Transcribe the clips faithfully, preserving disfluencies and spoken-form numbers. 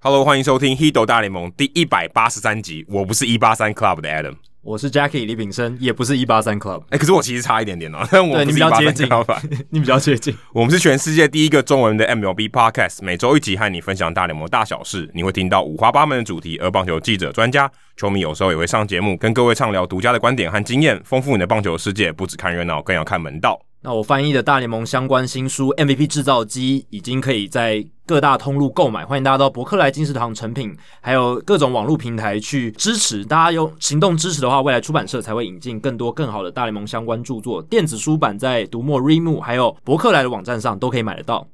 Hello， 欢迎收听《Hido 大联盟》第一百八十三集。我不是一八三 Club 的 Adam， 我是 Jackie 李炳生，也不是一八三 Club。 哎、欸，可是我其实差一点点哦、喔，但我不是一八三 Club， 你比较接近。 我们是全世界第一个中文的 M L B Podcast， 每周一集和你分享大联盟大小事。你会听到五花八门的主题，而棒球记者、专家、球迷有时候也会上节目，跟各位畅聊独家的观点和经验，丰富你的棒球世界。不只看热闹，更要看门道。 那我翻译的大联盟相关新书 M V P 制造机已经可以在各大通路购买，欢迎大家到博客来、金石堂、诚品，还有各种网络平台去支持。大家用行动支持的话，未来出版社才会引进更多更好的大联盟相关著作。电子书版在读墨 Readmoo 还有博客来的网站上都可以买得到。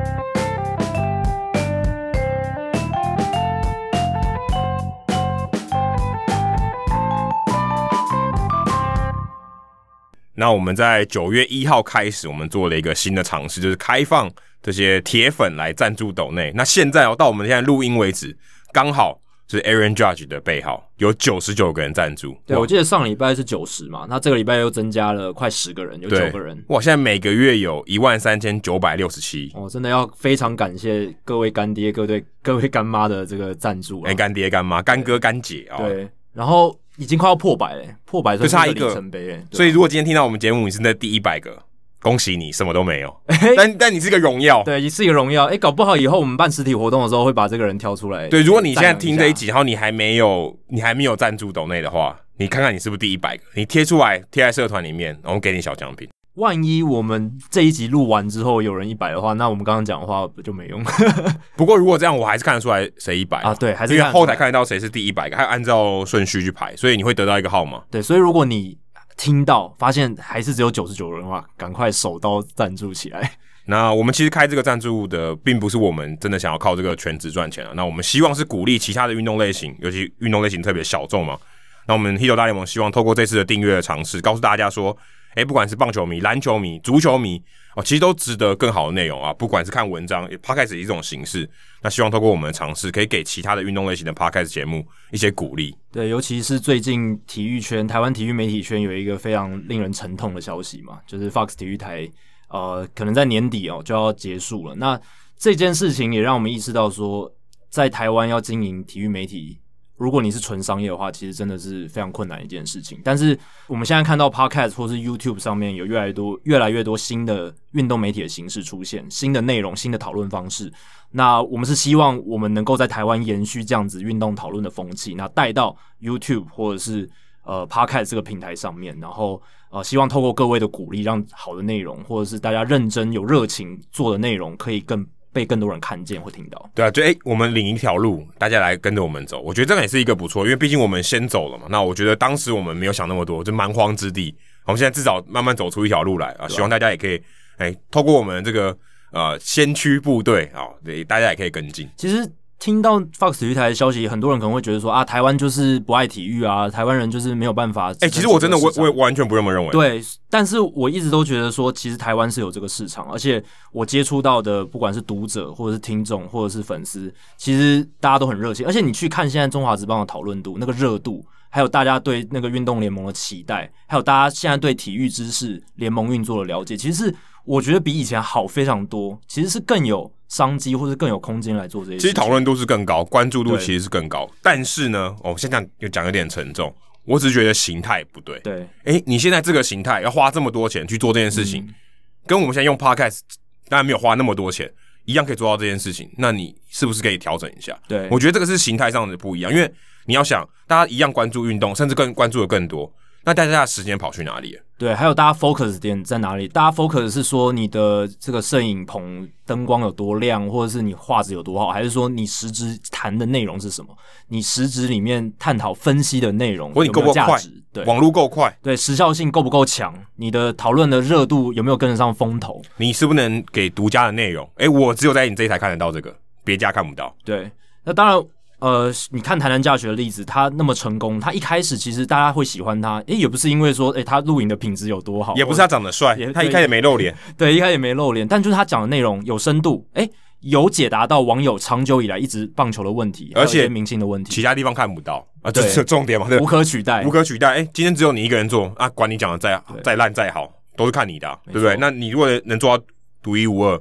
那我们在九月一号开始，我们做了一个新的尝试，就是开放这些铁粉来赞助斗内。那现在哦，到我们现在录音为止，刚好就是 Aaron Judge 的背号有九十九个人赞助。 对，我记得上礼拜是九十嘛，那这个礼拜又增加了快十个人，有九个人。 哇，现在每个月有一万三千九百六十七。 哦，真的要非常感谢各位干爹、各位各位干妈的这个赞助了。 哎、欸，干爹、干妈、干哥、干姐啊、哦。 对，然后已经快要破百了，破百就差一个里程碑。 所以如果今天听到我们节目，你是在第一百个，恭喜你，什么都没有。欸、但但你是个荣耀， 对，你是一个荣耀。哎、欸，搞不好以后我们办实体活动的时候会把这个人挑出来。 对，如果你现在听这一集，然后你还没有你还没有赞助斗内的话，你看看你是不是第一百个，你贴出来贴在社团里面，然后给你小奖品。 万一我们这一集录完之后有人一百的话，那我们刚刚讲的话不就没用？ 不过如果这样，我还是看得出来谁一百啊，对，还是因为后台看得到谁是第一百个，还按照顺序去排，所以你会得到一个号码。 对，所以如果你听到发现还是只有九十九人的话，赶快手刀赞助起来。 那我们其实开这个赞助的，并不是我们真的想要靠这个全职赚钱啊。那我们希望是鼓励其他的运动类型，尤其运动类型特别小众嘛。那我们 Hido 大联盟希望透过这次的订阅的尝试，告诉大家说，哎，不管是棒球迷、篮球迷、足球迷哦，其实都值得更好的内容啊。不管是看文章 ，Podcast 一种形式，那希望透过我们的尝试，可以给其他的运动类型的 Podcast 节目一些鼓励。 对，尤其是最近体育圈、台湾体育媒体圈有一个非常令人沉痛的消息嘛，就是 Fox 体育台呃，可能在年底哦就要结束了。那这件事情也让我们意识到说，在台湾要经营体育媒体，如果你是纯商业的话，其实真的是非常困难的一件事情。但是我们现在看到 Podcast 或是 YouTube 上面有越来越多、越来越多新的运动媒体的形式出现，新的内容、新的讨论方式。那我们是希望我们能够在台湾延续这样子运动讨论的风气，那带到 YouTube 或者是呃 Podcast 这个平台上面，然后呃希望透过各位的鼓励，让好的内容或者是大家认真有热情做的内容，可以更被更多人看见或听到。 对啊，就诶，我们领一条路，大家来跟着我们走，我觉得这个也是一个不错，因为毕竟我们先走了嘛。那我觉得当时我们没有想那么多，就蛮荒之地，我们现在至少慢慢走出一条路来啊。希望大家也可以诶，透过我们这个呃先驱部队啊，对，大家也可以跟进。 其实听到 Fox 体育台的消息，很多人可能会觉得说啊，台湾就是不爱体育啊，台湾人就是没有办法。 哎、欸，其实我真的我我完全不这么认为。 对，但是我一直都觉得说，其实台湾是有这个市场，而且我接触到的，不管是读者或者是听众或者是粉丝，其实大家都很热情。而且你去看现在中华职棒的讨论度，那个热度，还有大家对那个运动联盟的期待，还有大家现在对体育知识、联盟运作的了解，其实是我觉得比以前好非常多，其实是更有商机或者更有空间来做这些事情。 其实讨论度是更高，关注度其实是更高，但是呢，哦，现在又讲有点沉重，我只是觉得形态不对。 对， 哎，你现在这个形态要花这么多钱去做这件事情，嗯、跟我们现在用 Podcast 当然没有花那么多钱，一样可以做到这件事情，那你是不是可以调整一下？ 对， 我觉得这个是形态上的不一样，因为你要想，大家一样关注运动，甚至更关注的更多。那大家的时间跑去哪里了？ 对，还有大家 focus 点在哪里？大家 focus 是说你的这个摄影棚灯光有多亮，或者是你画质有多好，还是说你实质谈的内容是什么？你实质里面探讨分析的内容， 或你够不够快？ 对， 网络够快？ 对，时效性够不够强？你的讨论的热度有没有跟得上风头？ 你是不是能给独家的内容？诶，我只有在你这一台看得到这个，别家看不到。 对，那当然。呃，你看台南大学的例子，他那么成功，他一开始其实大家会喜欢他，诶，也不是因为说，诶，他录影的品质有多好， 也不是他长得帅，他一开始没露脸， 对，一开始没露脸，但就是他讲的内容有深度，诶，有解答到网友长久以来一直棒球的问题，而且明星的问题， 其他地方看不到啊，这是重点嘛，对， 无可取代， 无可取代。诶，今天只有你一个人做啊，管你讲的再再烂再好，都是看你的、啊，对不对？那你如果能做到独一无二，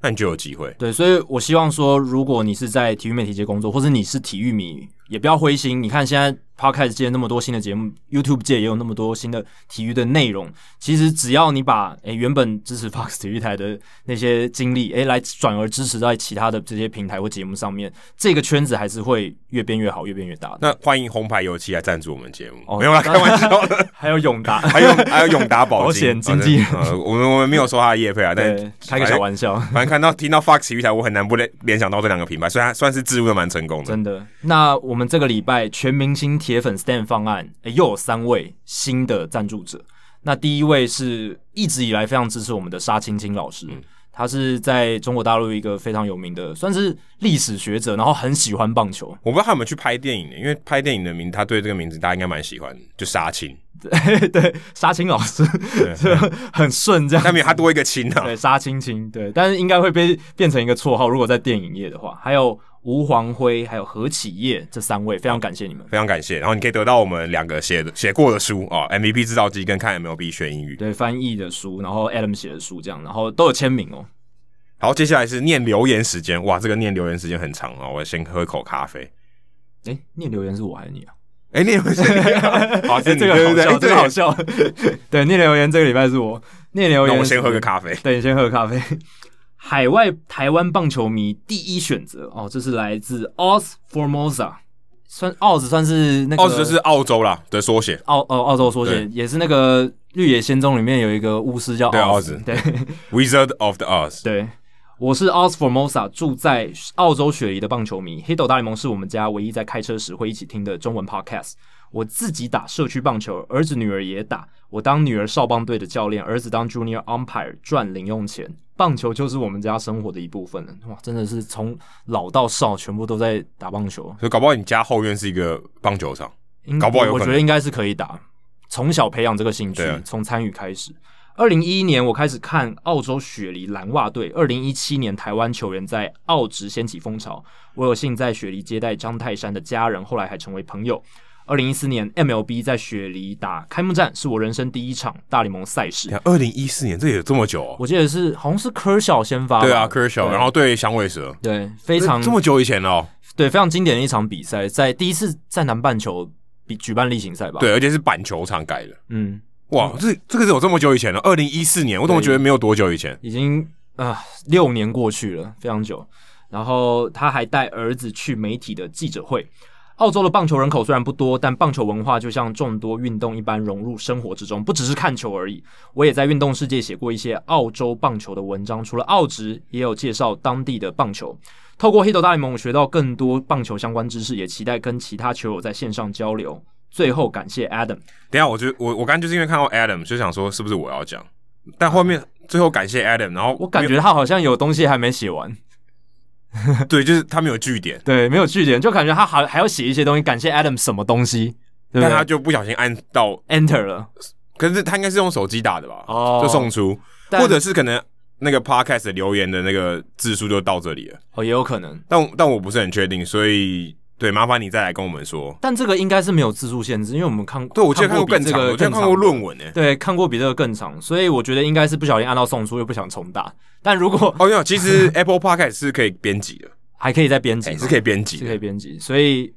那你就有机会。 对，所以我希望说，如果你是在体育媒体界工作，或者你是体育迷，也不要灰心。你看现在 Podcast 界那么多新的节目 ，YouTube 界也有那么多新的体育的内容。其实只要你把诶原本支持 Fox 体育台的那些精力，诶来转而支持在其他的这些平台或节目上面，这个圈子还是会越变越好，越变越大的。 那欢迎红牌油漆来赞助我们节目，哦、没有啦，开玩笑的。 还有永达， 还有还有永达保险经纪人、 呃，我们我们没有收他的业配啊，但开个小玩笑。 反正看到听到 Fox 体育台，我很难不联想到这两个品牌，所以它算是置入的蛮成功的。 真的。那我们这个礼拜全明星铁粉 Stand 方案，欸、又有三位新的赞助者。那第一位是一直以来非常支持我们的沙青青老师，嗯、他是在中国大陆一个非常有名的，算是历史学者，然后很喜欢棒球。 我不知道他们去拍电影，因为拍电影的名，他对这个名字大家应该蛮喜欢，就沙青。 对对，沙青老师很顺这样， 下面他多一个青啊， 对，沙青青，对，但是应该会被变成一个绰号，如果在电影业的话。还有吴黄辉，还有何启业这三位，非常感谢你们， 非常感谢。然后你可以得到我们两个写的写过的书啊、哦、，M V P 制造机跟看 M L B 学英语， 对，翻译的书，然后 Adam 写的书这样，然后都有签名哦。 好，接下来是念留言时间，哇，这个念留言时间很长啊，我先喝一口咖啡。 哎，念留言是我还是你啊？ 哎，念留言是你，好，是这个好笑，这个好笑。对，念留言这个礼拜是我念留言， 那我先喝个咖啡。 对，你先喝个咖啡。海外台湾棒球迷第一选择哦，这是来自 Oz Formosa， 算 Oz 算是那个 Oz 就是澳洲啦的缩写， 澳哦澳洲缩写，也是那个绿野仙踪里面有一个巫师叫 Oz， 对 ，Wizard of the Oz， 对。我是 Oz Formosa， 住在澳洲雪梨的棒球迷。黑斗大联盟是我们家唯一在开车时会一起听的中文 podcast。我自己打社区棒球，儿子女儿也打。我当女儿少棒队的教练，儿子当 junior umpire 赚零用钱。棒球就是我们家生活的一部分了。哇，真的是从老到少全部都在打棒球。 所以搞不好你家后院是一个棒球场，搞不好有可能。 我觉得应该是可以打，从小培养这个兴趣，从参与开始。二零一一年我开始看澳洲雪梨蓝袜队，二零一七年台湾球员在澳职掀起风潮，我有幸在雪梨接待张泰山的家人，后来还成为朋友。二零一四年 M L B 在雪梨打开幕战，是我人生第一场大联盟赛事。 二零一四年这也有这么久哦？ 我记得是好像是科小先发， 对啊，科小，然后对响尾蛇， 对，非常这么久以前哦， 对，非常经典的一场比赛，在第一次在南半球比举办例行赛吧， 对，而且是板球场改的， 嗯。 哇，这这个是有这么久以前了，二零一四年，我怎么觉得没有多久以前？ 已经啊六年过去了，非常久。然后他还带儿子去媒体的记者会。澳洲的棒球人口虽然不多，但棒球文化就像众多运动一般融入生活之中，不只是看球而已。我也在运动世界写过一些澳洲棒球的文章，除了澳职，也有介绍当地的棒球。透过黑斗大联盟，我学到更多棒球相关知识，也期待跟其他球友在线上交流。最后感谢 Adam。 等一下我就我我刚刚就是因为看到 Adam 就想说是不是我要讲，但后面最后感谢 Adam， 然后我感觉他好像有东西还没写完。 对，就是他没有句点， 对，没有句点，就感觉他还还要写一些东西，感谢 Adam 什么东西，对不对？ 但他就不小心按到 Enter 了， 可是他应该是用手机打的吧？ 哦， 就送出，或者是可能那个 Podcast 的留言的那个字数就到这里了， 哦，也有可能， 但但我不是很确定，所以。对，麻烦你再来跟我们说。 但这个应该是没有字数限制，因为我们看， 对，我记得看过更长，我记得看过论文诶， 对，看过比这个更长，所以我觉得应该是不小心按到送出，又不想重打。但如果哦，没有，其实 Apple Podcast 是可以编辑的， 还可以再编辑、 欸，是可以编辑， 是可以编辑。所以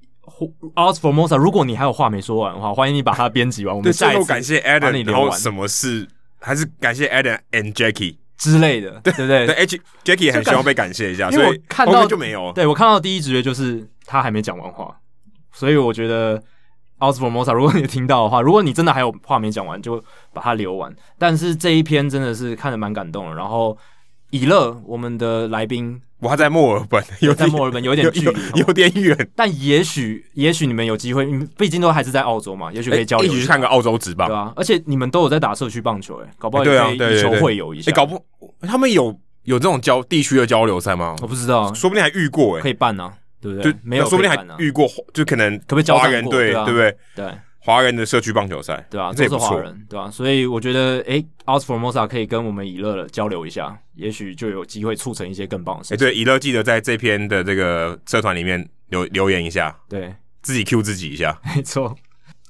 Oz Formosa， 如果你还有话没说完的话，欢迎你把它编辑完。我们下一次感谢 Adam， 然后什么事还是感谢 Adam and Jackie。 之类的，对不对？ 对 ，H Jackie 也很希望被感谢一下， 因为我看到就没有。 对，我看到第一直觉就是他还没讲完话，所以我觉得 Oz Formosa， 如果你听到的话，如果你真的还有话没讲完，就把它留完。但是这一篇真的是看得蛮感动的。然后以乐我们的来宾， 我还在墨尔本，有在墨尔本有点距离， 有, 有, 有点远。 但也许也许你们有机会，毕竟都还是在澳洲嘛，也许可以交流一下， 一起去看个澳洲职棒， 对吧、啊？而且你们都有在打社区棒球、欸，搞不好也可以以球会友一下。 欸、搞不他们有有这种交地区的交流赛吗？ 我不知道， 说不定还遇过、欸， 可以办啊，对不对？没有， 说不定还遇过，就可能可不可以交华人队，对不对？ 对。 华人的社区棒球赛， 对啊，都是华人，对吧、啊？所以我觉得，诶 Oz Formosa 可以跟我们以乐交流一下，也许就有机会促成一些更棒的事情。 欸、对，以乐记得在这篇的这个社团里面留留言一下， 对， 自己 Q 自己一下， 没错。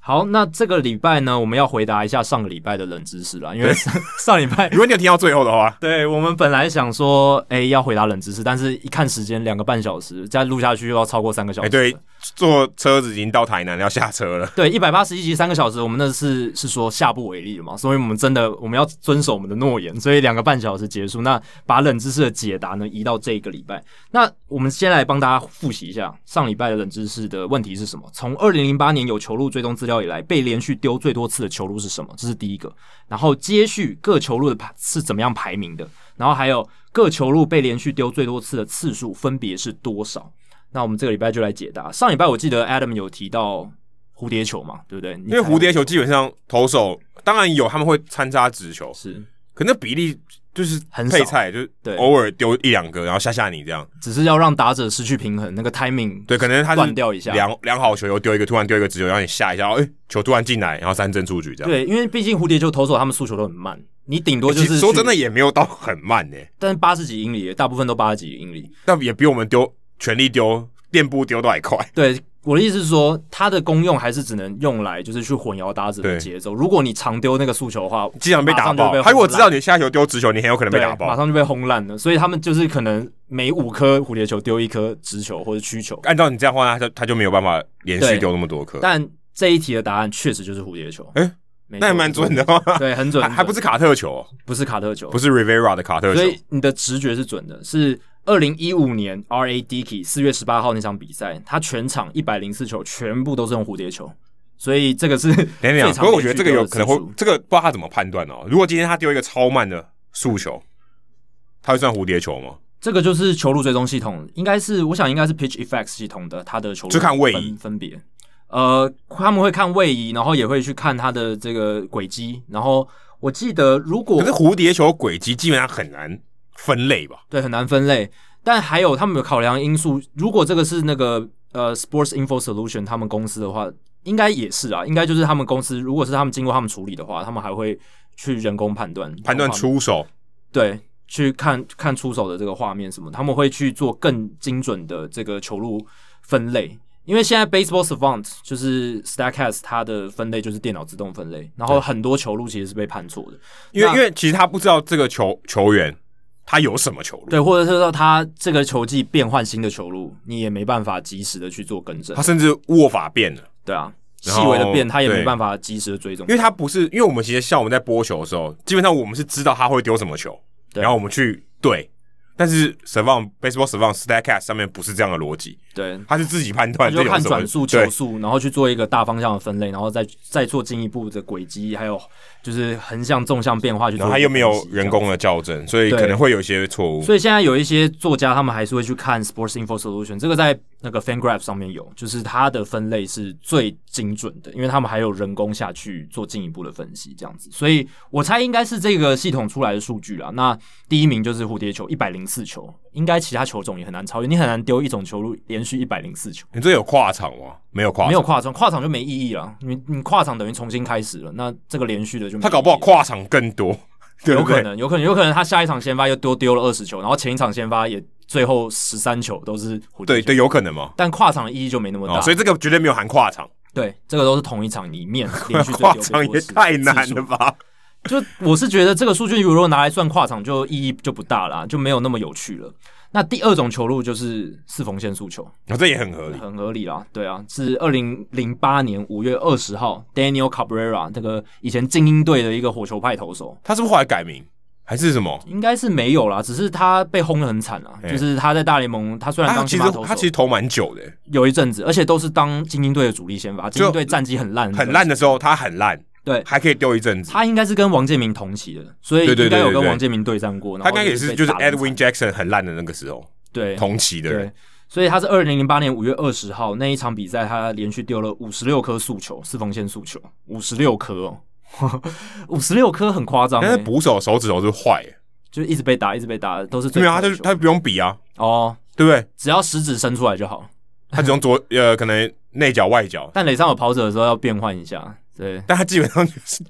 好，那这个礼拜呢，我们要回答一下上个礼拜的冷知识啦，因为上礼拜如果你有听到最后的话， 对我们本来想说，哎、欸，要回答冷知识，但是一看时间，两个半小时，再录下去又要超过三个小时。哎、 欸，对，坐车子已经到台南要下车了。 对，一百八十一集三个小时，我们那是是说下不为例了嘛，所以我们真的我们要遵守我们的诺言，所以两个半小时结束。那把冷知识的解答呢移到这个礼拜。那我们先来帮大家复习一下上礼拜的冷知识的问题是什么？从二零零八年有球路追踪资料以来，被连续丢最多次的球路是什么？这是第一个。然后接续各球路的排是怎么样排名的？然後還有各球路被連續丟最多次的次數分別是多少？那我們這個禮拜就來解答。上禮拜我記得 Adam 有提到蝴蝶球嘛，對不對？ 因為蝴蝶球基本上投手當然有他們會參差直球， 是， 可那比例就是配菜，就是偶爾丟一兩個，然後嚇嚇你這樣， 只是要讓打者失去平衡，那個 timing 對，可能他斷掉一下， 量量好球又丟一個，突然丟一個直球，讓你嚇一下，哎、欸，球突然進來，然後三振出局這樣。 對，因為畢竟蝴蝶球投手他們速球都很慢。你頂多就是、欸、 說真的也沒有到很慢誒、欸， 但是八十幾英里，大部分都八十幾英里， 但也比我們丟全力丟墊步丟都還快。 對，我的意思是說，它的功用還是只能用來就是去混淆打者的節奏。如果你常丟那個速球的話， 經常被打爆。他如果知道你下球丟直球，你很有可能被打爆， 馬上就被轟爛了。所以他們就是可能每五顆蝴蝶球丟一顆直球或者曲球。 按照你這樣的話，他就他就沒有辦法連續丟那麼多顆。 但這一題的答案確實就是蝴蝶球。 誒、欸。那還蠻準的嗎？ 對，很準， 還還不是卡特球、哦， 不是卡特球， 不是 Rivera 的卡特球， 所以你的直覺是準的。是二零一五年 R A Dickey 四月十八號那場比賽，他全場一百零四球全部都是用蝴蝶球，所以這個是非常。 不過我覺得這個有可能會，這個不知道他怎麼判斷哦。如果今天他丟一個超慢的速球，他會算蝴蝶球嗎？ 這個就是球路追蹤系統，應該是我想應該是 Pitch Effects 系統的，它的球路就看位移分別。呃，他們會看位移，然後也會去看它的這個軌跡。然後我記得，如果可是蝴蝶球軌跡基本上很難分類吧？ 對，很難分類。但還有他們有考量因素，如果這個是那個呃 Sports Info Solution 他們公司的話，應該也是啊，應該就是他們公司，如果是他們經過他們處理的話，他們還會去人工判斷判斷出手， 對，去看看出手的這個畫面什麼，他們會去做更精準的這個球路分類。因為現在 Baseball Savant 就是 Statcast 它的分類就是電腦自動分類，然後很多球路其實是被判錯的， 因為因為其實他不知道這個球球員他有什麼球路， 對，或者是說他這個球季變換新的球路，你也沒辦法及時的去做更正， 他甚至握法變了， 對啊，細微的變他也沒辦法及時的追蹤， 因為他不是，因為我們其實像我們在播球的時候，基本上我們是知道他會丟什麼球，然後我們去對。但是 Savant Baseball Savant Statcast 上面不是這樣的邏輯， 對， 他是自己判斷， 就看轉速、球速，然後去做一個大方向的分類，然後再再做進一步的軌跡，還有就是橫向、縱向變化去做。然後他又沒有人工的校正，所以可能會有一些錯誤。 所以現在有一些作家，他們還是會去看 Sports Info Solution， 這個在那個 FanGraph 上面有，就是它的分類是最精準的，因為他們還有人工下去做進一步的分析，這樣子。所以我猜應該是這個系統出來的數據啦。那第一名就是蝴蝶球，一百零四球，應該其他球種也很難超越，你很難丟一種球路連續一百零四球。 你這有跨場嗎？沒有跨場， 沒有跨場，跨場就沒意義了。你你跨場等於重新開始了，那這個連續的就沒意義了。 他搞不好跨場更多，對不對？ 有可能，有可能，有可能他下一場先發又丟丟了二十球，然後前一場先發也最後十三球都是蝴蝶球。 對對，有可能嘛。 但跨場的意義就沒那麼大， 哦，所以這個絕對沒有含跨場。 對，這個都是同一場裡面連續最跨場也太難了吧？ 就我是覺得這個數據如果拿來算跨場，就意義就不大啦，就沒有那麼有趣了。那第二種球路就是四縫線速球， 哦，這也很合理， 很合理啦，對啊，是二零零八年五月二十號 Daniel Cabrera 這個以前精英隊的一個火球派投手， 他是不是後來改名還是什麼？ 應該是沒有啦，只是他被轟得很慘啊，就是他在大聯盟，他雖然當先發投手， 他其實投蠻久的， 有一陣子，而且都是當精英隊的主力先發，精英隊戰績很爛， 很爛的時候他很爛。對，還可以丟一陣子。 他應該是跟王建民同期的，所以應該有跟王建民對戰過。 他應該也是就是 Edwin Jackson 很爛的那個時候， 對， 同期的人。 對，所以他是二零零八年五月二十號那一場比賽，他連續丟了五十六顆速球，四縫線速球，五十六顆哦，五十六顆很誇張、欸。 但是捕手手指頭是壞，就一直被打，一直被打，都是最。 沒有，他就他不用比啊， 哦， 對不對？ 只要食指伸出來就好。 他只用左呃，可能內角外角。 但壘上有跑者的時候要變換一下。對， 但他基本上就是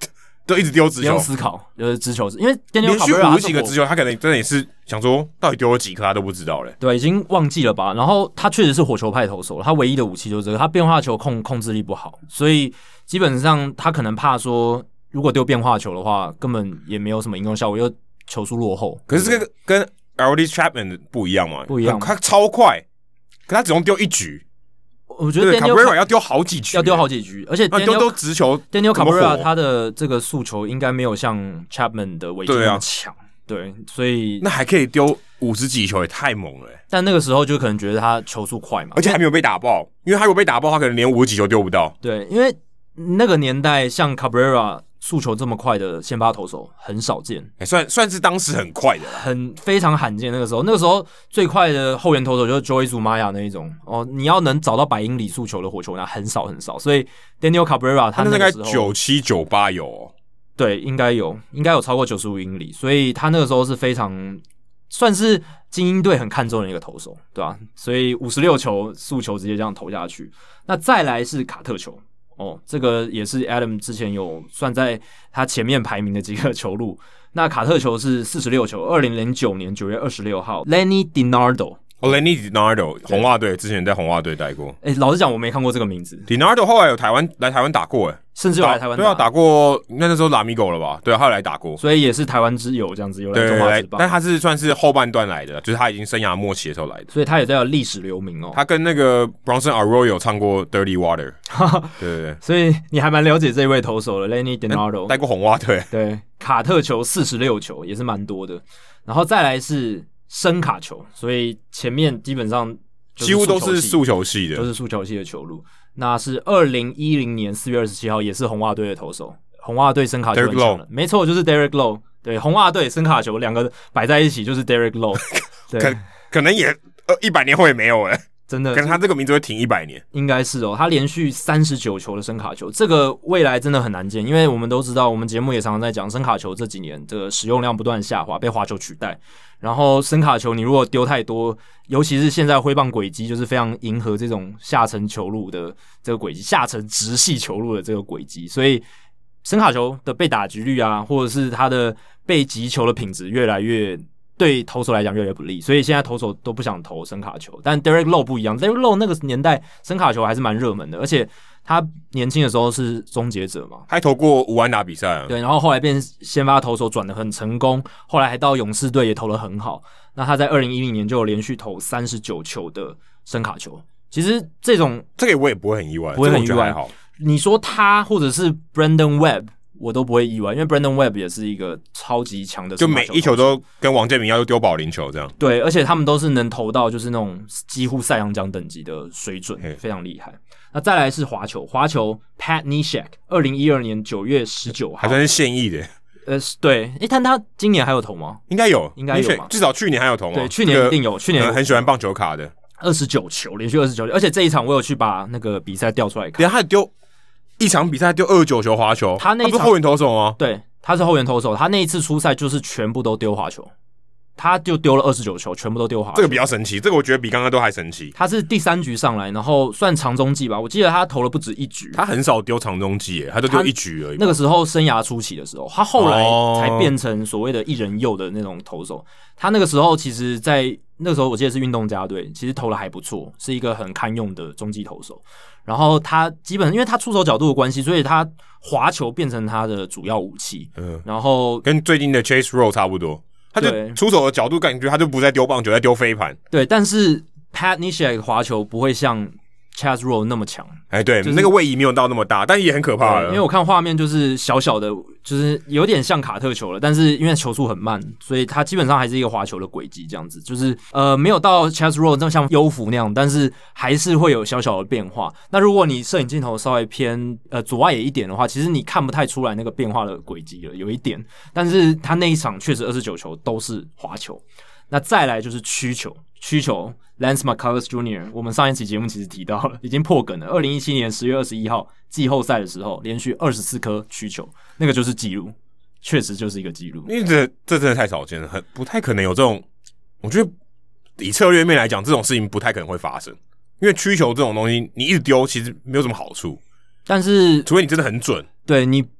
都一直丢直球， 不用思考，就是直球，因为连续五十几个直球，他可能真的也是想说，到底丢了几颗他都不知道嘞。 对，已经忘记了吧？然后他确实是火球派投手了，他唯一的武器就是这个，他变化球控控制力不好，所以基本上他可能怕说，如果丢变化球的话，根本也没有什么应用效果，又球速落后。 可是这个跟 Aroldis Chapman 不一样嘛？ 不一样， 他超快，可他只用丢一局。 我觉得 Cabrera 要丢好几局， 要丢好几局，而且 Daniel, 丢丢直球 ，Daniel Cabrera 他的这个速球应该没有像 Chapman 的尾劲那么强，对，所以那还可以丢五十几球，也太猛了。 但那个时候就可能觉得他球速快嘛， 而且还没有被打爆，因为他如果被打爆，他可能连五十几球丢不到。 对，因为那个年代像 Cabrera 速球这么快的先发投手很少见， 欸、算算是当时很快的啦， 很非常罕见。那个时候，那个时候最快的后援投手就是 Joey Zumaya 那一种哦，你要能找到百英里速球的火球，那很少很少。所以 Daniel Cabrera 他那个时候九七九八有、哦， 对，应该有，应该有超过九十五英里，所以他那个时候是非常算是精英队很看重的一个投手，对吧？所以五十六球速球直接这样投下去。那再来是卡特球。哦，这个也是 Adam 之前有算在他前面排名的几个球路。那卡特球是四十六球，二零零九年九月二十六号 ，Lenny DiNardo。 哦 ，Lenny DiNardo， 红袜队之前在红袜队待过。 哎、欸，老实讲，我没看过这个名字。 DiNardo 后来有台湾来台湾打过，哎， 甚至有来台湾打。 对啊，打过，那那时候拉米狗了吧？对啊，后来打过， 所以也是台湾之友这样子，有来中华职棒。 但他是算是后半段来的，就是他已经生涯末期的时候来的， 所以他也在有历史留名哦。 他跟那个 Bronson Arroyo 唱过 Dirty Water， 对对对， 所以你还蛮了解这位投手的 Lenny DiNardo， 带过红袜队。 对，卡特球四十六球也是蛮多的，然后再来是深卡球，所以前面基本上几乎都是速球系的， 都是速球系的球路。那是二零一零年四月二十七号，也是红袜队的投手，红袜队深卡球很强的，没错，就是 Derek Lowe。对，红袜队深卡球两个摆在一起就是 Derek Lowe。对， 可可能也呃一百年后也没有哎。 真的， 可能他这个名字会停一百年， 应该是哦。他连续三十九球的深卡球，这个未来真的很难见，因为我们都知道，我们节目也常常在讲深卡球这几年这个使用量不断下滑，被滑球取代。然后深卡球你如果丢太多，尤其是现在挥棒轨迹就是非常迎合这种下沉球路的这个轨迹，下沉直系球路的这个轨迹，所以深卡球的被打击率啊，或者是它的被击球的品质越来越。对投手来讲越来越不利，所以现在投手都不想投深卡球。但 Derek Lowe 不一样 ，Derek Lowe 那个年代深卡球还是蛮热门的，而且他年轻的时候是终结者嘛， 还投过五安打比赛啊。 对，然后后来变先发投手转得很成功，后来还到勇士队也投得很好。那他在二零一零年就有连续投三十九球的深卡球。其实这种这个我也不会很意外， 不会很意外。 好， 你说他或者是 Brandon Webb。我都不会意外，因为 Brandon Webb 也是一个超级强的， 就每一球都跟王建民一样，就丢保龄球这样。 对，而且他们都是能投到就是那种几乎赛扬奖等级的水准，非常厉害。那再来是滑球，滑球 Pat Neshek， 二零一二年九月十九号， 还算是现役的。 呃，对，诶，但他今年还有投吗？ 应该有， 应该有嘛， 至少去年还有投嘛。 对，去年一定有， 這個、 去年有、 嗯、很喜欢棒球卡的， 二十九球，连续二十九球，而且这一场我有去把那个比赛调出来看， 对，他丢。一场比赛丢二十九球滑球， 他那一场他不是后援投手吗？ 对，他是后援投手，他那一次出赛就是全部都丢滑球，他就丢了二十九球，全部都丢滑球。 这个比较神奇，这个我觉得比刚刚都还神奇。 他是第三局上来，然后算长中继吧，我记得他投了不止一局。 他很少丢长中继耶，他都丢一局而已。 那个时候生涯初期的时候，他后来才变成所谓的一人右的那种投手。他那个时候其实，在那个时候我记得是运动家队，其实投的还不错，是一个很堪用的中继投手。然后他基本因为他出手角度的关系，所以他滑球变成他的主要武器。嗯，然后跟最近的 Chase Rowe 差不多，他就出手的角度感觉他就不再丢棒球，在丢飞盘。 对，但是 Pat Neshek 滑球不会像 Chase Rowe 那么强。 哎，对，就是、那个位移没有到那么大，但也很可怕了。 因为我看画面就是小小的，就是有点像卡特球了，但是因为球速很慢，所以它基本上还是一个滑球的轨迹这样子，就是呃没有到 Chase Rowe 那么像优福那样，但是还是会有小小的变化。那如果你摄影镜头稍微偏呃左外野一点的话，其实你看不太出来那个变化的轨迹了，有一点。但是他那一场确实二十九球都是滑球。那再来就是曲球，曲球 Lance McCullers Junior 我们上一期节目其实提到了，已经破梗了。二零一七年十月二十一号季后赛的时候，连续二十四颗曲球，那个就是纪录，确实就是一个纪录。 因为这这真的太少见了，很不太可能有这种。我觉得以策略面来讲，这种事情不太可能会发生，因为曲球这种东西，你一直丢其实没有什么好处。 但是除非你真的很准， 对你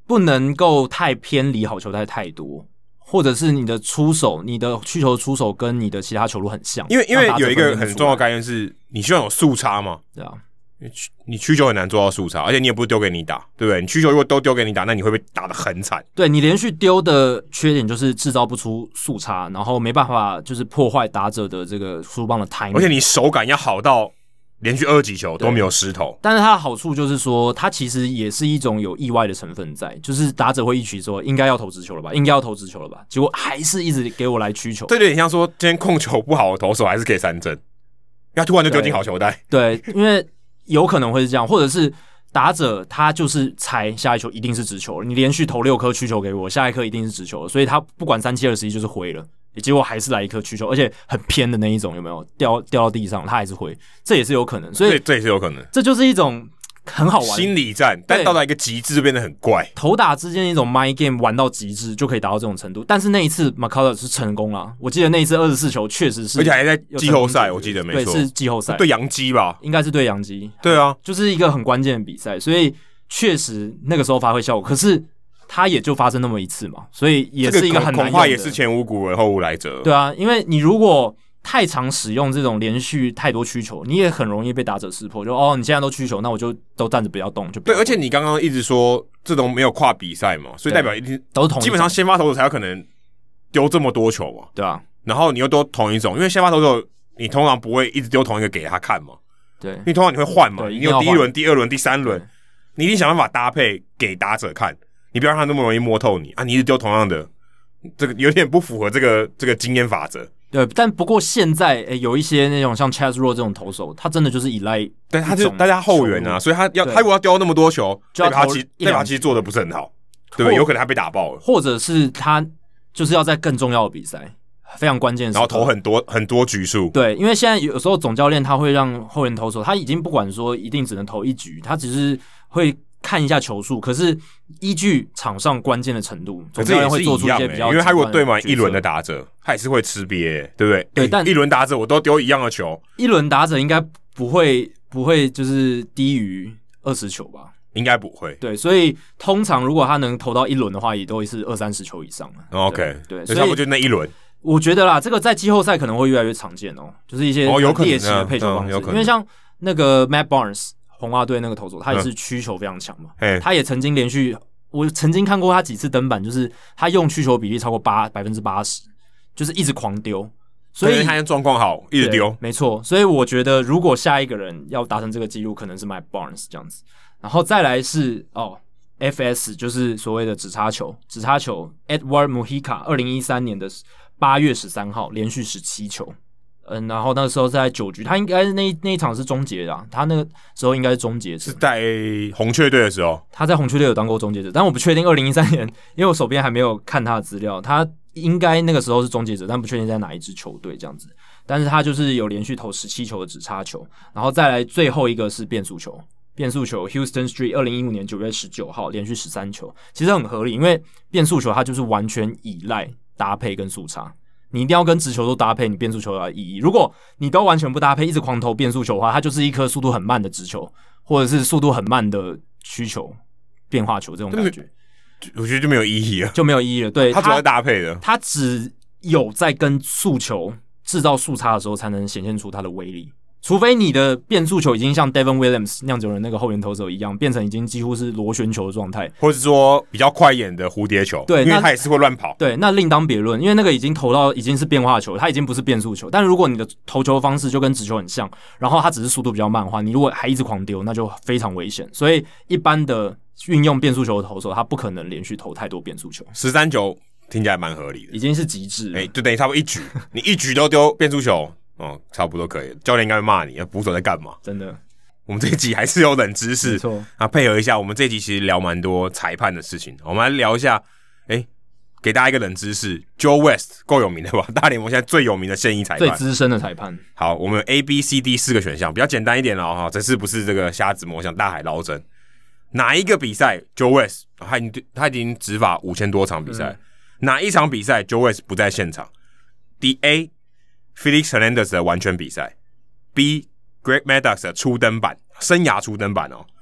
不能够太偏离好球带太多，或者是你的出手，你的需求出手跟你的其他球路很像。 因为因为有一个很重要的概念是，你希望有速差嘛？ 对啊， 你需求很难做到速差，而且你也不是丢给你打，对不对？你需求如果都丢给你打，那你会被打得很惨。 对，你连续丢的缺点就是制造不出速差，然后没办法就是破坏打者的这个输棒的 timing， 而且你手感要好到连续二击球都没有失投。 但是它的好处就是说，它其实也是一种有意外的成分在，就是打者会预期说应该要投直球了吧，应该要投直球了吧，结果还是一直给我来曲球。 这有点像说今天控球不好的投手还是可以三振，他突然就丢进好球带。 对，因为有可能会是这样，或者是打者他就是猜下一球一定是直球，你连续投六颗曲球给我，下一颗一定是直球，所以他不管三七二十一就是挥了，结果还是来一颗曲球，而且很偏的那一种，有没有掉掉到地上，他还是挥，这也是有可能，所以这也是有可能， 这就是一种很好玩心理战，但到达一个极致就变得很怪。 投打之间一种 mind game 玩到极致就可以达到这种程度，但是那一次 McCullers 是成功了，我记得那一次二十四球确实是， 而且还在季后赛，我记得没错， 对，是季后赛对洋基吧， 应该是对洋基， 对啊， 就是一个很关键的比赛，所以确实那个时候发挥效果，可是它也就发生那么一次嘛，所以也是一个很难用的， 恐怕也是前无古人后无来者。 对啊，因为你如果太常使用这种连续太多曲球，你也很容易被打者识破。就哦，你现在都曲球，那我就都站着不要动，就不要动。 对。而且你刚刚一直说这种没有跨比赛嘛，所以代表一定都是同一种， 基本上先发投手才有可能丢这么多球嘛， 对啊。 然后你又都同一种，因为先发投手你通常不会一直丢同一个给他看嘛， 对， 因为通常你会换嘛， 你有第一轮、第二轮、第三轮，你一定想办法搭配给打者看，你不要让他那么容易摸透你啊！你一直丢同样的，这个有点不符合这个这个经验法则。 对，但不过现在诶、欸、有一些那种像 Chaz Roe 这种投手，他真的就是依赖， 对，他就大家后援啊，所以他要他如果要丢那么多球，代表他其代表他其实做的不是很好，对不对？有可能他被打爆了， 或者是他就是要在更重要的比赛，非常关键的时候， 然后投很多很多局数。 对，因为现在有时候总教练他会让后援投手，他已经不管说一定只能投一局，他只是会看一下球数，可是依据场上关键的程度，总教练会做出一些比较、 欸，因为他如果对满一轮的打者，他也是会吃瘪、欸，对不对？ 对，欸、但一轮打者我都丢一样的球， 一轮打者应该不会不会就是低于二十球吧？ 应该不会。 对，所以通常如果他能投到一轮的话，也都是二三十球以上了。 OK， 对， 所以差不多就那一轮。 我觉得啦，这个在季后赛可能会越来越常见哦，就是一些猎奇的配球方式， 哦嗯、 因为像那个 Matt Barnes。红袜队那个投手，他也是曲球非常强嘛、嗯，他也曾经连续，我曾经看过他几次登板，就是他用曲球比例超过八百分之八十，就是一直狂丢，所以他状况好，一直丢， 没错。所以我觉得，如果下一个人要达成这个记录，可能是 Matt Barnes 这样子，然后再来是哦 ，F S 就是所谓的直插球，直插球 Edward Mujica 二零一三年的八月十三号连续十七球。嗯，然后那个时候是在九局，他应该是那那一场是终结的、啊，他那个时候应该是终结者， 是在红雀队的时候， 他在红雀队有当过终结者，但我不确定二零一三年，因为我手边还没有看他的资料，他应该那个时候是终结者，但不确定在哪一支球队这样子。但是他就是有连续投十七球的直插球，然后再来最后一个是变速球，变速球 Houston Street 二零一五年九月十九号连续十三球，其实很合理，因为变速球它就是完全依赖搭配跟速差。你一定要跟直球都搭配，你变速球的意义。如果你都完全不搭配，一直狂投变速球的话，它就是一颗速度很慢的直球，或者是速度很慢的曲球、变化球这种感觉。 我觉得就没有意义了， 就没有意义了。对， 它主要是搭配的， 它只有在跟速球制造速差的时候，才能显现出它的威力。除非你的变速球已经像 Devin Williams 酿酒人那个后援投手一样，变成已经几乎是螺旋球的状态， 或者说比较快一点的蝴蝶球， 对， 因为它也是会乱跑。 对，那另当别论，因为那个已经投到已经是变化球，它已经不是变速球。但如果你的投球方式就跟直球很像，然后它只是速度比较慢的话，你如果还一直狂丢，那就非常危险。所以一般的运用变速球的投手，他不可能连续投太多变速球。 十三球听起来蛮合理的， 已经是极致了。 哎、欸，就等于差不多一局，你一局都丢变速球。哦，差不多可以了。教练应该会骂你，捕手在干嘛？ 真的， 我们这一集还是有冷知识， 没错啊，配合一下，我们这一集其实聊蛮多裁判的事情。我们来聊一下，哎、欸，给大家一个冷知识 ，Joe West 够有名的吧？大联盟现在最有名的现役裁判， 最资深的裁判。 好，我们有 A、B、C、D 四个选项，比较简单一点了哈。这次不是这个瞎子摸象、大海捞针，哪一个比赛 Joe West 他已经他已经执法五千多场比赛、嗯，哪一场比赛 Joe West 不在现场 ？D A。Felix Hernandez 的完全比赛 ，B Greg Maddux 的初登板，生涯初登板哦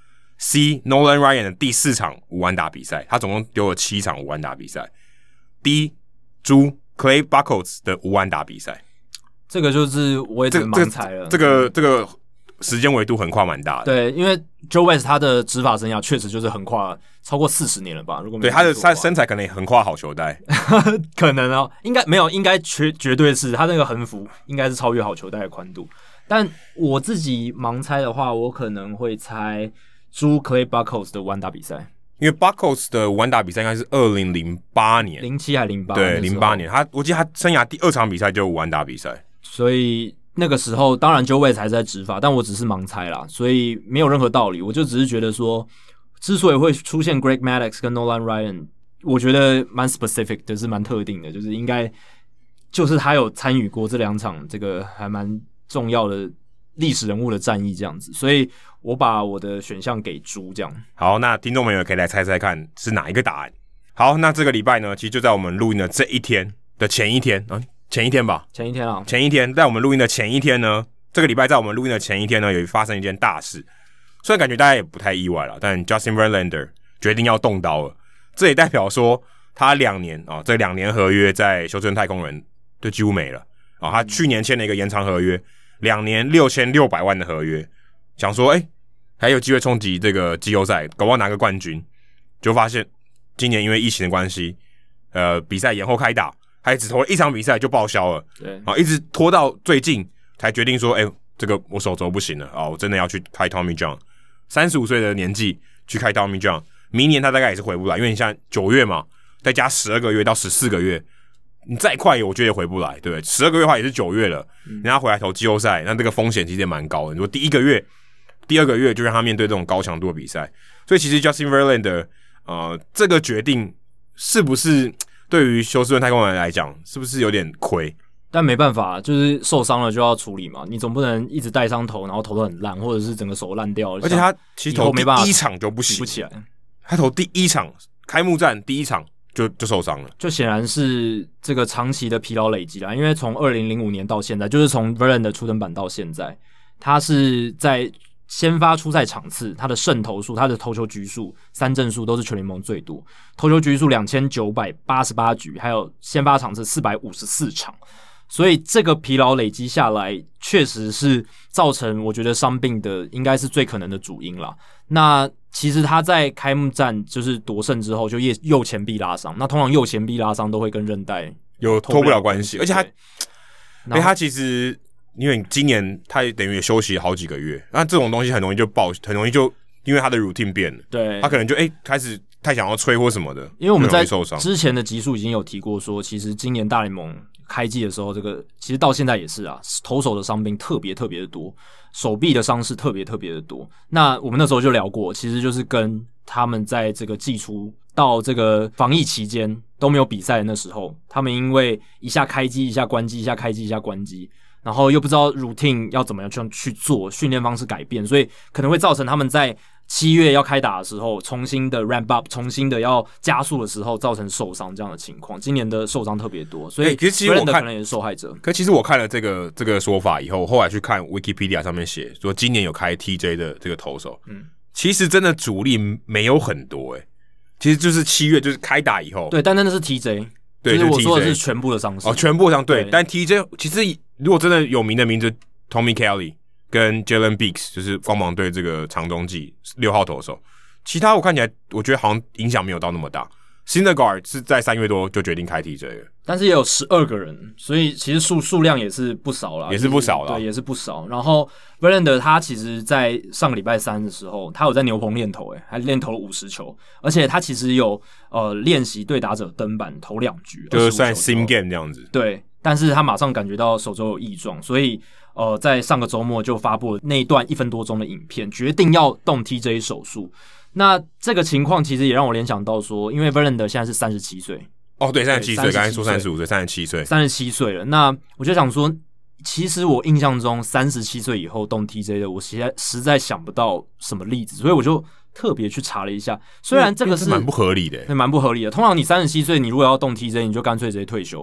C Nolan Ryan 的第四场无安打比赛，他总共丢了七场无安打比赛。D 猪 Clay Buchholz 的无安打比赛， 这个就是我也只能盲猜了。 这个这个时间维度横跨蛮大的。 对，因为 Joe West 他的执法生涯确实就是横跨超过四十年了吧？如果没对他的他的身材可能也横跨好球带， 可能哦，应该没有，应该绝绝对是他那个横幅应该是超越好球带的宽度。但我自己盲猜的话，我可能会猜朱 Clay Buchholz 的无安打比赛。 因为 Buchholz 的无安打比赛应该是二零零八年， 零七还零八， 对，零八年，他我记得他生涯第二场比赛就无安打比赛， 所以那个时候当然 Joe West 还是在执法，但我只是盲猜啦，所以没有任何道理，我就只是觉得说，之所以会出现 Greg Maddux 跟 Nolan Ryan， 我觉得蛮 specific 的，是蛮特定的，就是应该就是他有参与过这两场这个还蛮重要的历史人物的战役这样子，所以我把我的选项给猪这样。 好，那听众朋友可以来猜猜看是哪一个答案。好，那这个礼拜呢，其实就在我们录音的这一天的前一天啊，前一天吧， 前一天啊， 前一天，在我们录音的前一天呢，这个礼拜在我们录音的前一天呢，有发生一件大事。虽然感觉大家也不太意外了，但 Justin Verlander 决定要动刀了，这也代表说他两年啊，这两年合约在休斯顿太空人就几乎没了啊。他去年签了一个延长合约，两年六千六百万的合约。想说，哎、欸，还有机会冲击这个季后赛，搞不好拿个冠军，就发现今年因为疫情的关系，呃，比赛延后开打，还只投了一场比赛就报销了， 对， 然后一直拖到最近才决定说，哎、欸，这个我手肘不行了啊，我真的要去开 Tommy John， 三十五岁的年纪去开 Tommy John， 明年他大概也是回不来，因为你像九月嘛，再加十二个月到十四个月。你再快我觉得也回不来，对不对？十二个月的话也是九月了，嗯、人家回来投季后赛，那这个风险其实也蛮高的。如果第一个月、第二个月就让他面对这种高强度的比赛，所以其实 Justin Verlander 呃这个决定是不是对于休斯顿太空人来讲，是不是有点亏？ 但没办法，就是受伤了就要处理嘛，你总不能一直带伤头，然后投得很烂，或者是整个手烂掉了。 而且他其实投第一场就不行， 不起来。 他投第一场开幕战第一场。就就受伤了， 就显然是这个长期的疲劳累积啦。因为从二零零五年到现在，就是从 Verlander 的初登板到现在，他是在先发出赛场次，他的胜投数、他的投球局数、三振数都是全联盟最多，投球局数两千九百八十八局，还有先发场次四百五十四场。所以这个疲劳累积下来，确实是造成我觉得伤病的应该是最可能的主因啦。那其实他在开幕战就是夺胜之后，就右前臂拉伤。那通常右前臂拉伤都会跟韧带有脱不了关系，而且他，因为他其实因为今年他也等于也休息了好几个月，那这种东西很容易就爆，很容易就因为他的 routine 变了， 对， 他可能就哎、欸、开始太想要吹或什么的， 因为我们在之前的集数已经有提过说，其实今年大联盟开季的时候，这个其实到现在也是啊，投手的伤病特别特别的多，手臂的伤势特别特别的多。那我们那时候就聊过，其实就是跟他们在这个季初到这个防疫期间都没有比赛的那时候，他们因为一下开机一下关机，一下开机一下关机，然后又不知道 routine 要怎么样去去做，训练方式改变，所以可能会造成他们在七月要开打的时候，重新的 ramp up， 重新的要加速的时候，造成受伤这样的情况。今年的受伤特别多，所以其实我看可能也是受害者。 可其实我看了这个这个说法以后，后来去看 Wikipedia 上面写说，今年有开 T J 的这个投手，嗯，其实真的主力没有很多诶、欸，其实就是七月就是开打以后， 对，但那是 T J， 对， 就是我说的是全部的伤势哦，全部伤对，但 T J 其实如果真的有名的名字 ，Tommy Kelly 跟 Jalen Beeks 就是光芒队这个长中继六号投手。其他我看起来，我觉得好像影响没有到那么大。Syndergaard 是在三月多就决定开 T J 了， 但是也有十二个人，所以其实数数量也是不少啦， 也是不少啦， 对，也是不少。然后 Verlander 他其实在上个礼拜三的时候，他有在牛棚练投，诶，还练投了五十球，而且他其实有呃练习对打者登板投两局， 就是算 sim game 这样子。 对，但是他马上感觉到手肘有异状，所以呃在上个周末就发布了那一段一分多钟的影片，决定要动 T J 手术。那这个情况其实也让我联想到说，因为 Verlander 现在是三十七岁， 哦，对，三十七岁，刚才说三十五岁，三十七岁， 三十七岁了。那我就想说，其实我印象中三十七岁以后动 T J 的，我实在实在想不到什么例子，所以我就特别去查了一下。虽然这个是蛮不合理的， 对，蛮不合理的。通常你三十七岁，你如果要动 T J， 你就干脆直接退休了。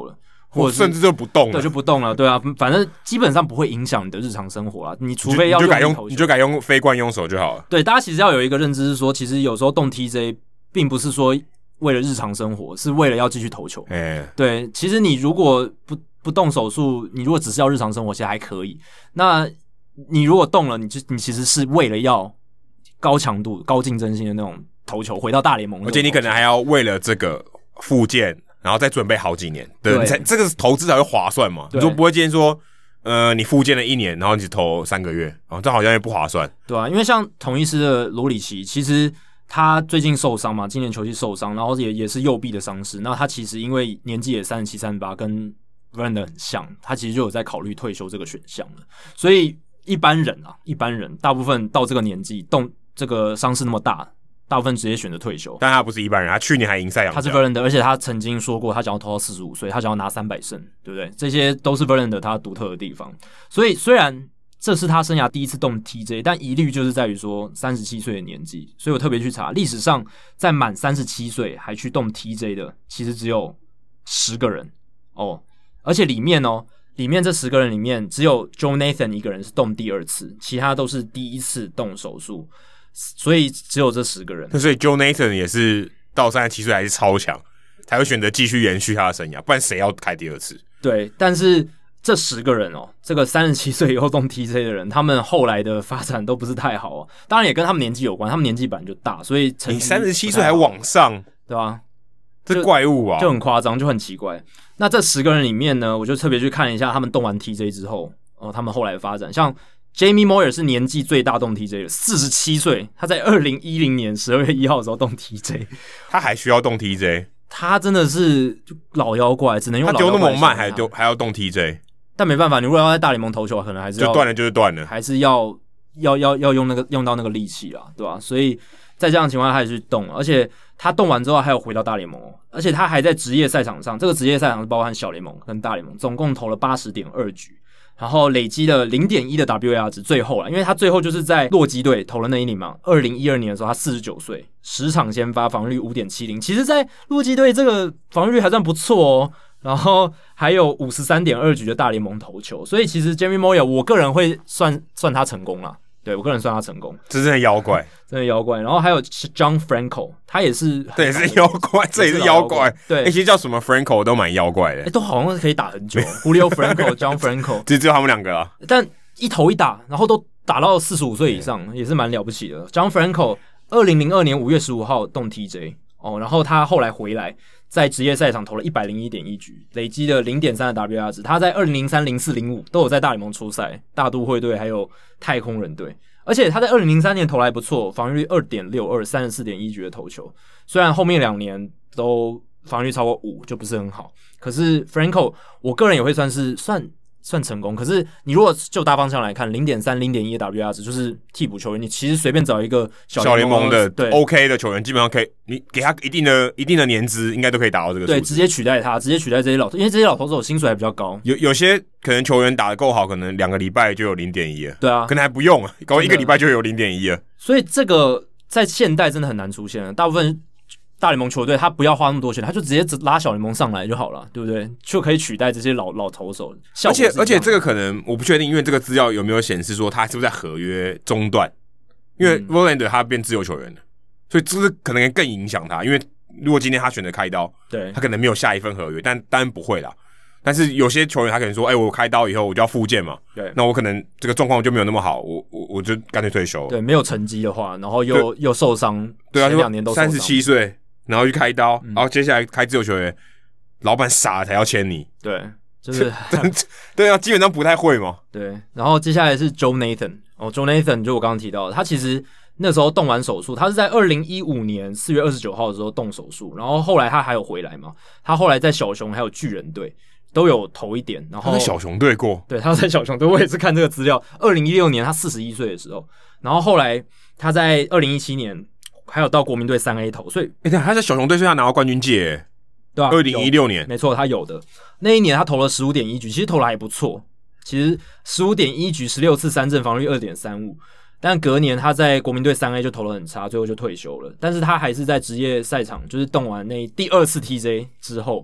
或者甚至就不动了， 对，就不动了，对啊，反正基本上不会影响你的日常生活啦。你除非要你就改用用，你就改用非惯用手就好了。 对，大家其实要有一个认知是说，其实有时候动 T J 并不是说为了日常生活，是为了要继续投球。 欸、 对，其实你如果不不动手术，你如果只是要日常生活，其实还可以。那你如果动了，你就你其实是为了要高强度、高竞争性的那种投球，回到大联盟， 而且你可能还要为了这个复健，然后再准备好几年，对， 对你才这个投资才会划算嘛。你说不会今天说，呃，你复健了一年，然后你只投三个月，然后这好像也不划算， 对啊，因为像统一狮的罗里奇，其实他最近受伤嘛，今年球季受伤，然后也也是右臂的伤势。那他其实因为年纪也三十七、三十八，跟 Verlander 很像，他其实就有在考虑退休这个选项了。所以一般人啊，一般人大部分到这个年纪，动这个伤势那么大，大部分直接选择退休。 但他不是一般人，他去年还赢赛扬奖， 他是 Verlander， 而且他曾经说过，他想要投到四十五岁，他想要拿三百胜，对不对？这些都是 Verlander 他独特的地方。所以虽然这是他生涯第一次动 T J， 但疑虑就是在于说三十七岁的年纪。所以我特别去查，历史上在满三十七岁还去动 T J 的，其实只有十个人哦。而且里面哦，里面这十个人里面，只有 Joe Nathan 一个人是动第二次，其他都是第一次动手术。所以只有这十个人， 所以 Joe Nathan 也是到三十七岁还是超强，才会选择继续延续他的生涯，不然谁要开第二次？ 对，但是这十个人哦，这个三十七岁以后动 T J 的人，他们后来的发展都不是太好哦。当然也跟他们年纪有关，他们年纪本来就大，所以你三十七岁还往上， 对吧？ 这怪物啊， 就很夸张，就很奇怪。那这十个人里面呢，我就特别去看了一下他们动完 T J 之后，哦，他们后来的发展，像Jamie Moyer 是年纪最大动 T J 的，四十七岁，他在二零一零年十二月一号的时候动 T J， 他还需要动 T J， 他真的是老妖怪，只能用老妖怪。 他丢那么慢，还丢还要动 T J， 但没办法，你如果要在大联盟投球，可能还是要就断了就是断了， 还是要要要要用那个用到那个力气啦，对吧？所以在这样的情况下，他也去动，而且他动完之后还有回到大联盟哦，而且他还在职业赛场上，这个职业赛场是包含小联盟跟大联盟，总共投了八十点二局。然后累积了 零点一 的 W A R 值，最后啦，因为他最后就是在洛基队投了那一年嘛，二零一二年的时候他四十九岁，十场先发，防御率 五点七零， 其实在洛基队这个防御率还算不错哦。然后还有 五十三点二 局的大联盟投球，所以其实 Jamie Moyer 我个人会算算他成功啦，对我个人算他成功， 这真的妖怪， 真的妖怪。然后还有 John Franco， 他也是， 这也是妖怪，这也是妖怪。 对， 欸、其实叫什么 Franco 都蛮妖怪的， 欸、都好像可以打很久。Julio Franco、John Franco， 只只有他们两个啊。 但一投一打，然后都打到四十五岁以上，也是蛮了不起的。John Franco 二零零二年五月十五号动 T J 哦，然后他后来回来。在职业赛场投了 一百零一点一 局，累积了 零点三 的 W A R 值。他在二零零三、零四、零五都有在大联盟出赛，大都会队还有太空人队。而且他在二零零三年投来不错，防御率 二点六二， 三十四点一 局的投球。虽然后面两年都防御率超过五，就不是很好。可是 Franco 我个人也会算是算算成功。可是你如果就大方向来看 零点三、零点一 的 W A R 值就是替补球员，你其实随便找一个小联盟的对 OK 的球员，基本上可以，你给他一定的一定的年资，应该都可以达到这个数字。 对，直接取代他，直接取代这些老头，因为这些老头子薪水还比较高。 有有些可能球员打得够好，可能两个礼拜就有 零点一 了。 对啊， 可能还不用，搞一个礼拜就有 零点一 了。 所以这个在现代真的很难出现了，大部分大联盟球队他不要花那么多钱，他就直接拉小联盟上来就好了，对不对？就可以取代这些老老投手。 而且而且这个可能我不确定，因为这个资料有没有显示说他是不是在合约中断？因为 Verlander 他变自由球员了，所以这是可能更影响他。因为如果今天他选择开刀， 对， 他可能没有下一份合约，但当然不会啦。但是有些球员他可能说，哎、欸，我开刀以后我就要复健嘛， 对， 那我可能这个状况就没有那么好，我我我就干脆退休。 对，没有成绩的话，然后又又受伤， 对啊， 前两年都三十七岁。然后去开刀， 嗯、 然后接下来开自由球员，老板傻了才要签你， 对，就是对啊，基本上不太会嘛。 对，然后接下来是 Joe Nathan， 哦 ，Joe Nathan 就我刚刚提到的，他其实那时候动完手术，他是在二零一五年四月二十九号的时候动手术，然后后来他还有回来嘛，他后来在小熊还有巨人队都有投一点，然后他在小熊队过， 对，他在小熊队，我也是看这个资料，二零一六年他四十一岁的时候，然后后来他在二零一七年。还有到国民队三 A 投，所以哎、欸，他在小熊队，所以他拿到冠军戒， 对吧、啊？ 二零一六年， 没错，他有的那一年他投了 十五点一 局，其实投的还不错。其实 十五点一 局十六次三振，防御率 二点三五，但隔年他在国民队三 A 就投得很差，最后就退休了。但是他还是在职业赛场，就是动完那第二次 T J 之后，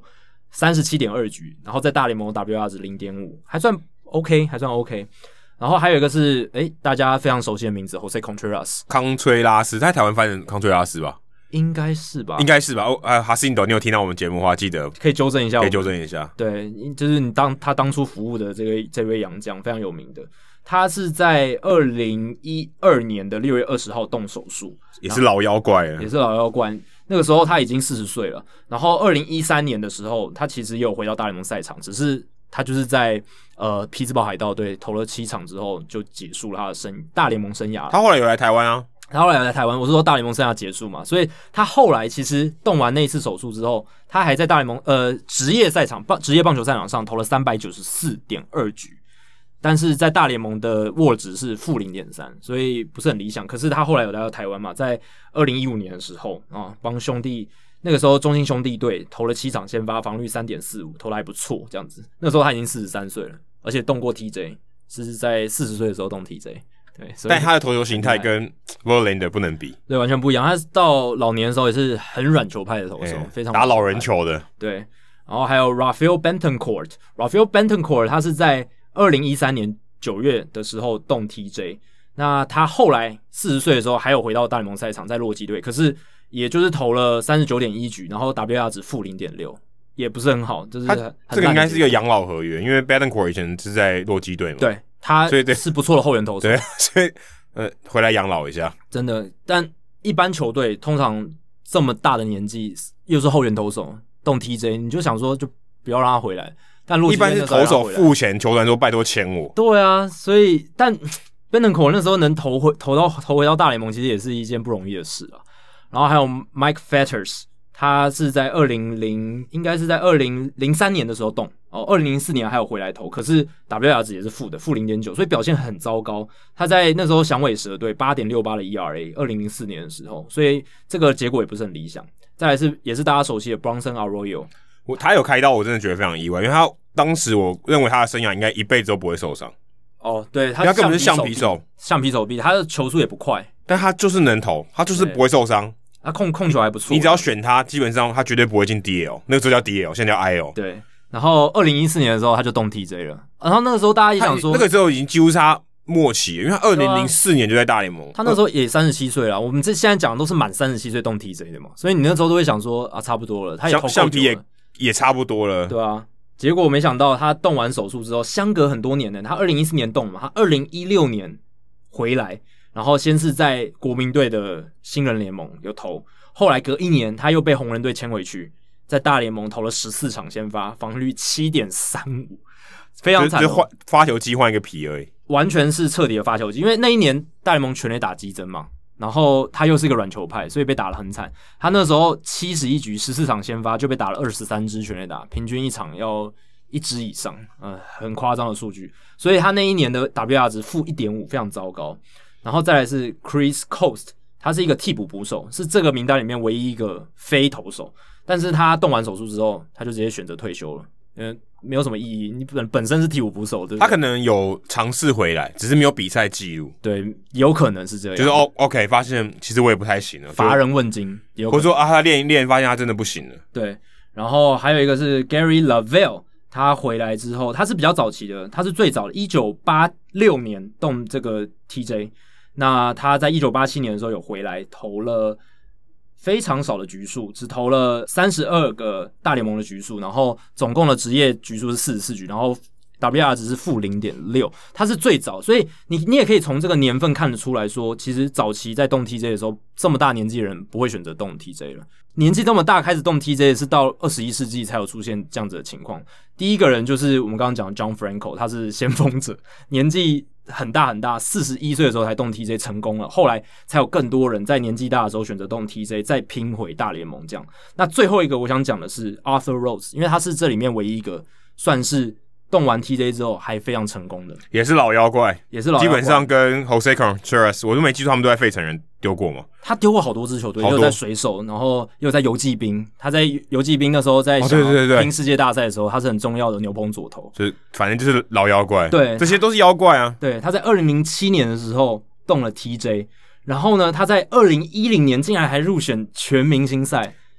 三十七点二局，然后在大联盟 W R 值 零点五， 还算 OK， 还算 OK。然后还有一个是，诶，大家非常熟悉的名字 Jose Contreras， 康崔拉斯，他在台湾翻成康崔拉斯吧？ 应该是吧？ 应该是吧？哦，呃，哈斯因斗，你有听到我们节目的话，记得可以纠正一下， 可以纠正一下。 对，就是你当他当初服务的这个这位洋将非常有名的，他是在二零一二年的六月二十号动手术， 也是老妖怪了， 也是老妖怪。那个时候他已经四十岁了，然后二零一三年的时候，他其实也有回到大联盟赛场，只是他就是在呃匹兹堡海盗队投了七场之后就结束了他的生大联盟生涯。 他后来有来台湾啊， 他后来来台湾，我是说大联盟生涯结束嘛，所以他后来其实动完那一次手术之后，他还在大联盟呃职业赛场棒职业棒球赛场上投了三百九十四点二局。但是在大联盟的 W A R 值是负 零点三， 所以不是很理想。可是他后来有来到台湾嘛，在二零一五年的时候啊，帮兄弟那个时候中信兄弟队投了七场先发，防率 三点四五， 投得还不错这样子。那时候他已经四十三岁了，而且动过 T J， 是在四十岁的时候动 T J。对， 但他的投球形态跟 Verlander 不能比， 对，完全不一样。他到老年的时候也是很软球派的投手，欸、非常打老人球的。 对，然后还有 Rafael Betancourt，Rafael Betancourt 他是在二零一三年九月的时候动 T J， 那他后来四十岁的时候还有回到大联盟赛场，在洛基队，可是也就是投了 三十九点一局，然后 W R 值负 零点六， 也不是很好，就是很这个应该是一个养老合约，因为 Betancourt 以前是在洛基队嘛， 对，他是不错的后援投手， 对，所以呃回来养老一下， 真的。但一般球队通常这么大的年纪又是后援投手动 T J， 你就想说就不要让他回来。但一般是投手付钱，球团说拜托签我。 对啊，所以但 Betancourt 那时候能投回投到投回到大联盟，其实也是一件不容易的事啊。然后还有 Mike Fetters， 他是在二零零应该是在二零零三年的时候动哦，二零零四年还有回来投，可是 W R 值也是负的，负 零点九， 所以表现很糟糕。他在那时候响尾蛇队 八点六八 的 E R A， 二零零四年的时候，所以这个结果也不是很理想。再来是也是大家熟悉的 Bronson Arroyo。 我他有开刀，我真的觉得非常意外，因为他当时我认为他的生涯应该一辈子都不会受伤。 哦，对，他根本是橡皮手， 橡皮手臂，他的球速也不快， 但他就是能投，他就是不会受伤， 他控控球还不错。 你只要选他，基本上他绝对不会进 D L， 那个时候叫 D L， 现在叫 I L。 对，然后二零一四年的时候他就动 T J 了，然后那个时候大家也想说， 那个时候已经几乎是他末期了，因为他二零零四年就在大联盟， 他那时候也三十七岁了。我们这现在讲的都是满三十七岁动 T J 的嘛，所以你那时候都会想说啊，差不多了，他也投够久了，橡皮也也差不多了， 对啊。结果没想到他动完手术之后，相隔很多年呢，他二零一四年动嘛，他二零一六年回来，然后先是在国民队的新人联盟有投，后来隔一年他又被红人队签回去，在大联盟投了十四场先发，防御率 七点三五， 非常惨、哦， 就换发球机换一个皮而已， 完全是彻底的发球机。因为那一年大联盟全垒打激增嘛，然后他又是一个软球派，所以被打得很惨。他那时候七十一局十四场先发就被打了二十三支全垒打，平均一场要一支以上，呃，很夸张的数据。所以他那一年的 W R 值负 一点五， 非常糟糕。然后再来是 Chris Coast， 他是一个替补捕手，是这个名单里面唯一一个非投手。但是他动完手术之后，他就直接选择退休了，因为没有什么意义。你本本身是替补捕手，对不对？ 他可能有尝试回来，只是没有比赛记录。 对，有可能是这样。 就是哦 ，OK， 发现其实我也不太行了， 乏人问津，有或者说啊，他练一练，发现他真的不行了。 对，然后还有一个是 Gary Lavelle， 他回来之后，他是比较早期的，他是最早的一九八六年动这个 T J， 那他在一九八七年的时候有回来投了非常少的局数，只投了三十二个大联盟的局数，然后总共的职业局数是四十四局，然后 W R 值是负 零点六， 他是最早，所以你你也可以从这个年份看得出来说，其实早期在动 T J 的时候，这么大年纪的人不会选择动 T J 了。年纪这么大开始动 T J 是到二十一世纪才有出现这样子的情况。第一个人就是我们刚刚讲的 John Franco， 他是先锋者，年纪很大很大，四十一岁的时候才动 T J 成功了，后来才有更多人在年纪大的时候选择动 T J， 再拼回大联盟这样。那最后一个我想讲的是 Arthur Rose， 因为他是这里面唯一一个算是动完 T J 之后还非常成功的， 也是老妖怪， 也是老妖怪， 基本上跟 Jose Contreras， 我都没记住他们都在费城人丢过嘛。 他丢过好多支球队，又在水手，然后又在游骑兵。他在游骑兵那时候在想要拼世界大赛的时候，他是很重要的牛棚左投， 就是反正就是老妖怪。 对， 这些都是妖怪啊。 对，他在二零零七年的时候动了 T J， 然后呢，他在二零一零年竟然还入选全明星赛。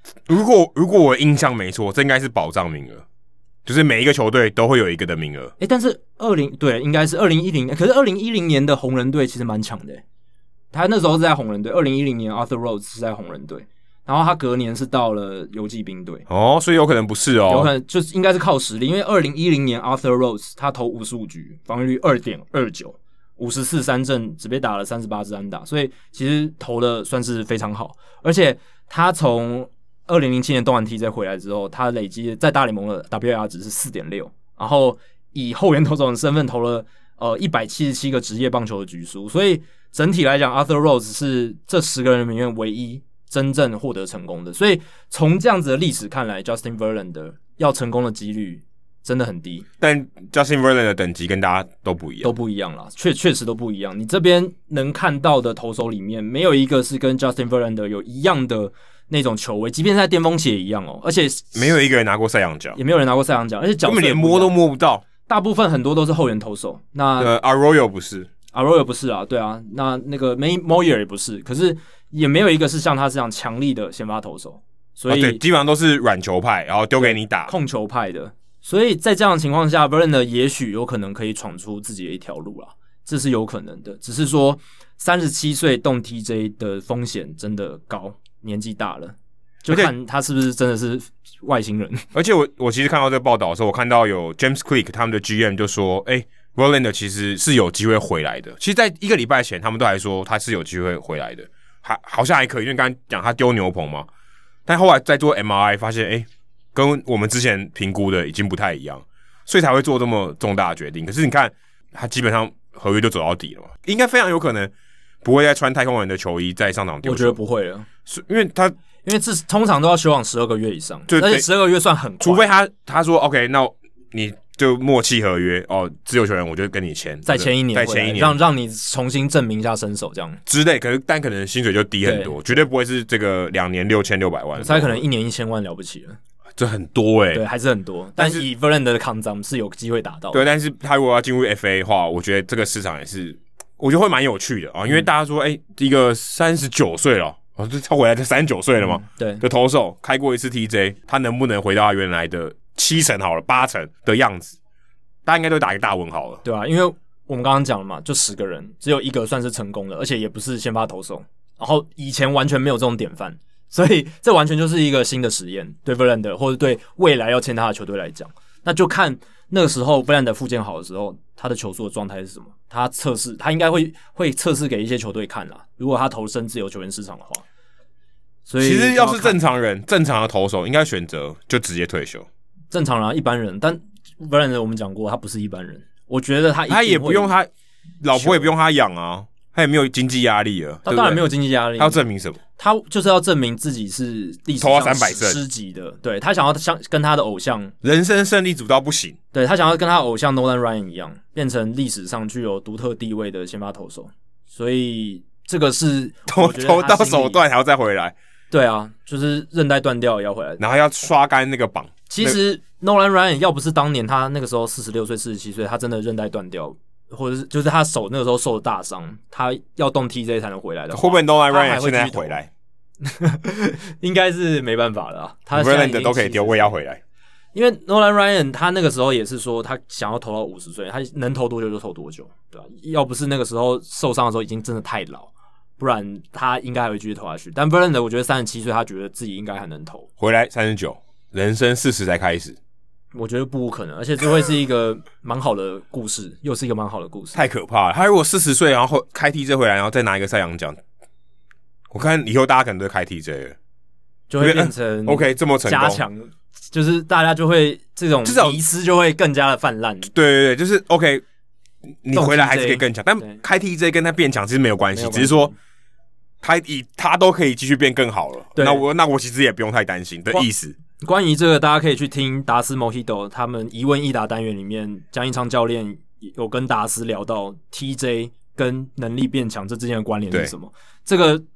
如果如果我印象没错，这应该是保障名额，就是每一个球队都会有一个的名额。 哎、欸，但是二零对，应该是二零一零，可是二零一零年的红人队其实蛮强的，他那时候是在红人队，二零一零年 Arthur Rhodes 是在红人队，然后他隔年是到了游骑兵队。 哦，所以有可能不是哦， 有可能就是应该是靠实力，因为二零一零年 Arthur Rhodes 他投五十五局，防御率 二点二九， 五十四三振，只被打了三十八支安打，所以其实投的算是非常好，而且他从二零零七年动完 T J 回来之后，他累积在大联盟的 W A R 值是 四点六， 然后以后援投手的身份投了呃一百七十七个职业棒球的局数，所以整体来讲 Arthur Rhodes 是这十个人里面唯一真正获得成功的，所以从这样子的历史看来 Justin Verlander 要成功的几率真的很低， 但 Justin Verlander 的等级跟大家都不一样， 都不一样啦，确确实都不一样。你这边能看到的投手里面，没有一个是跟 Justin Verlander 有一样的那种球威，即便是在巅峰期也一样哦。而且没有一个人拿过赛扬奖， 也没有人拿过赛扬奖，而且角色根本连摸都摸不到。 大部分很多都是后援投手。那呃 Arroyo 不是 ，Arroyo 不是啊，对啊，那那个 May Moyer 也不是，可是也没有一个是像他这样强力的先发投手，所以、 啊、对，基本上都是软球派，然后丢给你打控球派的。所以在这样的情况下 Verlander 也许有可能可以闯出自己的一条路啦，这是有可能的。只是说三十七岁动 T J 的风险真的高，年纪大了，就看他是不是真的是外星人。 而且我我其实看到这个报道的时候，我看到有 James Click 他们的 G M 就说，哎、欸、，Verlander 其实是有机会回来的。其实，在一个礼拜前，他们都还说他是有机会回来的，还好像还可以，因为刚刚讲他丢牛棚嘛。但后来在做 M R I 发现，哎、欸，跟我们之前评估的已经不太一样，所以才会做这么重大的决定。可是你看，他基本上合约就走到底了嘛，应该非常有可能不会再穿太空人的球衣再上场丢球。 我觉得不会了， 因为他因为这通常都要休养十二个月以上，而且十二个月算很快， 除非他他说 OK， 那你就默契合约哦，自由球员我就跟你签， 再签一年， 再签一年， 让让你重新证明一下身手，这样之类。可是但可能薪水就低很多，绝对不会是这个两年六千六百万， 才可能一年一千万了不起了。 这很多哎、欸， 对，还是很多。但是以 Verlander 的抗战是有机会达到的。 对，但是他如果要进入 F A 的话，我觉得这个市场也是，我觉得会蛮有趣的啊，因为大家说，哎、欸，一个三十九岁了，哦，这他回来就三十九岁了嘛、嗯， 对， 的投手开过一次 T J， 他能不能回到他原来的七成好了，八成的样子？大家应该都打一个大问号了， 对啊，因为我们刚刚讲了嘛，就十个人，只有一个算是成功的，而且也不是先发投手，然后以前完全没有这种典范。所以这完全就是一个新的实验，对 Verlander 或者对未来要签他的球队来讲，那就看那个时候 Verlander 复健好的时候，他的球速的状态是什么。他测试，他应该会会测试给一些球队看啦。如果他投身自由球员市场的话，所以其实要是正常人、正常的投手，应该选择就直接退休。 正常人、啊、一般人，但 Verlander 我们讲过，他不是一般人。我觉得他一定会他也不用他老婆也不用他养啊。他也没有经济压力了， 他当然没有经济压力。 他要证明什么？ 他就是要证明自己是历史上师级的，对他想要像跟他的偶像人生胜利组到不行， 对他想要跟他的偶像 Nolan Ryan 一样，变成历史上具有独特地位的先发投手。所以这个是投投到手段还要再回来。 对啊，就是韧带断掉也要回来， 然后要刷干那个绑。 其实 Nolan Ryan 要不是当年他那个时候四十六岁、四十七岁，他真的韧带断掉。或者是就是他手那个时候受了大伤，他要动 T J 才能回来的话， 会不会 Nolan Ryan 现在回来？ 应该是没办法了、啊。他 Verlander 都可以丢，我也要回来。 因为 Nolan Ryan 他那个时候也是说，他想要投到五十岁，他能投多久就投多久，对吧、啊？要不是那个时候受伤的时候已经真的太老，不然他应该还会继续投下去。但 Verlander 我觉得三十七岁，他觉得自己应该还能投回来三十九，人生四十才开始。 我觉得不无可能，而且这会是一个蛮好的故事，又是一个蛮好的故事。 太可怕了！他如果四十岁，然后开 T J 回来，然后再拿一个赛扬奖，我看以后大家可能都开 T J 了， 就会变成、嗯、 OK 这么成功， 加强，就是大家就会这种迷思就会更加的泛滥。 对对对，就是 OK， 你回来还是可以更强，但开 T J 跟他变强其实没有关系，只是说他以他都可以继续变更好了。那我那我其实也不用太担心的意思。 关于这个，大家可以去听达斯 Mojito 他们疑问一答单元里面，江一昌教练有跟达斯聊到 T J 跟能力变强这之间的关联是什么。这个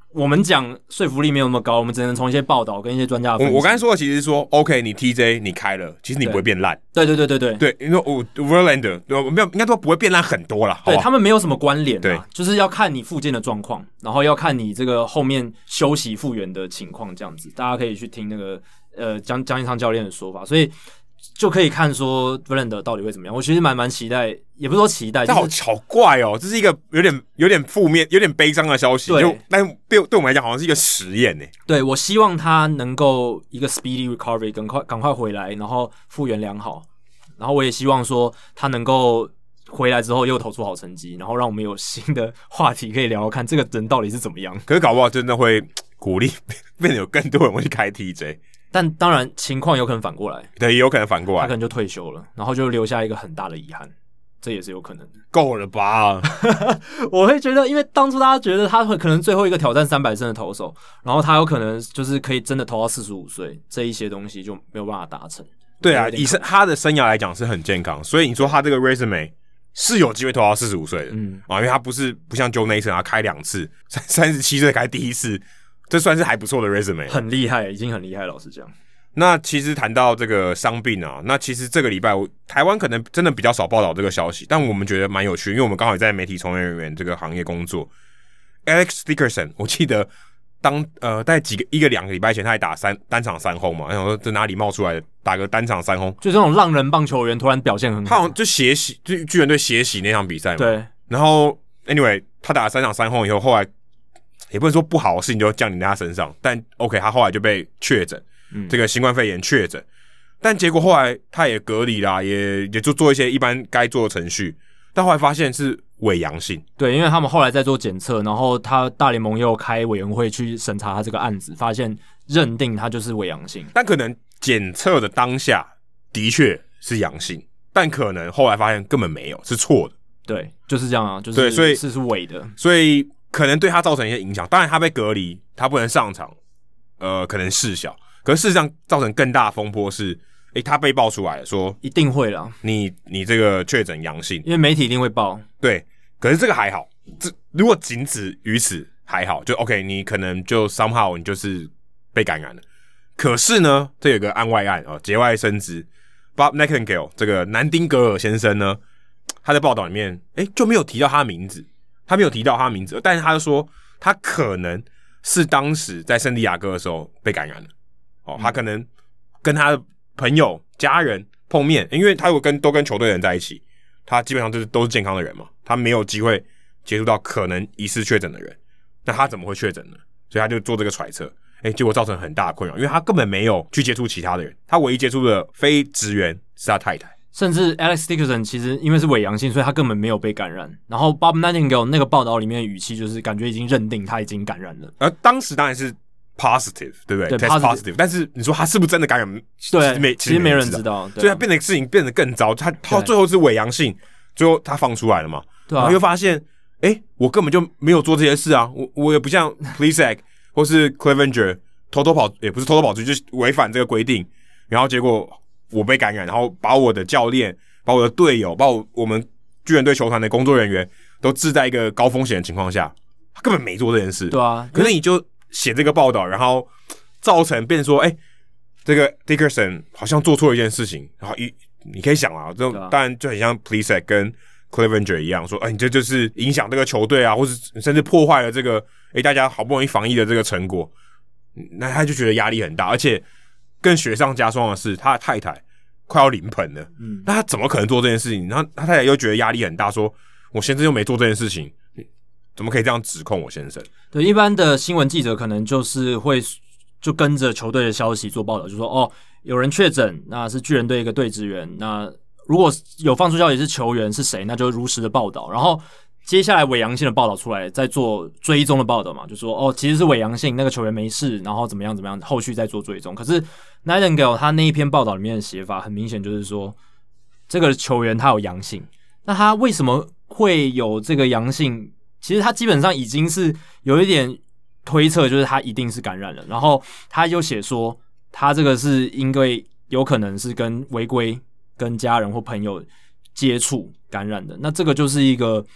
我们讲说服力没有那么高，我们只能从一些报道跟一些专家的分析。 我我刚才说的其实是说 ，OK， 你 T J 你开了，其实你不会变烂。 对对对对对对，因为我 Verlander 没有应该说不会变烂很多啦。 对他们没有什么关联， 对， 就是要看你附件的状况，然后要看你这个后面休息复原的情况，这样子，大家可以去听那个呃江江一昌教练的说法，所以就可以看说 Verlander 到底会怎么样。我其实蛮蛮期待，也不是说期待， 这好、就是、好怪哦，这是一个有点有点负面、有点悲伤的消息。就但对对我们来讲，好像是一个实验呢。 对，我希望他能够一个 speedy recovery， 赶快赶快回来，然后复原良好。然后我也希望说他能够回来之后又投出好成绩，然后让我们有新的话题可以聊聊看这个人到底是怎么样。 可是搞不好真的会鼓励变得有更多人会去开 T J。 但当然，情况有可能反过来， 对，也有可能反过来， 他可能就退休了，然后就留下一个很大的遗憾，这也是有可能的。 够了吧？ 我会觉得，因为当初大家觉得他会可能最后一个挑战三百胜的投手，然后他有可能就是可以真的投到四十五岁，这一些东西就没有办法达成。 对啊，以他的生涯来讲是很健康，所以你说他这个 resume 是有机会投到四十五岁的，嗯啊，因为他不是不像 Joe Nason 他开两次，三十七岁开第一次。这算是还不错的 resume， 很厉害，已经很厉害。老实讲， 那其实谈到这个伤病啊，那其实这个礼拜我台湾可能真的比较少报道这个消息，但我们觉得蛮有趣，因为我们刚好也在媒体从业人员这个行业工作。Alex Dickerson， 我记得当呃在几个一个两个礼拜前，他还打三单场三轰嘛，然后这哪里冒出来的打个单场三轰， 就这种浪人棒球员突然表现很好， 他好像就血洗，就巨人队血洗那场比赛嘛。 对， 然后 anyway 他打了三场三轰以后，后来。也不能说不好的事情就降临在他身上，但 OK， 他后来就被确诊，嗯、这个新冠肺炎确诊，但结果后来他也隔离啦，也也就做一些一般该做的程序，但后来发现是伪阳性。 对，因为他们后来在做检测，然后他大联盟又开委员会去审查他这个案子，发现认定他就是伪阳性， 但可能检测的当下的确是阳性，但可能后来发现根本没有，是错的。 对，就是这样啊，就是对，所以是是伪的， 所以。可能对他造成一些影响，当然他被隔离，他不能上场，呃，可能事小。可是事实上造成更大的风波是，诶，他被爆出来了，说一定会啦， 你你这个确诊阳性， 因为媒体一定会报。 对，可是这个还好，这如果仅止于此还好，就 OK， 你可能就 somehow 你就是被感染了。可是呢，这有个案外案哦，节外生枝 ，Bob Nightingale 这个南丁格尔先生呢，他在报道里面，诶，就没有提到他的名字。他没有提到他的名字，但是他就说他可能是当时在圣地亚哥的时候被感染了。哦，他可能跟他的朋友、家人碰面，因为他有跟都跟球队的人在一起，他基本上就是都是健康的人嘛，他没有机会接触到可能疑似确诊的人，那他怎么会确诊呢？所以他就做这个揣测，哎，结果造成很大的困扰，因为他根本没有去接触其他的人，他唯一接触的非职员是他太太。 甚至 Alex Dickerson 其实因为是伪阳性，所以他根本没有被感染。然后 Bob Nightingale 那个报道里面的语气就是感觉已经认定他已经感染了。 而当时当然是 positive， 对不对？ 对 ，test positive。但是你说他是不是真的感染？ 对， 其实没， 其实没人知道。 所以他变得事情变得更糟。他他最后是伪阳性，最后他放出来了嘛？ 对啊。 然后又发现，哎，我根本就没有做这些事啊！我我也不像 Plesac 或是 Clevenger 偷偷跑，也不是偷偷跑出去，就是违反这个规定。然后结果我被感染，然后把我的教练。把我的队友，把我我们巨人队球团的工作人员都置在一个高风险的情况下，他根本没做这件事。 对啊， 可是你就写这个报道，然后造成变成说，哎、欸，这个 Dickerson 好像做错了一件事情，然后一你可以想啊，这当然就很像 Plesac 跟 Clevenger 一样，说，哎、欸，你这就是影响这个球队啊，或是甚至破坏了这个，哎、欸，大家好不容易防疫的这个成果，那他就觉得压力很大，而且更雪上加霜的是，他的太太。快要临盆了，嗯，那他怎么可能做这件事情？然后他太太又觉得压力很大，说：“我先生又没做这件事情，怎么可以这样指控我先生？” 对，一般的新闻记者可能就是会就跟着球队的消息做报道，就说：“哦，有人确诊，那是巨人队一个队职员。那如果有放出消息是球员是谁，那就如实的报道。然后接下来伪阳性的报道出来，再做追踪的报道嘛，就说哦，其实是伪阳性，那个球员没事，然后怎么样怎么样，后续再做追踪。可是 Nightingale 他那一篇报道里面的写法，很明显就是说，这个球员他有阳性，那他为什么会有这个阳性？其实他基本上已经是有一点推测，就是他一定是感染了。然后他又写说，他这个是因为有可能是跟违规、跟家人或朋友接触感染的。那这个就是一个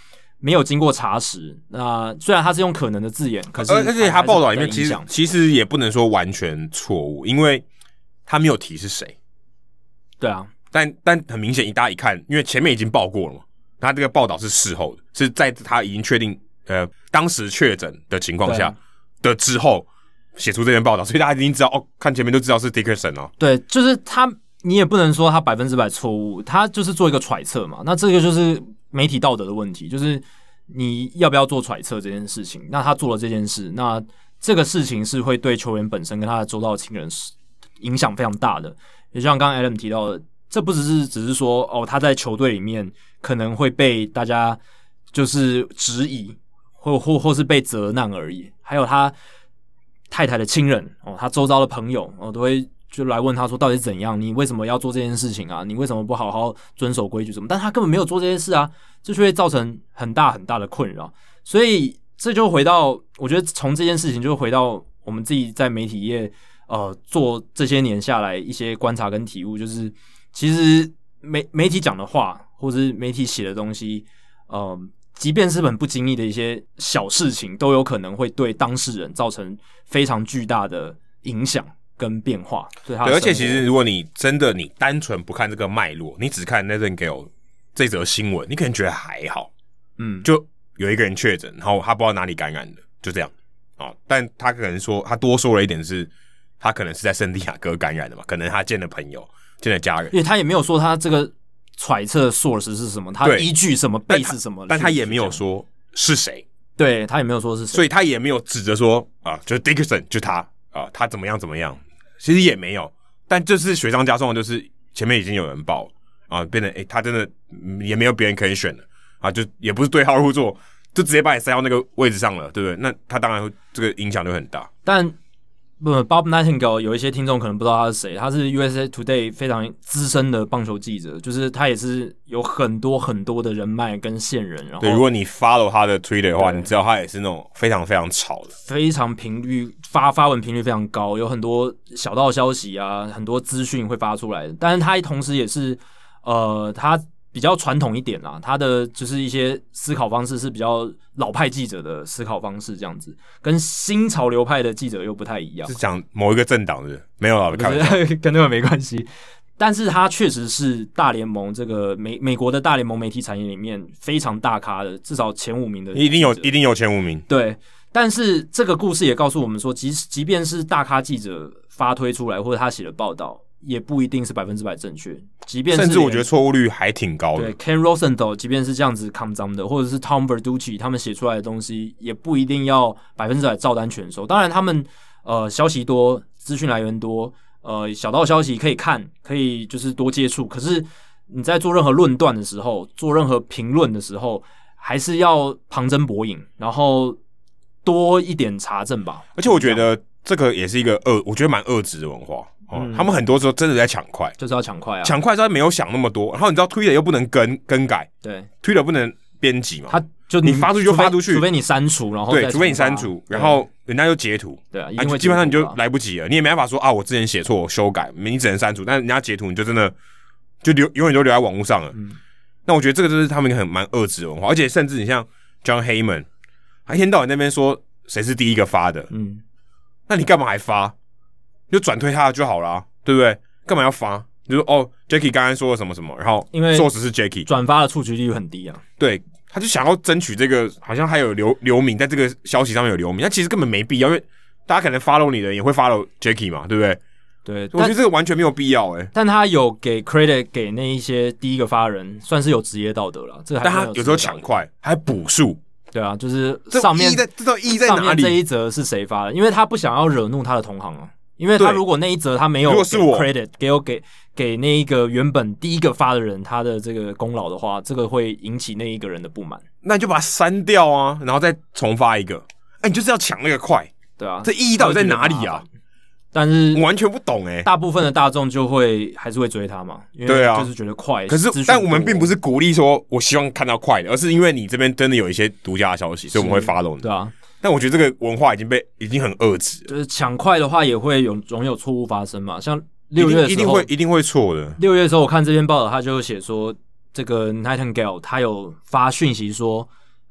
没有经过查实。那虽然他是用可能的字眼，可是而且他报道里面其实其实也不能说完全错误，因为他没有提是谁。 对啊， 但但很明显，大家一看，因为前面已经报过了嘛，他这个报道是事后的，是在他已经确定呃当时确诊的情况下的之后写出这篇报道，所以大家已经知道哦，看前面都知道是 Dickerson 哦。 对，就是他，你也不能说他百分之百错误，他就是做一个揣测嘛。那这个就是媒体道德的问题，就是你要不要做揣测这件事情。那他做了这件事，那这个事情是会对球员本身跟他的周遭的亲人影响非常大的。也就像刚刚 Adam 提到的，这不只是只是说哦，他在球队里面可能会被大家就是质疑，或或或是被责难而已，还有他太太的亲人哦，他周遭的朋友哦，都会就来问他说到底是怎样，你为什么要做这件事情啊？你为什么不好好遵守规矩什么？但他根本没有做这件事啊，这就会造成很大很大的困扰。所以这就回到，我觉得从这件事情就回到我们自己在媒体业呃做这些年下来一些观察跟体悟，就是其实媒媒体讲的话，或者是媒体写的东西，呃。即便是很不经意的一些小事情，都有可能会对当事人造成非常巨大的影响跟变化。对他的生活， 对，而且其实如果你真的你单纯不看这个脉络，你只看 Nightingale 这则新闻，你可能觉得还好， 嗯， 就有一个人确诊，然后他不知道哪里感染的，就这样啊、哦。但他可能说他多说了一点是，他可能是在圣地亚哥感染的嘛，可能他见了朋友，见了家人， 因为他也没有说他这个。揣测 source 是什么？他依据什么 base 什么？ 但他也没有说是谁， 对他也没有说是谁， 所以他也没有指着说啊，就是 Dickerson 就他啊，他怎么样怎么样，其实也没有。但就是雪上加霜的，就是前面已经有人报啊，变成诶、欸，他真的也没有别人可以选了啊，就也不是对号入座，就直接把你塞到那个位置上了，对不对？那他当然会这个影响就很大， 但。不 ，Bob Nightingale 有一些听众可能不知道他是谁，他是 U S A Today 非常资深的棒球记者，就是他也是有很多很多的人脉跟线人。然后， 对，如果你 follow 他的 Twitter 的话，你知道他也是那种非常非常吵的， 非常频率发发文频率非常高，有很多小道消息啊，很多资讯会发出来的。但是他同时也是，呃，他。比较传统一点啦，他的就是一些思考方式是比较老派记者的思考方式，这样子跟新潮流派的记者又不太一样。 是讲某一个政党的，没有啦，开玩笑， 跟那个没关系。但是他确实是大联盟这个美美国的大联盟媒体产业里面非常大咖的，至少前五名的， 一定有一定有前五名。 对，但是这个故事也告诉我们说，即即便是大咖记者发推出来或者他写的报道。也不一定是百分之百正确，即便是甚至我觉得错误率还挺高的。 对 ，Ken Rosenthal 即便是这样子扛脏的，或者是 Tom Verducci 他们写出来的东西，也不一定要百分之百照单全收。当然，他们呃消息多，资讯来源多，呃小道消息可以看，可以就是多接触。可是你在做任何论断的时候，做任何评论的时候，还是要旁征博引，然后多一点查证吧。 而且我觉得这个也是一个恶，我觉得蛮恶质的文化。哦嗯、他们很多时候真的在抢快， 就是要抢快啊！ 抢快，他没有想那么多。然后你知道，Twitter又不能更更改， 对 ，Twitter 不能编辑嘛， 他就你你发出去就发出去， 除非你删除，然后对，除非你删除，然后人家就截图， 对啊，一定会基本上你就来不及了，你也没办法说啊，我之前写错，我修改，你只能删除，但人家截图，你就真的就留永远都留在网络上了。嗯、那我觉得这个就是他们一个很蛮恶质的文化，而且甚至你像 John Heyman， 他一天到晚那边说谁是第一个发的，嗯，那你干嘛还发？就转推他就好了、啊，对不对？干嘛要发？就说哦 ，Jackie 刚刚说了什么什么，然后因为 source 是 Jackie 转发的触及率很低啊。 对，他就想要争取这个，好像还有留留名，在这个消息上面有留名，但其实根本没必要，因为大家可能 follow 你的人也会 follow Jackie 嘛，对不对？ 对， 我觉得这个完全没有必要哎、欸。 但他有给 credit 给那一些第一个发人，算是有职业道德了。这个还但他有时候抢快，还补数。 对啊，就是上面这这意在哪里？ 上面这一则是谁发的？因为他不想要惹怒他的同行啊。因为他如果那一则他没有给 credit 给我给给那一个原本第一个发的人他的这个功劳的话，这个会引起那一个人的不满。 那你就把它删掉啊，然后再重发一个。哎，你就是要抢那个快， 对啊， 这意义到底在哪里啊？ 但是我完全不懂哎、欸。 大部分的大众就会还是会追他嘛，因为就是觉得快。 可是，但我们并不是鼓励说我希望看到快的，而是因为你这边真的有一些独家的消息，所以我们会 follow 你。 对啊。 但我觉得这个文化已经被已经很遏制了， 就是抢快的话也会有总有错误发生嘛。像六月的时候一定会一定会错的。 六月的时候我看这篇报道，他就写说这个 Nightingale 他有发讯息说，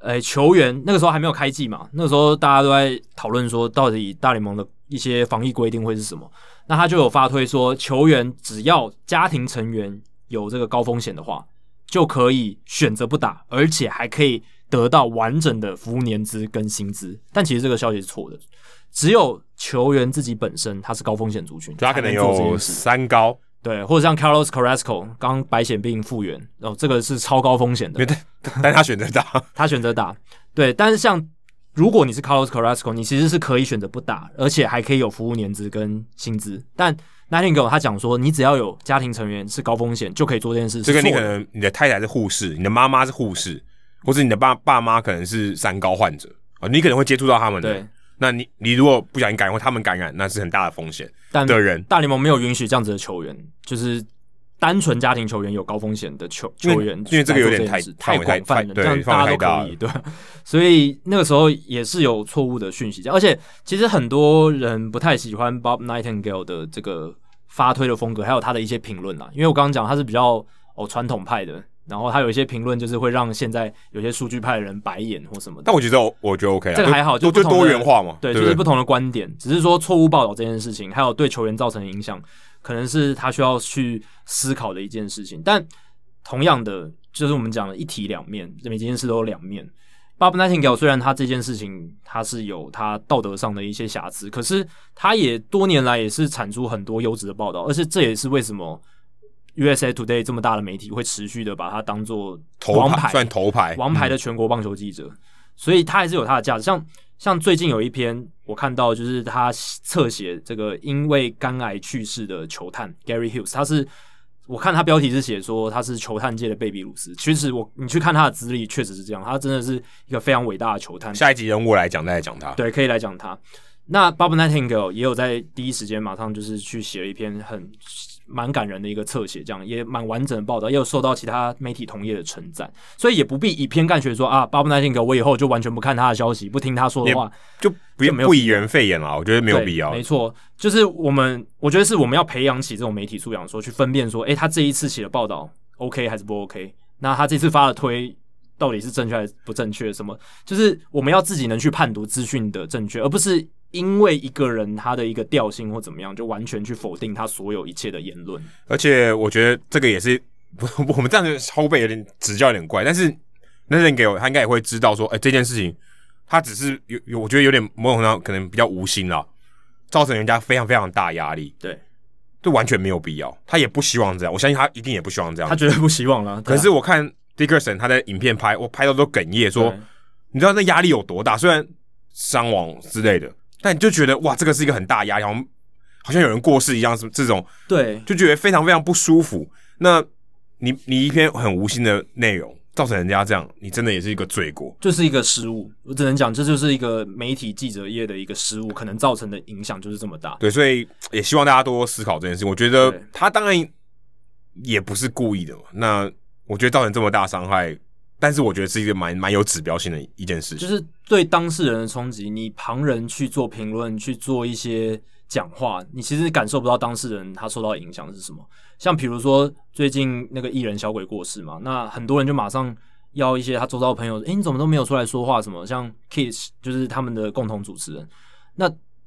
诶，球员那个时候还没有开季嘛，那个时候大家都在讨论说，到底大联盟的一些防疫规定会是什么？那他就有发推说，球员只要家庭成员有这个高风险的话，就可以选择不打，而且还可以得到完整的服务年资跟薪资。但其实这个消息是错的，只有球员自己本身他是高风险族群， 他可能有三高。 对，或者像 Carlos Carrasco 刚白血病复原，哦，这个是超高风险的， 但他选择打， 他选择打。对，但是像如果你是 Carlos Carrasco， 你其实是可以选择不打，而且还可以有服务年资跟薪资。但 Nightingale 他讲说，你只要有家庭成员是高风险，就可以做这件事。 这个你可能你的太太是护士，你的妈妈是护士，或者你的爸爸妈可能是三高患者啊，你可能会接触到他们的。 对。 那你你如果不小心感染或他们感染，那是很大的风险的人。 大联盟没有允许这样子的球员，就是单纯家庭球员有高风险的球球员， 因为这个有点太太广泛了， 对， 这样大家都可以对。所以那个时候也是有错误的讯息，而且其实很多人不太喜欢 Bob Nightingale 的这个发推的风格，还有他的一些评论啦。因为我刚刚讲他是比较哦传统派的。然后他有一些评论，就是会让现在有些数据派的人白眼或什么的。 但我觉得，我觉得 OK 啊， 这个还好，就就多元化嘛。 对， 对就是不同的观点，只是说错误报道这件事情，还有对球员造成的影响，可能是他需要去思考的一件事情。但同样的，就是我们讲的一体两面，每件事都有两面。Bob Nightingale 虽然他这件事情他是有他道德上的一些瑕疵，可是他也多年来也是产出很多优质的报道，而且这也是为什么U S A Today 这么大的媒体会持续的把它当做王牌， 算头牌， 王牌的全国棒球记者，嗯、所以他还是有他的价值。像像最近有一篇我看到，就是他侧写这个因为肝癌去世的球探 Gary Hughes， 他是我看他标题是写说他是球探界的贝比鲁斯。其实我你去看他的资历，确实是这样，他真的是一个非常伟大的球探。 下一集人物来讲，再来讲他， 对，可以来讲他。那 Bob Nightingale 也有在第一时间马上就是去写了一篇很蛮感人的一个侧写，这样也蛮完整的报道，也有受到其他媒体同业的称赞，所以也不必以偏概全说啊 ，Bob Nightingale 我以后就完全不看他的消息，不听他说的话， 就不就不以人废言了。我觉得没有必要。 没错，就是我们，我觉得是我们要培养起这种媒体素养，说去分辨说，诶，他这一次写的报道 OK 还是不 OK？ 那他这次发的推到底是正确还是不正确？什么？就是我们要自己能去判读资讯的正确，而不是因为一个人他的一个调性或怎么样，就完全去否定他所有一切的言论。 而且我觉得这个也是我们这样子后辈有点指教有点怪，但是那人给我他应该也会知道说，哎、欸，这件事情他只是有有，我觉得有点某种程度上可能比较无心啦，造成人家非常非常大压力。 对， 这完全没有必要，他也不希望这样，我相信他一定也不希望这样， 他绝对不希望啦。 可是我看 Dickerson 他的影片拍，我拍到都哽咽说，你知道那压力有多大？虽然伤亡之类的。但你就觉得哇，这个是一个很大的压力，好像好像有人过世一样，这种对， 就觉得非常非常不舒服。那你你一篇很无心的内容，造成人家这样，你真的也是一个罪过， 就是一个失误。我只能讲，这就是一个媒体记者业的一个失误，可能造成的影响就是这么大。 对，所以也希望大家多多思考这件事。我觉得他当然也不是故意的嘛，那我觉得造成这么大伤害。但是我觉得是一个蛮蛮有指标性的一件事情， 就是对当事人的冲击。你旁人去做评论，去做一些讲话，你其实感受不到当事人他受到的影响是什么。像比如说最近那个艺人小鬼过世嘛，那很多人就马上要一些他周遭的朋友，诶，你怎么都没有出来说话什么？像 Kid 就是他们的共同主持人，那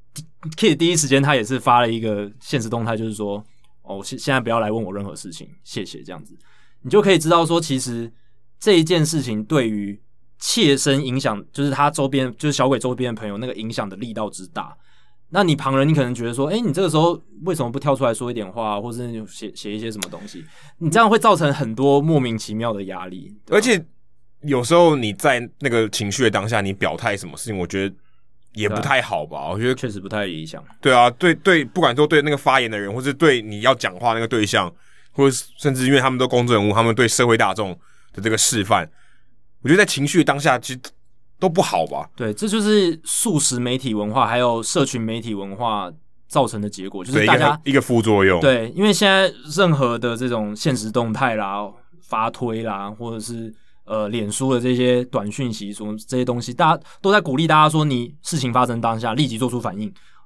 Kid 第一时间他也是发了一个限时动态，就是说哦，现现在不要来问我任何事情，谢谢这样子，你就可以知道说其实。这一件事情对于切身影响，就是他周边，就是小鬼周边的朋友那个影响的力道之大。那你旁人，你可能觉得说，哎、欸，你这个时候为什么不跳出来说一点话，或是写写一些什么东西？你这样会造成很多莫名其妙的压力。 而且有时候你在那个情绪的当下，你表态什么事情，我觉得也不太好吧？我觉得确实不太理想。 对啊，对对，不管说对那个发言的人，或是对你要讲话那个对象，或者甚至因为他们都公众人物，他们对社会大众。的这个示范，我觉得在情绪当下其实都不好吧？ 对，这就是速食媒体文化还有社群媒体文化造成的结果，就是大家一个, 一个副作用。 对，因为现在任何的这种限时动态啦、发推啦，或者是呃脸书的这些短讯息，什么这些东西，大家都在鼓励大家说，你事情发生当下立即做出反应哦。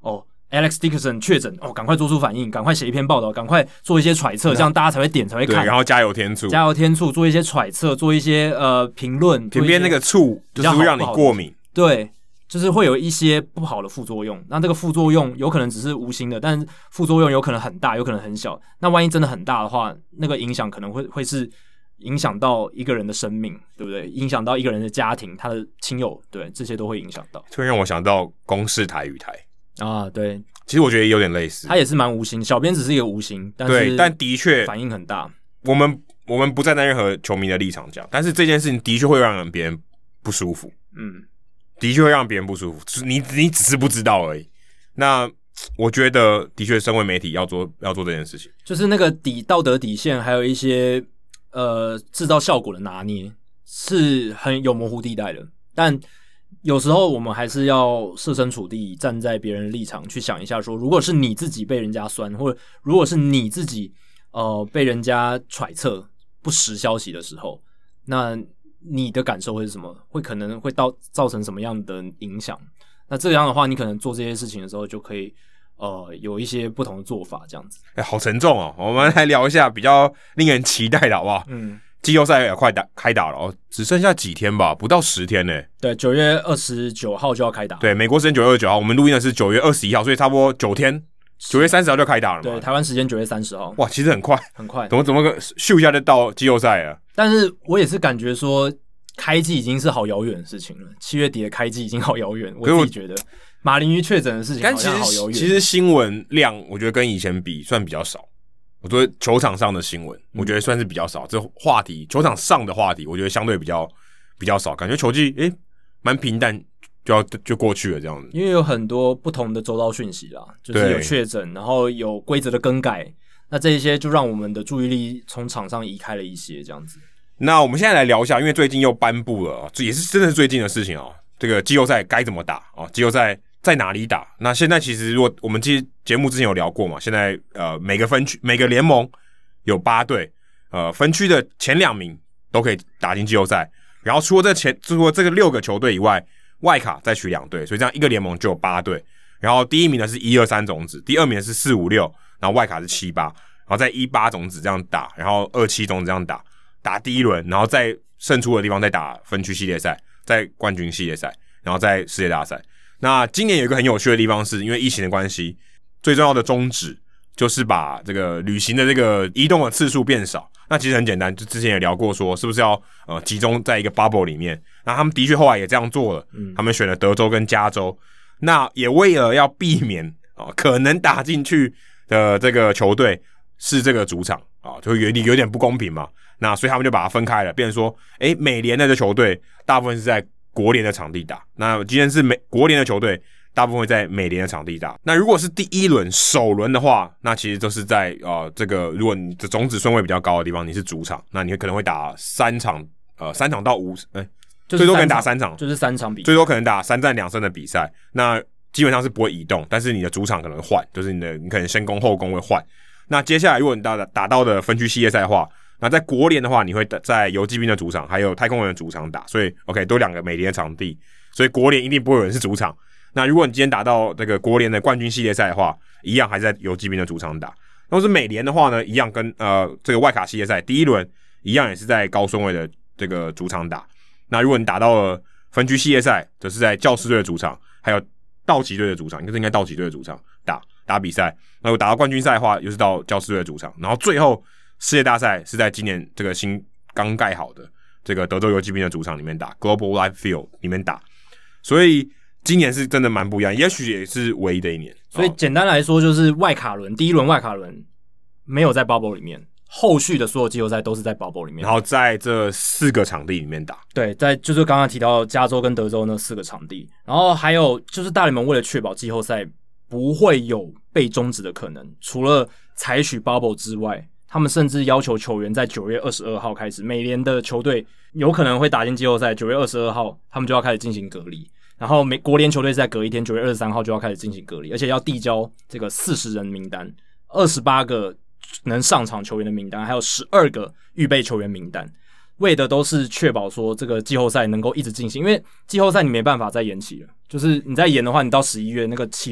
Alex Dickerson 确诊哦，赶快做出反应，赶快写一篇报道，赶快做一些揣测，这样大家才会点才会看。 对，然后加油添醋， 加油添醋，做一些揣测，做一些呃评论。 偏偏那个醋就是会让你过敏， 对，就是会有一些不好的副作用。那这个副作用有可能只是无心的，但是副作用有可能很大，有可能很小。那万一真的很大的话，那个影响可能会会是影响到一个人的生命，对不对？影响到一个人的家庭，他的亲友，对，这些都会影响到。 会让我想到公视台语台。 啊，对， 其实我觉得有点类似， 他也是蛮无心，小编只是一个无心，但是对，但的确反应很大。 我们我们不站在任何球迷的立场讲，但是这件事情的确会让人别人不舒服，嗯，的确会让别人不舒服，你你只是不知道而已。那我觉得的确，身为媒体要做要做这件事情， 就是那个底道德底线，还有一些呃制造效果的拿捏，是很有模糊地带的，但。有时候我们还是要设身处地站在别人的立场去想一下说，如果是你自己被人家酸，或者如果是你自己呃被人家揣测不实消息的时候，那你的感受会是什么？会可能会到造成什么样的影响？那这样的话，你可能做这些事情的时候就可以呃有一些不同的做法，这样子。 哎、欸，好沉重哦！我们来聊一下比较令人期待的好不好？嗯。季后赛也快打开打了哦，只剩下几天吧，不到十天呢。 对，九月二十九号就要开打。 对，美国时间九月二十九号，我们录音的是九月二十一号，所以差不多九天，九月三十号就开打了嘛。 对，台湾时间九月三十号。 哇，其实很快， 很快， 怎么怎么个咻一下就到季后赛了？ 但是我也是感觉说，开季已经是好遥远的事情了。七月底的开季已经好遥远，我自己觉得马林鱼确诊的事情好像好遥远。 其实新闻量，我觉得跟以前比算比较少。我觉得球场上的新闻，我觉得算是比较少。嗯、这话题，球场上的话题，我觉得相对比较比较少。感觉球季诶蛮平淡，就要就过去了这样子。 因为有很多不同的周遭讯息啦，就是有确诊，然后有规则的更改，那这一些就让我们的注意力从场上移开了一些这样子。 那我们现在来聊一下，因为最近又颁布了，这也是真的是最近的事情哦。这个季后赛该怎么打哦？季后赛在哪里打？那现在其实如果我们其实节目之前有聊过嘛，现在呃每个分区每个联盟有八队，呃分区的前两名都可以打进季后赛，然后除了这前除了这个六个球队以外，外卡再取两队，所以这样一个联盟就有八队。然后第一名的是一二三种子，第二名的是四五六，然后外卡是七八，然后在一八种子这样打，然后二七种子这样打，打第一轮，然后在胜出的地方再打分区系列赛，在冠军系列赛，然后在世界大赛。那今年有一个很有趣的地方是，因为疫情的关系，最重要的宗旨就是把这个旅行的这个移动的次数变少。那其实很简单，就之前也聊过说，是不是要呃集中在一个 bubble 里面？那他们的确后来也这样做了，嗯，他们选了德州跟加州。那也为了要避免啊、呃、可能打进去的这个球队是这个主场啊、呃，就有点有点不公平嘛。那所以他们就把它分开了，变成说，诶，美联的这球队大部分是在国联的场地打，那今天是美国联的球队，大部分会在美联的场地打。那如果是第一轮首轮的话，那其实都是在呃这个如果你的种子顺位比较高的地方，你是主场，那你可能会打三场，呃三场到五，哎、欸，最多可能打三场， 就是三场比赛， 最多可能打三战两胜的比赛。那基本上是不会移动，但是你的主场可能会换，就是你的你可能先攻后攻会换。那接下来如果你打打到的分区系列赛的话，那在国联的话，你会在游骑兵的主场，还有太空人的主场打，所以 OK 都两个美联的场地，所以国联一定不会有人是主场。那如果你今天打到这个国联的冠军系列赛的话，一样还是在游骑兵的主场打。如果是美联的话呢，一样跟呃这个外卡系列赛第一轮一样也是在高顺位的这个主场打。那如果你打到了分区系列赛，则是在教士队的主场，还有道奇队的主场，就是应该道奇队的主场打打比赛。那如果打到冠军赛的话，又是到教士队的主场，然后最后世界大赛是在今年这个新刚盖好的这个德州游骑兵的主场里面打 Global Life Field 里面打，所以今年是真的蛮不一样，也许也是唯一的一年。 所以简单来说，就是外卡轮第一轮外卡轮没有在 Bubble 里面，后续的所有季后赛都是在 Bubble 里面， 然后在这四个场地里面打。 对，在就是刚刚提到加州跟德州那四个场地，然后还有就是大联盟为了确保季后赛不会有被终止的可能，除了采取 Bubble 之外，他们甚至要求球员在九月二十二号开始，美联的球队有可能会打进季后赛，九月二十二号他们就要开始进行隔离。然后美国联球队是在隔一天，九月二十三号就要开始进行隔离，而且要递交这个四十人名单，二十八个能上场球员的名单，还有十二个预备球员名单，为的都是确保说这个季后赛能够一直进行，因为季后赛你没办法再延期了，就是你再延的话，你到十一月那个气候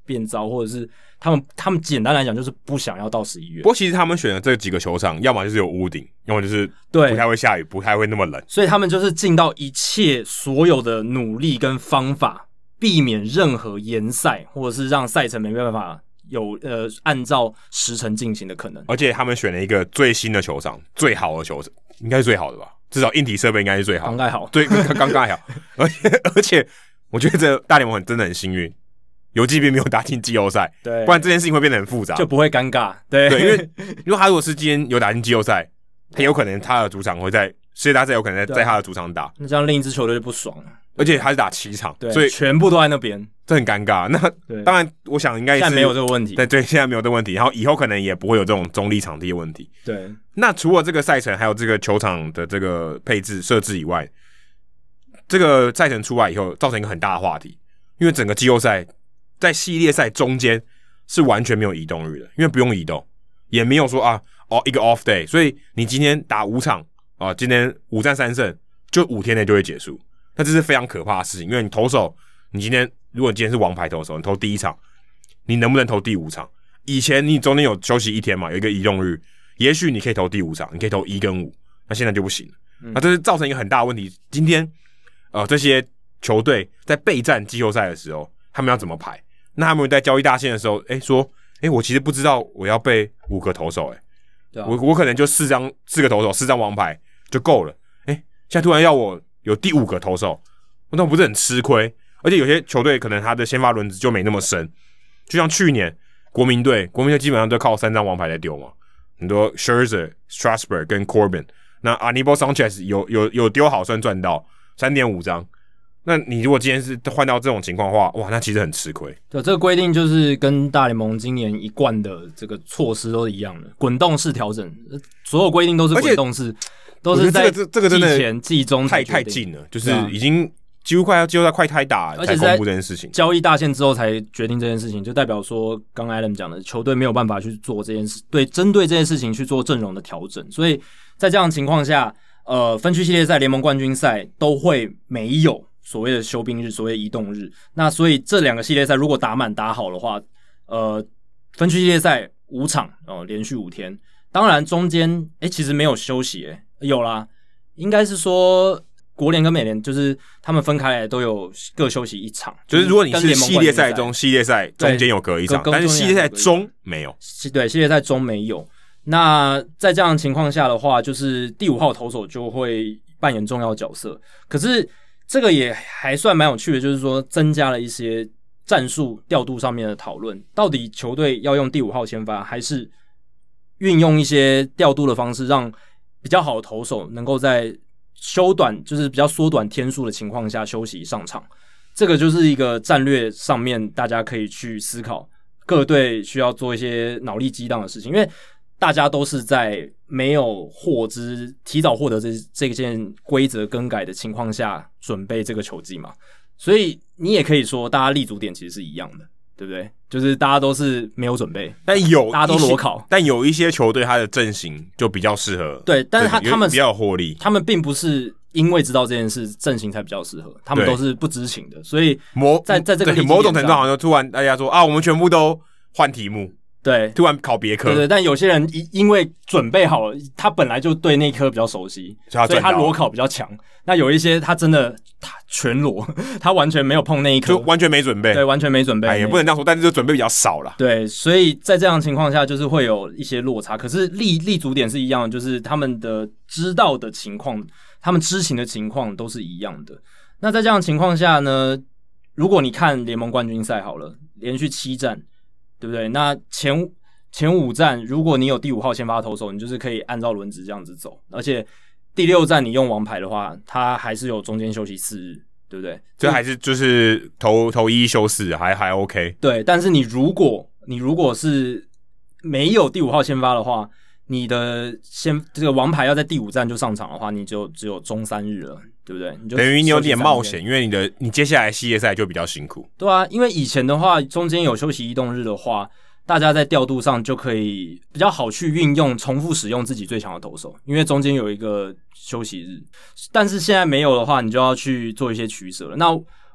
变糟，或者是他们他们简单来讲就是不想要到十一月。 不过其实他们选的这几个球场，要么就是有屋顶，要么就是不太会下雨，不太会那么冷， 所以他们就是尽到一切所有的努力跟方法，避免任何延赛或者是让赛程没办法有呃按照时程进行的可能。 而且他们选了一个最新的球场，最好的球场，应该是最好的吧？至少硬体设备应该是最好的， 刚刚好， 对，刚刚好。而且而且，我觉得这大联盟很真的很幸运，游击兵没有打进季后赛， 对， 不然这件事情会变得很复杂， 就不会尴尬。对， 对，因为因为他如果是今天有打进季后赛，他有可能他的主场会在世界大赛有可能在在他的主场打， 那这样另一支球队就不爽了。 而且他是打七场， 对， 所以全部都在那边， 这很尴尬。那当然，我想应该是现在没有这个问题， 对对，现在没有这个问题，然后以后可能也不会有这种中立场地的问题。 对， 那除了这个赛程还有这个球场的这个配置设置以外，这个赛程出来以后，造成一个很大的话题，因为整个季后赛在系列赛中间是完全没有移动日的，因为不用移动，也没有说啊哦一个 off day， 所以你今天打五场啊，今天五战三胜，就五天内就会结束。那这是非常可怕的事情，因为你投手，你今天如果你今天是王牌投手，你投第一场，你能不能投第五场？以前你中间有休息一天嘛，有一个移动日，也许你可以投第五场，你可以投一跟五，那现在就不行了。嗯、那这是造成一个很大的问题。今天呃这些球队在备战季后赛的时候，他们要怎么排？那他们在交易大限的时候，哎、欸、说，哎、欸、我其实不知道我要备五个投手、欸，哎、啊，我我可能就四张四个投手，四张王牌就够了。哎、欸，现在突然要我有第五个投手，那我不是很吃亏？而且有些球队可能他的先发轮子就没那么深，就像去年国民队，国民队基本上都靠三张王牌在丢嘛，很多 Scherzer、Strasburg 跟 Corbin， 那 Anibal Sanchez 有有有丢好算赚到 三点五 张。那你如果今天是换到这种情况的话，哇，那其实很吃亏。 对，这个规定就是跟大联盟今年一贯的这个措施都是一样的，滚动式调整，所有规定都是滚动式。都是在季前、季中太太近了，就是已经几乎快要季后赛快开打了才公布这件事情。 交易大限之后才决定这件事情，就代表说，刚 Adam 讲的，球队没有办法去做这件事，对，针对这件事情去做阵容的调整。所以在这样的情况下，呃，分区系列赛、联盟冠军赛都会没有所谓的休兵日、所谓移动日。那所以这两个系列赛如果打满打好的话，呃，分区系列赛五场哦、呃，连续五天，当然中间哎其实没有休息诶。有啦，应该是说国联跟美联就是他们分开来都有各休息一场， 就是如果你是系列赛中，系列赛中间有隔一场，但是系列赛中没有， 对，系列赛中没有。那在这样的情况下的话，就是第五号投手就会扮演重要角色。可是这个也还算蛮有趣的，就是说增加了一些战术调度上面的讨论，到底球队要用第五号先发，还是运用一些调度的方式让比较好的投手能够在休短，就是比较缩短天数的情况下休息上场，这个就是一个战略上面大家可以去思考，各队需要做一些脑力激荡的事情，因为大家都是在没有获知、提早获得这这件规则更改的情况下准备这个球季嘛，所以你也可以说，大家立足点其实是一样的。对不对？就是大家都是没有准备， 但有大家都裸考， 但有一些球队他的阵型就比较适合。 对，但是他他们比较有获利， 他们并不是因为知道这件事阵型才比较适合，他们都是不知情的，所以某在在这个某种程度好像突然大家说啊，我们全部都换题目， 对， 突然考别科， 对对。但有些人因为准备好了，他本来就对那科比较熟悉，所以 他, 所以他裸考比较强。那有一些他真的他全裸，他完全没有碰那一科， 就完全没准备， 对，完全没准备， 哎，也不能这样说，但是就准备比较少啦。 对，所以在这样的情况下，就是会有一些落差。可是立立足点是一样的，就是他们的知道的情况，他们知情的情况都是一样的。那在这样的情况下呢，如果你看联盟冠军赛好了，连续七战，对不对？那前前五战，如果你有第五号先发投手，你就是可以按照轮值这样子走，而且第六战你用王牌的话，他还是有中间休息四日，对不对？ 这还是就是投投一休四，还还 OK。 对，但是你如果你如果是没有第五号先发的话，你的先这个王牌要在第五站就上场的话，你就只有中三日了，对不对？你就等于你有点冒险，因为你的你接下来系列赛就比较辛苦。 对啊，因为以前的话，中间有休息移动日的话，大家在调度上就可以比较好去运用，重复使用自己最强的投手，因为中间有一个休息日。但是现在没有的话，你就要去做一些取舍了。那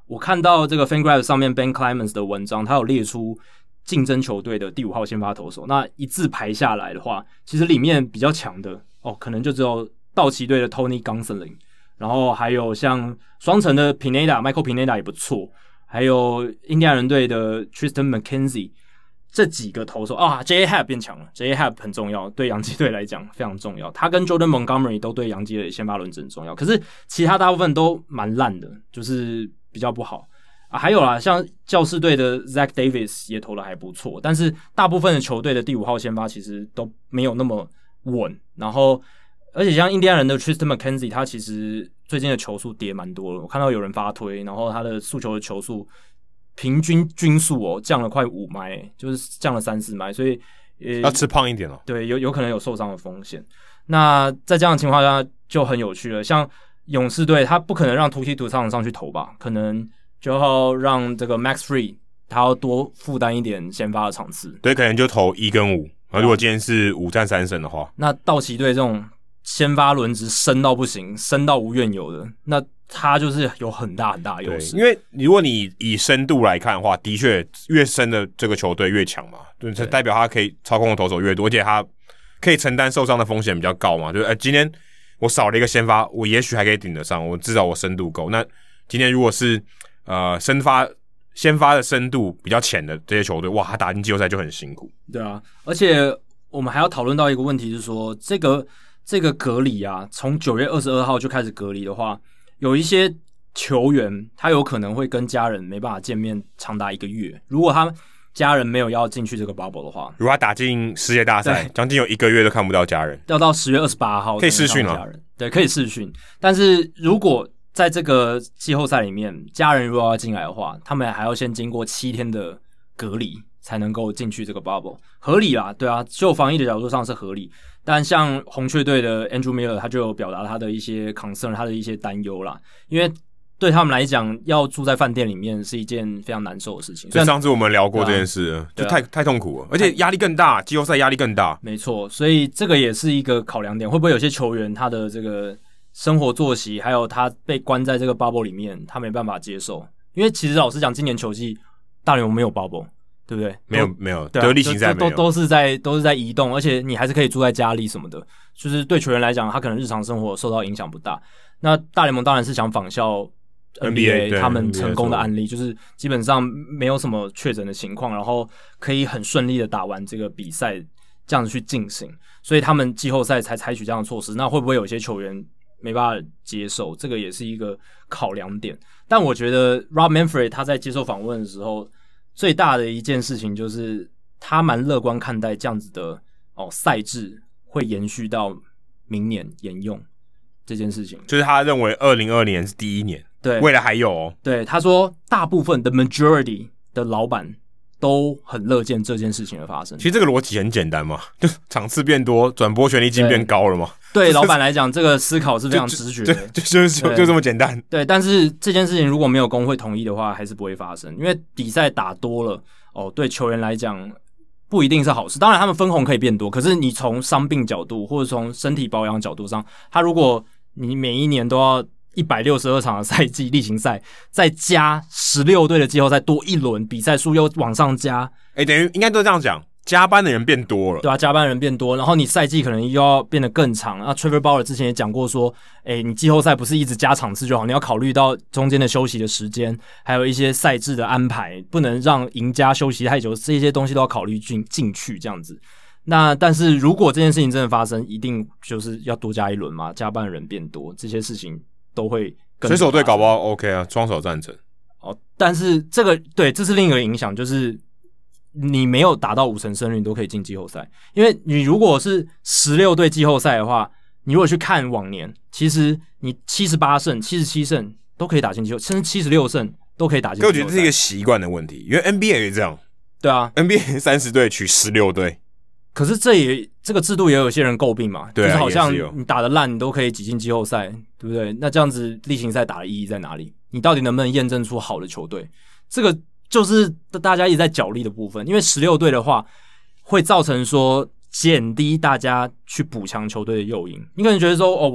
我看到这个 FanGraphs 上面 Ben Clemens 的文章，他有列出竞争球队的第五号先发投手，那一字排下来的话，其实里面比较强的哦，可能就只有道奇队的 Tony Gonsolin， 然后还有像双城的 Pineda、Michael Pineda 也不错，还有印第安人队的 Tristan McKenzie。这几个投手啊 ，J A. Happ 变强了 ，J A. Happ 很重要，对洋基队来讲非常重要。他跟 Jordan Montgomery 都对洋基的先发轮值很重要，可是其他大部分都蛮烂的，就是比较不好啊。还有啦，像教士队的 Zach Davis 也投的还不错，但是大部分的球队的第五号先发其实都没有那么稳。然后，而且像印第安人的 Tristan McKenzie， 他其实最近的球速跌蛮多了，我看到有人发推，然后他的速球的球速。平均均速哦降了快五迈，就是降了三四迈，所以呃要吃胖一点了。 对，有有可能有受伤的风险。那在这样的情况下就很有趣了，像勇士队，他不可能让突踢图上上去投吧？可能就要让这个 Max Fried 他要多负担一点先发的场次。 对，可能就投一跟五。然后如果今天是五战三胜的话， 那道奇队这种先发轮值深到不行，深到无怨尤的，那他就是有很大很大的优势。 因为如果你以深度来看的话，的确越深的这个球队越强嘛，对，这代表他可以操控的投手越多，而且他可以承担受伤的风险比较高嘛。就是，呃，今天我少了一个先发，我也许还可以顶得上，我至少我深度够。那今天如果是呃先发先发的深度比较浅的这些球队，哇，他打进季后赛就很辛苦。 对啊，而且我们还要讨论到一个问题，是说这个这个隔离啊，从九月二十二号就开始隔离的话。有一些球员，他有可能会跟家人没办法见面长达一个月。如果他家人没有要进去这个 bubble 的话， 如果他打进世界大赛，将近有一个月都看不到家人， 要到十月二十八号可以视讯了。 对，可以视讯。但是如果在这个季后赛里面，家人如果要进来的话，他们还要先经过七天的隔离，才能够进去这个 bubble， 合理啦，对啊，就防疫的角度上是合理。但像红雀队的 Andrew Miller， 他就有表达他的一些 concern， 他的一些担忧啦，因为对他们来讲，要住在饭店里面是一件非常难受的事情。 所以上次我们聊过这件事了，啊、就太、啊、太痛苦了，而且压力更大，季后赛压力更大。 没错，所以这个也是一个考量点，会不会有些球员他的这个生活作息，还有他被关在这个 bubble 里面，他没办法接受？因为其实老实讲，今年球季大联盟没有 bubble。对不对？ 没有没有， 对、 啊，例行赛没有， 都都是在都是在移动，而且你还是可以住在家里什么的，就是对球员来讲，他可能日常生活受到影响不大。那大联盟当然是想仿效 N B A 他们成功的案例，就是基本上没有什么确诊的情况，然后可以很顺利的打完这个比赛，这样子去进行，所以他们季后赛才采取这样的措施。那会不会有些球员没办法接受？这个也是一个考量点。但我觉得 Rob Manfred 他在接受访问的时候。最大的一件事情就是他蛮乐观看待这样子的哦赛制会延续到明年沿用这件事情， 就是他认为二零二二年是第一年， 对， 未来还有哦。 对，他说大部分的 majority 的老板都很乐见这件事情的发生。 其实这个逻辑很简单嘛，就场次变多，转播权利金变高了嘛。 对老板来讲，这个思考是非常直觉的， 就就就就就这么简单。 对，但是这件事情如果没有工会同意的话，还是不会发生，因为比赛打多了，哦，对球员来讲不一定是好事。当然，他们分红可以变多，可是你从伤病角度或者从身体保养角度上，他如果你每一年都要一百六十二场的赛季例行赛，再加十六队的季后赛多一轮，比赛数又往上加， 哎，等于应该都这样讲。加班的人变多了， 对啊，加班的人变多，然后你赛季可能又要变得更长。那 Trevor Bauer 之前也讲过说，诶，你季后赛不是一直加场次就好，你要考虑到中间的休息的时间，还有一些赛制的安排，不能让赢家休息太久，这些东西都要考虑进进去这样子。那但是如果这件事情真的发生，一定就是要多加一轮嘛，加班的人变多，这些事情都会跟水手队搞不好 OK 啊，双手赞成。 哦，但是这个对，这是另一个影响，就是。你没有达到五成胜率，你都可以进季后赛。因为你如果是十六队季后赛的话，你如果去看往年，其实你七十八胜、七十七胜都可以打进季后赛，甚至七十六胜都可以打进季后赛。 我觉得这是一个习惯的问题，因为 N B A 也这样。 对啊 ，N B A 三十队取十六队， 可是这也这个制度也有些人诟病嘛， 对啊， 就是好像你打得烂，你都可以挤进季后赛，对不对？那这样子例行赛打的意义在哪里？你到底能不能验证出好的球队？这个。就是大家一直在角力的部分，因为十六队的话会造成说减低大家去补强球队的诱因。你可能觉得说，哦，我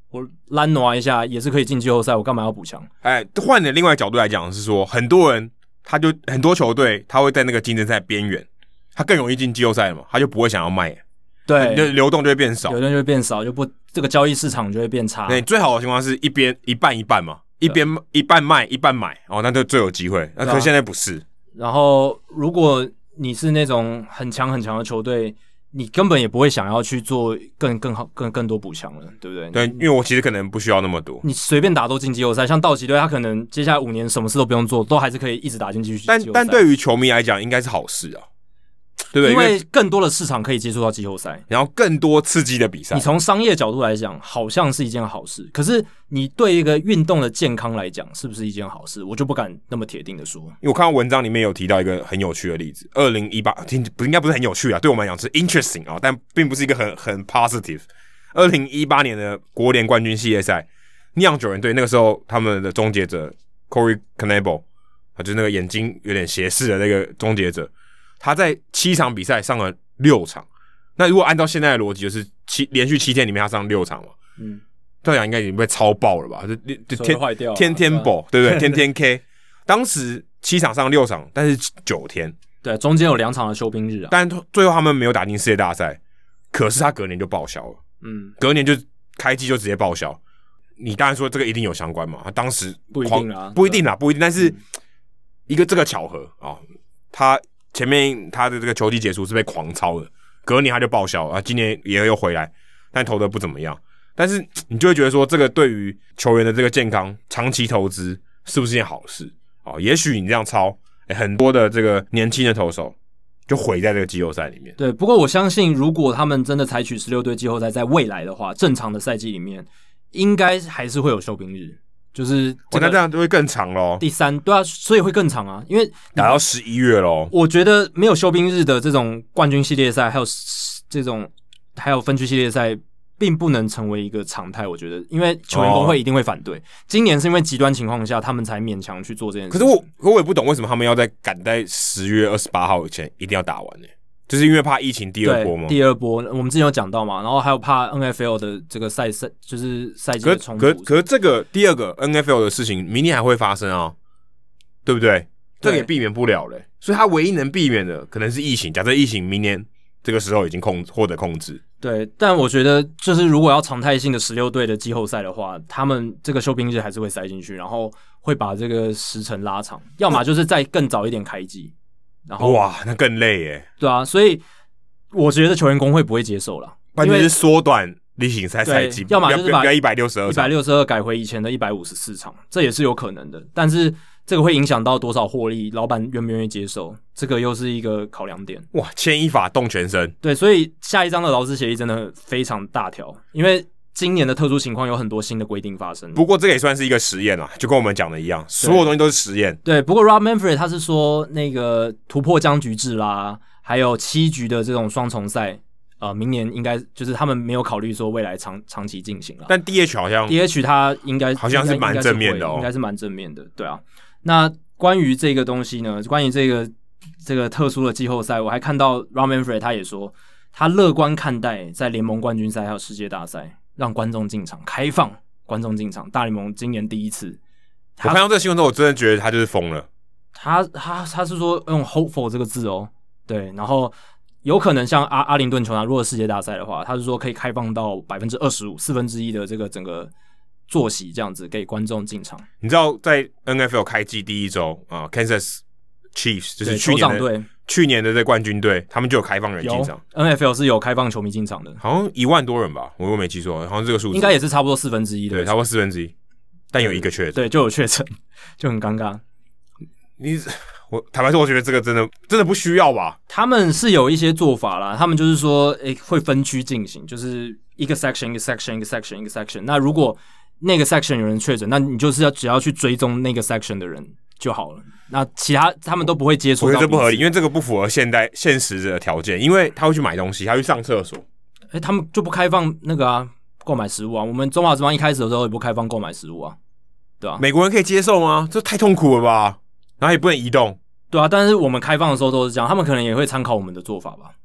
我懒挪一下也是可以进季后赛，我干嘛要补强？ 哎，换的另外角度来讲是说，很多人他就很多球队他会在那个竞争赛边缘，他更容易进季后赛嘛，他就不会想要卖， 对， 就流动就会变少， 流动就会变少，就不这个交易市场就会变差。 对，最好的情况是一边一半一半嘛，一边一半卖一半买，哦，那就最有机会。那可是现在不是。 然后如果你是那种很强很强的球队，你根本也不会想要去做更更好更更多补强了，对不对？ 对，因为我其实可能不需要那么多， 你随便打都进季后赛。像道奇队，他可能接下来五年什么事都不用做，都还是可以一直打进季后赛。 但但对于球迷来讲，应该是好事啊，对不对？ 因为更多的市场可以接触到季后赛， 然后更多刺激的比赛。 你从商业角度来讲，好像是一件好事，可是你对一个运动的健康来讲，是不是一件好事？我就不敢那么铁定的说。 因为我看到文章里面有提到一个很有趣的例子，二零一八听不应该不是很有趣啊，对我们来讲是 interesting 啊，但并不是一个很很 positive。二零一八年的国联冠军系列赛，酿酒人队那个时候他们的终结者 Corey Knebel， 啊，就是那个眼睛有点斜视的那个终结者，他在七场比赛上了六场。那如果按照现在的逻辑，就是七连续七天里面他上六场嘛，嗯，对啊，应该已经被超爆了吧？就就天坏掉了， 天天爆，对不对？天天 K， 当时七场上六场，但是九天， 对，中间有两场的休兵日啊， 但最后他们没有打进世界大赛，可是他隔年就报销了，嗯，隔年就开季就直接报销。你当然说这个一定有相关嘛？他当时不一定啦， 不一定啦，不一定，但是一个这个巧合啊、哦，他前面他的这个球季结束是被狂抄的。隔年他就报销啊，今年也又回来，但投的不怎么样。但是你就会觉得说，这个对于球员的这个健康、长期投资是不是件好事啊、哦？也许你这样抄、欸，很多的这个年轻的投手就毁在这个季后赛里面。 对，不过我相信，如果他们真的采取十六队季后赛，在未来的话，正常的赛季里面，应该还是会有休兵日，就是这、哦、那这样就会更长咯。 第三，对啊，所以会更长啊，因为打到十一月咯。 我觉得没有休兵日的这种冠军系列赛，还有这种还有分区系列赛，并不能成为一个常态。我觉得，因为球员工会一定会反对。哦、今年是因为极端情况下，他们才勉强去做这件事。 可是我，可我也不懂为什么他们要在赶在十月二十八号以前一定要打完呢？就是因为怕疫情第二波吗？ 第二波，我们之前有讲到嘛，然后还有怕 N F L 的这个赛赛，就是赛季的冲突。 可可可是这个第二个 N F L 的事情，明年还会发生啊，对不对？这个也避免不了嘞。所以他唯一能避免的可能是疫情。假设疫情明年这个时候已经控获得控制， 对。但我觉得，就是如果要常态性的十六队的季后赛的话，他们这个休兵日还是会塞进去，然后会把这个时程拉长，要么就是再更早一点开季。然后哇，那更累耶。 对啊，所以我觉得球员工会不会接受啦， 因为是缩短例行赛赛季， 要么就是把一百六十二一百六十二改回以前的一百五十四场，这也是有可能的。但是这个会影响到多少获利，老板愿不愿意接受，这个又是一个考量点。 哇，牵一发动全身。 对，所以下一章的劳资协议真的非常大条，因为今年的特殊情况有很多新的规定发生。 不过这也算是一个实验啦，就跟我们讲的一样，所有东西都是实验。 对，不过 Rob Manfred 他是说那个突破僵局制啦，还有七局的这种双重赛，呃，明年应该就是他们没有考虑说未来长长期进行了。 但 D H 好像 D H 他应该好像是蛮正面的哦， 应该是蛮正面的，对啊。那关于这个东西呢，关于这个这个特殊的季后赛，我还看到 Rob Manfred 他也说，他乐观看待在联盟冠军赛还有世界大赛让观众进场，开放观众进场，大联盟今年第一次。 我看到这个新闻之后，我真的觉得他就是疯了。 他他他是说用 hopeful 这个字哦，对，然后有可能像阿阿灵顿球场如果世界大赛的话，他是说可以开放到百分之二十五，四分之一的这个整个坐席这样子给观众进场。 你知道在 N F L 开季第一周啊、呃、，Kansas Chiefs 就是去年的去年的这冠军队，他们就有开放人进场。 N F L 是有开放球迷进场的， 好像一万多人吧，我又没记错，好像这个数字应该也是差不多四分之一的， 对，差不多四分之一，但有一个确诊， 对，就有确诊，就很尴尬。 你我坦白说，我觉得这个真的真的不需要吧？ 他们是有一些做法啦，他们就是说，诶、欸，会分区进行，就是一个 section 一个 section 一个 section 一个 section。那如果那个 section 有人确诊，那你就是要只要去追踪那个 section 的人就好了。那其他他们都不会接触到。 我觉得这不合理，因为这个不符合现代现实的条件。因为他会去买东西，他会去上厕所， 哎、欸，他们就不开放那个啊，购买食物啊。我们中华职棒一开始的时候也不开放购买食物啊，对吧、啊？ 美国人可以接受吗？这太痛苦了吧？然后也不能移动， 对啊。但是我们开放的时候都是这样，他们可能也会参考我们的做法吧。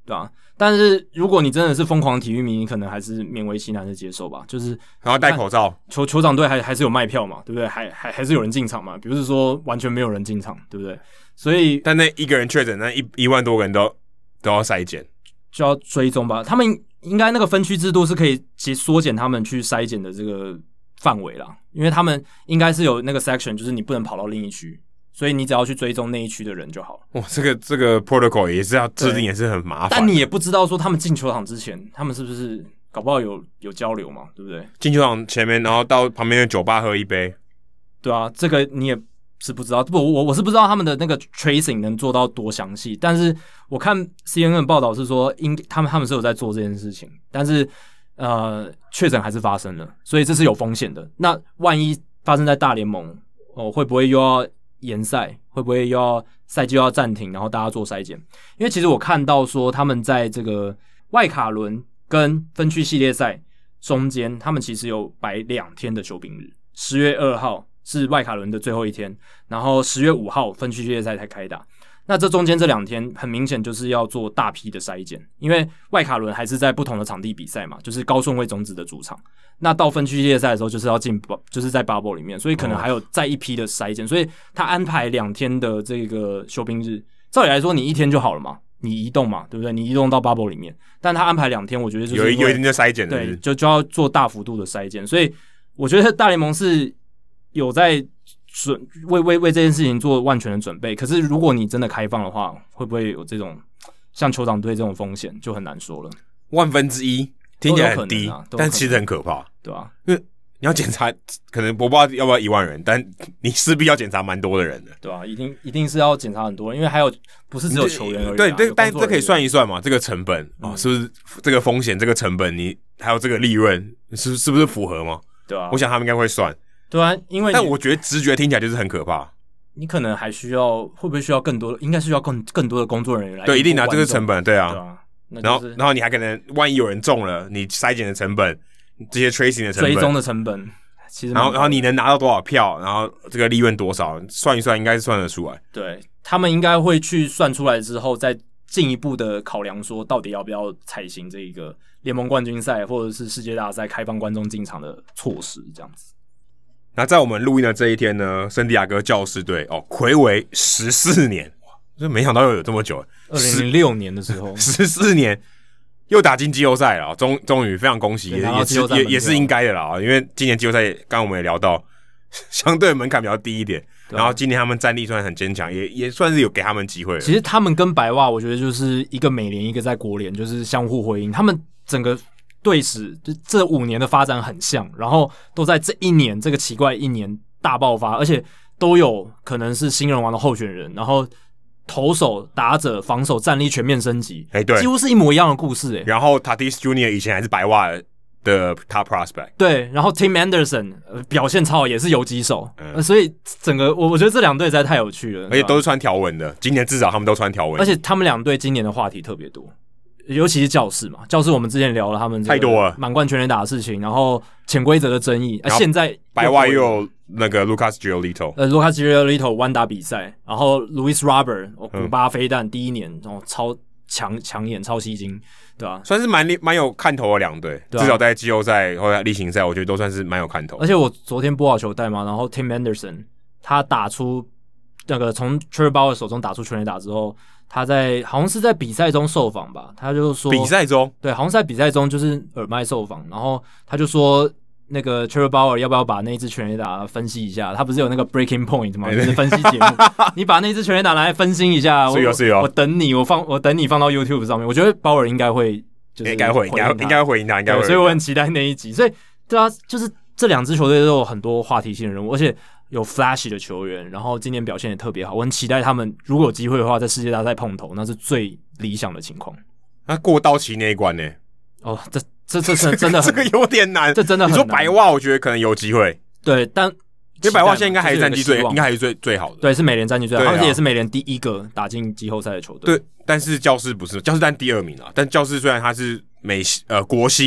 对吧、啊？但是如果你真的是疯狂体育迷，你可能还是勉为其难的接受吧。就是然后戴口罩， 球球场队还还是有卖票嘛，对不对？还还还是有人进场嘛，不是说完全没有人进场，对不对？所以， 但那一个人确诊，那一一万多个人都都要筛检， 就要追踪吧。他们应该那个分区制度是可以其实缩减他们去筛检的这个范围啦，因为他们应该是有那个 section， 就是你不能跑到另一区。所以你只要去追踪那一区的人就好了。 哇，这个这个 protocol 也是要制定，也是很麻烦。 但你也不知道说他们进球场之前，他们是不是搞不好有有交流嘛？对不对？ 进球场前面，然后到旁边的酒吧喝一杯， 对啊，这个你也是不知道。不，我我是不知道他们的那个 tracing 能做到多详细。但是我看 C N N 报道是说，应他们他们是有在做这件事情，但是呃，确诊还是发生了，所以这是有风险的。那万一发生在大联盟，哦，会不会又要延赛，会不会又要赛季又要暂停，然后大家做筛检？因为其实我看到说他们在这个外卡轮跟分区系列赛中间，他们其实有摆两天的休兵日。十月二号是外卡轮的最后一天，然后十月五号分区系列赛才开打。那这中间这两天很明显就是要做大批的筛检，因为外卡轮还是在不同的场地比赛嘛，就是高顺位种子的主场。那到分区系列赛的时候，就是要进，就是在 bubble 里面，所以可能还有再一批的筛检，所以他安排两天的这个休兵日。照理来说，你一天就好了嘛，你移动嘛，对不对？你移动到 bubble 里面，但他安排两天，我觉得就是有有一定的筛检， 对，就就要做大幅度的筛检，所以我觉得大联盟是有在准为为为这件事情做万全的准备。可是如果你真的开放的话，会不会有这种像酋长队这种风险，就很难说了。 万分之一听起来很低， 啊、 但其实很可怕， 对吧、啊？ 因为你要检查，可能我不知道要不要一万人，但你势必要检查蛮多的人的， 对吧、啊？一定一定是要检查很多人，因为还有不是只有球员而已、啊。 对，对，但这可以算一算嘛，这个成本啊、嗯哦，是不是这个风险、这个成本，你还有这个利润，是是不是符合吗？ 对啊， 我想他们应该会算。 对啊，因为但我觉得直觉听起来就是很可怕。 你可能还需要，会不会需要更多的？应该是需要更更多的工作人员来。 对，一定拿这个成本，对啊。 对啊，那就是、然后然后你还可能万一有人中了，你筛检的成本，这些 tracing 的成本， 追踪的成本，其实然后然后你能拿到多少票，然后这个利润多少，算一算应该是算得出来。 对，他们应该会去算出来之后，再进一步的考量说，到底要不要采行这个联盟冠军赛或者是世界大赛开放观众进场的措施，这样子。 那在我们录音的这一天呢，圣地亚哥教士队哦，睽违十四年，就没想到又有这么久了。 二零零六年的时候， 十四年又打进季后赛了，终终于非常恭喜，也也是也也是应该的啦。因为今年季后赛，刚刚我们也聊到，相对门槛比较低一点，啊、然后今年他们战力算很坚强，也也算是有给他们机会了。 其实他们跟白袜，我觉得就是一个美联，一个在国联，就是相互辉映。他们整个队史就这五年的发展很像，然后都在这一年这个奇怪一年大爆发，而且都有可能是新人王的候选人，然后投手、打者、防守战力全面升级， 哎、欸，对， 几乎是一模一样的故事、欸，哎。 然后 Tatis Junior 以前还是白袜的 top prospect， 对，然后 Tim Anderson、呃、表现超好，也是游击手、 嗯呃，所以整个我我觉得这两队实在太有趣了， 而且都是穿条纹的，今年至少他们都穿条纹， 而且他们两队今年的话题特别多。尤其是教士嘛，教士我们之前聊了他们太多了， 满贯全垒打的事情，然后潜规则的争议，啊、现在白袜又有那个 Lucas Giolito， 呃 Lucas Giolito 弯打比赛，然后 Luis Robert 哦、古巴飞弹第一年哦超强抢眼超吸睛，对吧、啊？ 算是蛮蛮有看头的两队、啊，至少在季后赛或者例行赛，我觉得都算是蛮有看头。 而且我昨天播好球带嘛，然后 Tim Anderson 他打出那个从 Trevor Bauer 手中打出全垒打之后。他在好像是在比赛中受访吧，他就说比赛中对，好像是在比赛中就是耳麦受访，然后他就说那个 Trevor Bauer 要不要把那一支全垒打分析一下？他不是有那个 Breaking Point 吗？就是分析节目，你把那一支全垒打拿来分析一下， 是有是有， 我等你，我放我等你放到 YouTube 上面。我觉得 Bauer 应该会就是应该会应该应该会回应他，应该会， 所以我很期待那一集。所以对啊，就是这两支球队都有很多话题性的人物，而且。有 flashy 的球员，然后今年表现也特别好，我很期待他们如果有机会的话，在世界大赛碰头，那是最理想的情况。 那过道奇那一关呢？ 哦，这这这是真的这个有点难， 这真的很难。 你说白袜，我觉得可能有机会， 对，但因为白袜现在应该还是战绩最，应该还是最最好的， 对，是美联战绩最好， 啊、 他们也是美联第一个打进季后赛的球队。 对，但是教士不是，教士但第二名啊，但教士虽然他是美呃国西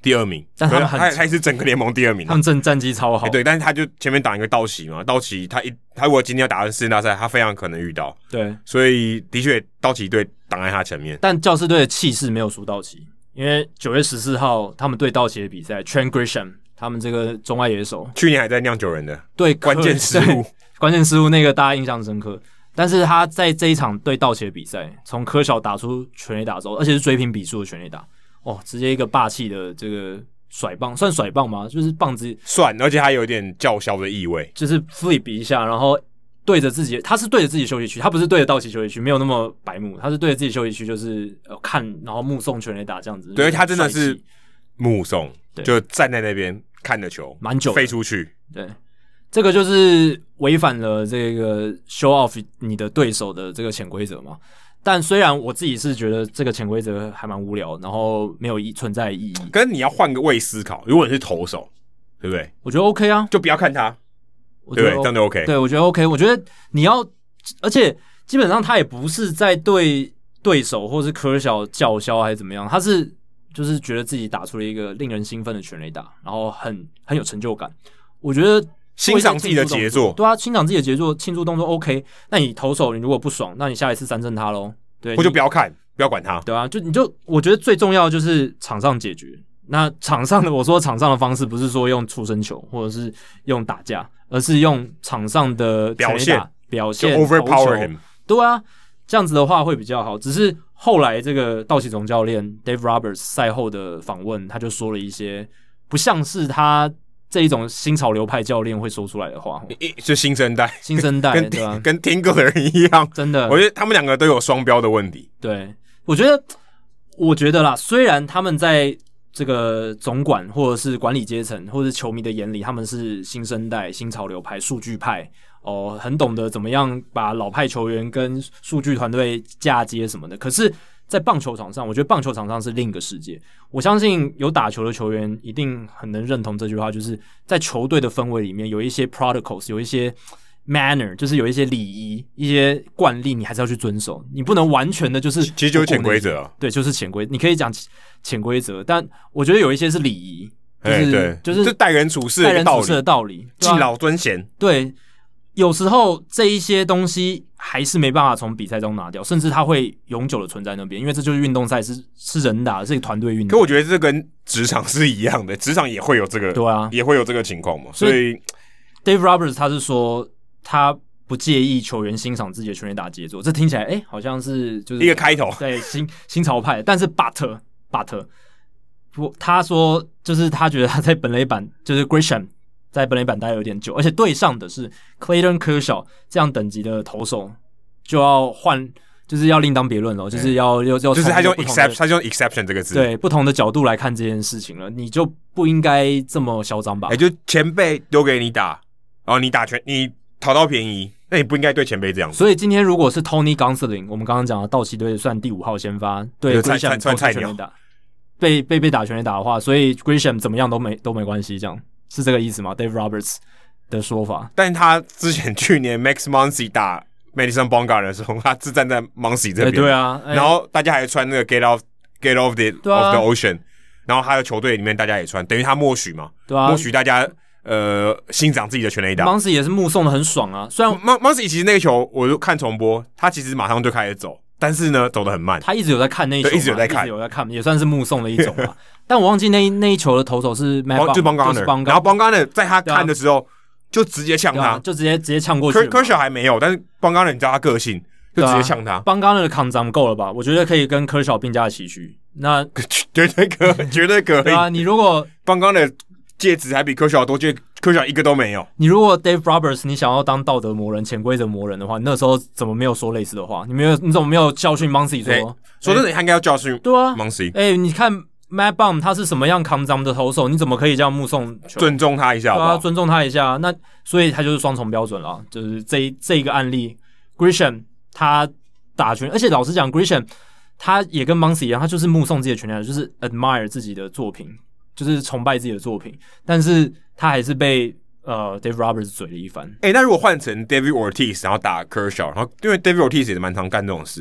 第二名， 但他们很他他是整个联盟第二名， 他们正战绩超好、 欸。对，但是他就前面打一个道奇嘛，道奇他一他如果今天要打世界大赛，他非常可能遇到。 对， 所以的确道奇队挡在他前面。 但教士队的气势没有输道奇，因为九月十四号他们对道奇的比赛 ，Trent Grisham 他们这个中外野手， 去年还在酿酒人的对关键失误， 关键失误那个大家印象深刻。但是他在这一场对道奇的比赛，从科小打出全垒打之后，而且是追平比数的全垒打，哦，直接一个霸气的这个甩棒，算甩棒吗？就是棒子算，而且还有一点叫嚣的意味， 就是 flip 一下，然后对着自己，他是对着自己休息区，他不是对着道奇休息区，没有那么白目，他是对着自己休息区，就是呃看，然后目送全垒打这样子。 对，他真的是目送， 对， 就站在那边看着球， 蛮久飞出去， 对。这个就是违反了这个 show off 你的对手的这个潜规则嘛。但虽然我自己是觉得这个潜规则还蛮无聊，然后没有存在意义。 可是你要换个位思考，如果你是投手，对不对？ 我觉得 OK 啊， 就不要看他， 我觉得对，这样就 OK。 对，我觉得 OK。我觉得你要，而且基本上他也不是在对对手或是科小叫嚣还是怎么样，他是就是觉得自己打出了一个令人兴奋的全垒打，然后很很有成就感。我觉得。 欣赏自己的杰作， 对啊，欣赏自己的杰作，庆祝动作 OK。那你投手，你如果不爽，那你下一次三振他咯。对， 我就不要看，不要管他。 对啊，就你就我觉得最重要的就是场上解决。那场上的我说场上的方式不是说用出生球或者是用打架，而是用场上的表现表现 overpower him。 对啊，这样子的话会比较好。只是后来这个道奇总教练 Dave Roberts 赛后的访问，他就说了一些不像是他。这一种新潮流派教练会说出来的话， 就新生代， 新生代跟对吧、啊？ 跟 Tingler 一样， 真的， 我觉得他们两个都有双标的问题。 对，我觉得，我觉得啦，虽然他们在这个总管或者是管理阶层或者是球迷的眼里，他们是新生代、新潮流派、数据派，哦，很懂得怎么样把老派球员跟数据团队嫁接什么的，可是。在棒球场上，我觉得棒球场上是另一个世界。我相信有打球的球员一定很能认同这句话，就是在球队的氛围里面有一些 protocols， 有一些 manner， 就是有一些礼仪、一些惯例，你还是要去遵守。你不能完全的就是其实就是潜规则、啊， 对，就是潜规。你可以讲潜规则，但我觉得有一些是礼仪，就是对， 就是待人处事待人处事的道理， 敬老尊贤， 对。有时候这一些东西还是没办法从比赛中拿掉，甚至它会永久的存在那边，因为这就是运动赛，是是人打的，是一个团队运动。 可我觉得这跟职场是一样的，职场也会有这个， 对啊， 也会有这个情况嘛。所以 Dave Roberts 他是说他不介意球员欣赏自己的全垒打杰作，这听起来哎、欸、好像是就是一个开头， 对新新潮派，但是 But But 不，他说就是他觉得他在本垒板就是 Grisham。在本垒板待有点久，而且对上的是 Clayton Kershaw 这样等级的投手，就要换，就是要另当别论了，就是要要要， 就是他用 exception， 他用 exception 这个字， 对不同的角度来看这件事情了，你就不应该这么嚣张吧？ 哎、欸，就前辈丢给你打，然后你打全，你讨到便宜，那你不应该对前辈这样。 所以今天如果是 Tony Gonsolin， 我们刚刚讲的道奇队算第五号先发，对 Grisham 算菜鸟打，被被被打全垒打的话，所以 Grisham 怎么样都没都没关系，这样。是这个意思吗 ？Dave Roberts 的说法， 但他之前去年 Max Muncy 打 Madison Bumgarner 的时候，他自站在 Muncy 这边、欸， 对啊、欸， 然后大家还穿那个 Get off Get off the、啊、of the Ocean， 然后他的球队里面大家也穿，等于他默许嘛， 对啊， 默许大家呃欣赏自己的全垒打。 Muncy 也是目送的很爽啊，虽然 Muncy 其实那个球我就看重播，他其实马上就开始走。但是呢，走得很慢。 他一直有在看那一球， 一直有在看， 一直有在看，也算是目送的一种吧。但我忘记那一那一球的投手是 Matt Bumgarner，、哦、 就 Bumgarner， 然后 Bumgarner 在他看的时候、啊、就直接呛他、 啊，就直接直接呛过去。 Kershaw 还没有，但是 Bumgarner 你知道他个性，就直接呛他。 Bumgarner、啊、的抗争够了吧？我觉得可以跟 Kershaw 并驾齐驱。那绝对可，绝对可以。 对啊，你如果 Bumgarner 戒指还比 Kershaw 多，戒 Kershaw 一个都没有。 你如果 Dave Roberts 你想要当道德魔人、潜规则魔人的话，你那时候怎么没有说类似的话？你没有，你怎么没有教训 Muncy 说？ 说真的，他应该要教训对啊 Muncy。 哎、欸，你看 Matt Bum 他是什么样扛脏的投手，你怎么可以这样目送球？ 尊重他一下好不好， 对啊，尊重他一下。那所以他就是双重标准了，就是这一这一个案例 ，Grisham 他打拳，而且老实讲 ，Grisham 他也跟 Muncy 一样，他就是目送自己的全垒打，就是 admire 自己的作品，就是崇拜自己的作品，但是他还是被呃 Dave Roberts 嘴了一番。 哎、欸，那如果换成 David Ortiz 然后打 Kershaw， 然后因为 David Ortiz 也蛮常干这种事。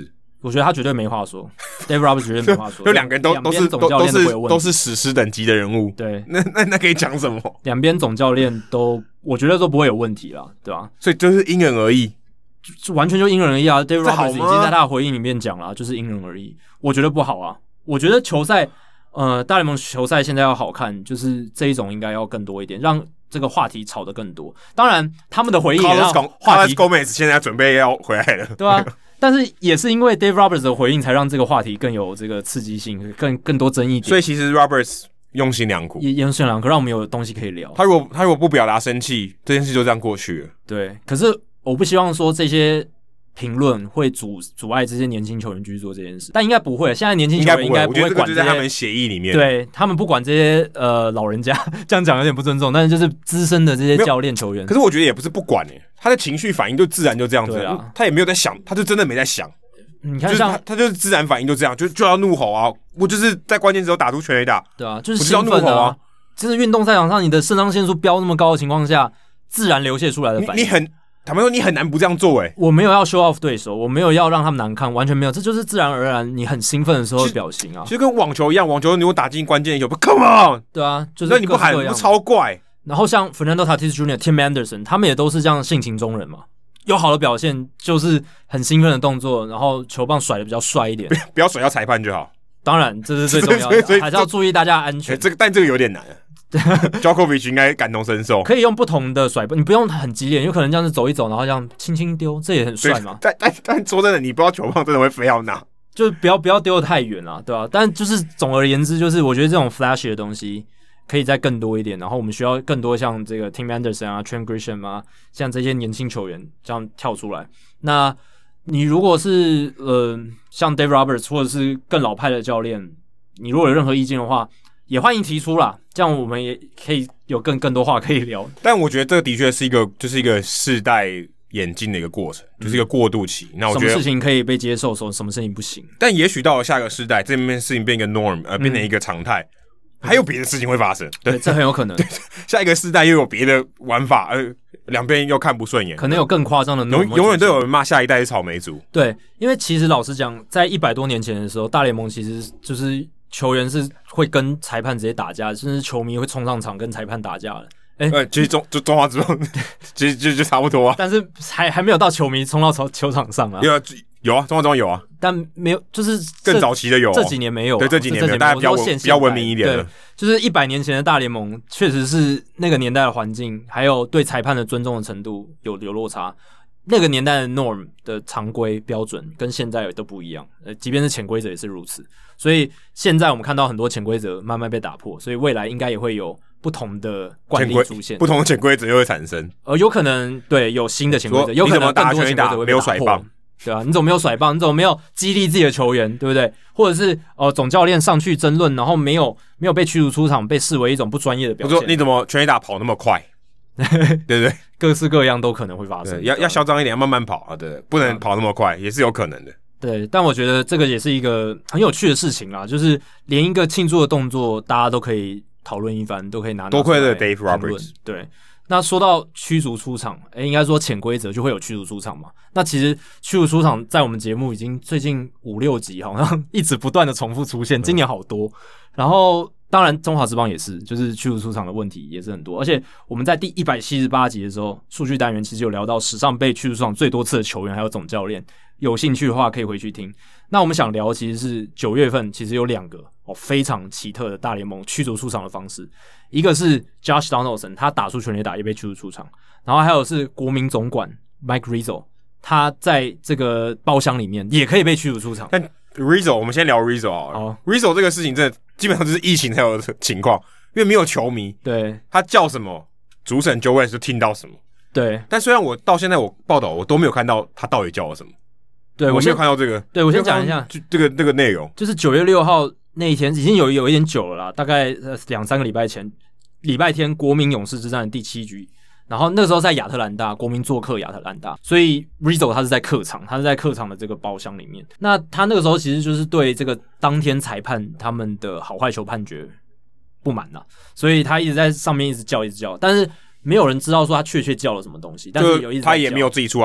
我觉得他绝对没话说，Dave Roberts 绝对没话说， 就两个人都都是都都是都是史诗等级的人物， 对， 那那那可以讲什么？ 两边总教练都，我觉得都不会有问题啦，对吧？ 所以就是因人而异， 就完全就因人而异啊。Dave Roberts 已经在他的回应里面讲了，就是因人而异。我觉得不好啊，我觉得球赛，呃，大联盟球赛现在要好看，就是这一种应该要更多一点，让这个话题炒得更多。当然，他们的回应也让话题 Gomez 现在准备要回来了， 对啊。但是也是因为 Dave Roberts 的回应，才让这个话题更有这个刺激性，更更多争议点。 所以其实 Roberts 用心良苦， 也用心良苦，让我们有东西可以聊。 他如果他如果不表达生气，这件事就这样过去了。 对，可是我不希望说这些评论会阻阻碍这些年轻球员继续做这件事，但应该不会。现在年轻球员应该不会管这些， 在他们协议里面， 对他们不管这些呃老人家，这样讲有点不尊重，但是就是资深的这些教练球员。 可是我觉得也不是不管诶、欸，他的情绪反应就自然就这样子，啊、他也没有在想，他就真的没在想。 你看像， 就是他，他就是自然反应就这样，就就要怒吼啊！我就是在关键时候打出全垒打， 对啊，就是兴奋啊！啊就是运动赛场上，你的肾上腺素飙那么高的情况下，自然流泻出来的反应。 你, 你很坦白说，你很难不这样做诶、欸。 我没有要 show off 对手，我没有要让他们难看，完全没有，这就是自然而然你很兴奋的时候的表情啊。 其实跟网球一样，网球你如果打进关键球 ，Come on， 对啊，就是那你不喊，不超怪。 然后像 Fernando Tatis Junior、Tim Anderson， 他们也都是这样性情中人嘛。有好的表现，就是很兴奋的动作，然后球棒甩的比较帅一点， 不要甩到裁判就好。 当然，这是最重要的，还是要注意大家的安全。 欸、这个，但这个有点难。Djokovic 应该感同身受， 可以用不同的甩，你不用很激烈，有可能这样子走一走，然后这样轻轻丢，这也很帅嘛。 但但但说真的，你不知道球棒真的会飞到哪， 就是不要不要丢得太远啦，对吧、啊？但就是总而言之，就是我觉得这种 flashy 的东西可以再更多一点，然后我们需要更多像这个 Tim Anderson 啊、Trent Grisham 啊，像这些年轻球员这样跳出来。那你如果是呃像 Dave Roberts 或者是更老派的教练，你如果有任何意见的话，也欢迎提出啦，这样我们也可以有更更多话可以聊。 但我觉得这个的确是一个，就是一个世代演进的一个过程，就是一个过渡期。那我觉得什么事情可以被接受，什么什么事情不行。 但也许到了下个世代，这边事情变一个 norm， 呃，变成一个常态。嗯，还有别的事情会发生， 对，这很有可能。 对，下一个世代又有别的玩法，呃，两边又看不顺眼， 可能有更夸张的。 永永远都有人骂下一代是草莓族。 对，因为其实老实讲，在一百多年前的时候，大联盟其实就是球员是会跟裁判直接打架，甚至球迷会冲上场跟裁判打架的。哎、欸， 其实中就中华职棒，其实就就差不多啊。 但是还还没有到球迷冲到球球场上啊。 有啊，有啊，中华职棒有啊， 但没有，就是更早期的有、啊， 这几年没有、啊。 对，这几年没有，大家比较比较文明一点的。 对，就是一百年前的大联盟，确实是那个年代的环境，还有对裁判的尊重的程度有有落差。那个年代的 norm 的常规标准跟现在都不一样，呃，即便是潜规则也是如此。所以现在我们看到很多潜规则慢慢被打破，所以未来应该也会有不同的惯例出现， 不同的潜规则又会产生。 呃，有可能对有新的潜规则，有可能更多潜规则会被打破。 没有甩棒， 对啊，你怎么没有甩棒？你怎么没有激励自己的球员，对不对？或者是呃总教练上去争论，然后没有没有被驱逐出场，被视为一种不专业的表现。 我说你怎么全垒打跑那么快？对不对？ 各式各样都可能会发生。 要要嚣张一点，要慢慢跑啊，对，不能跑那么快，也是有可能的。 对，但我觉得这个也是一个很有趣的事情啦，就是连一个庆祝的动作，大家都可以讨论一番，都可以拿。 多亏了 Dave Roberts。 对，那说到驱逐出场，诶，应该说潜规则就会有驱逐出场嘛。那其实驱逐出场在我们节目已经最近五六集，好像一直不断的重复出现，今年好多。然后当然中华职棒也是，就是驱逐出场的问题也是很多。而且我们在第一百七十八集的时候，数据单元其实有聊到史上被驱逐出场最多次的球员还有总教练。有兴趣的话可以回去听。那我们想聊其实是九月份其实有两个哦非常奇特的大联盟驱逐出场的方式，一个是 Josh Donaldson 他打出全垒打也被驱逐出场，然后还有是国民总管 Mike Rizzo 他在这个包厢里面也可以被驱逐出场。 但 Rizzo 我们先聊 Rizzo 好了、哦、Rizzo 这个事情真的基本上就是疫情才有的情况，因为没有球迷， 对， 他叫什么主审 Joe West 就听到什么， 对。 但虽然我到现在我报道我都没有看到他到底叫了什么， 对， 我没有看到这个。 对，我先讲一下， 就这个这个内容， 就是九月六号那一天已经有有一点久了啦，大概呃两三个礼拜前，礼拜天国民勇士之战的第七局，然后那时候在亚特兰大，国民做客亚特兰大，所以 Rizzo 他是在客场，他是在客场的这个包厢里面。那他那个时候其实就是对这个当天裁判他们的好坏球判决不满啦，所以他一直在上面一直叫一直叫，但是没有人知道说他确切叫了什么东西，但是有一直在叫， 他也没有自己出来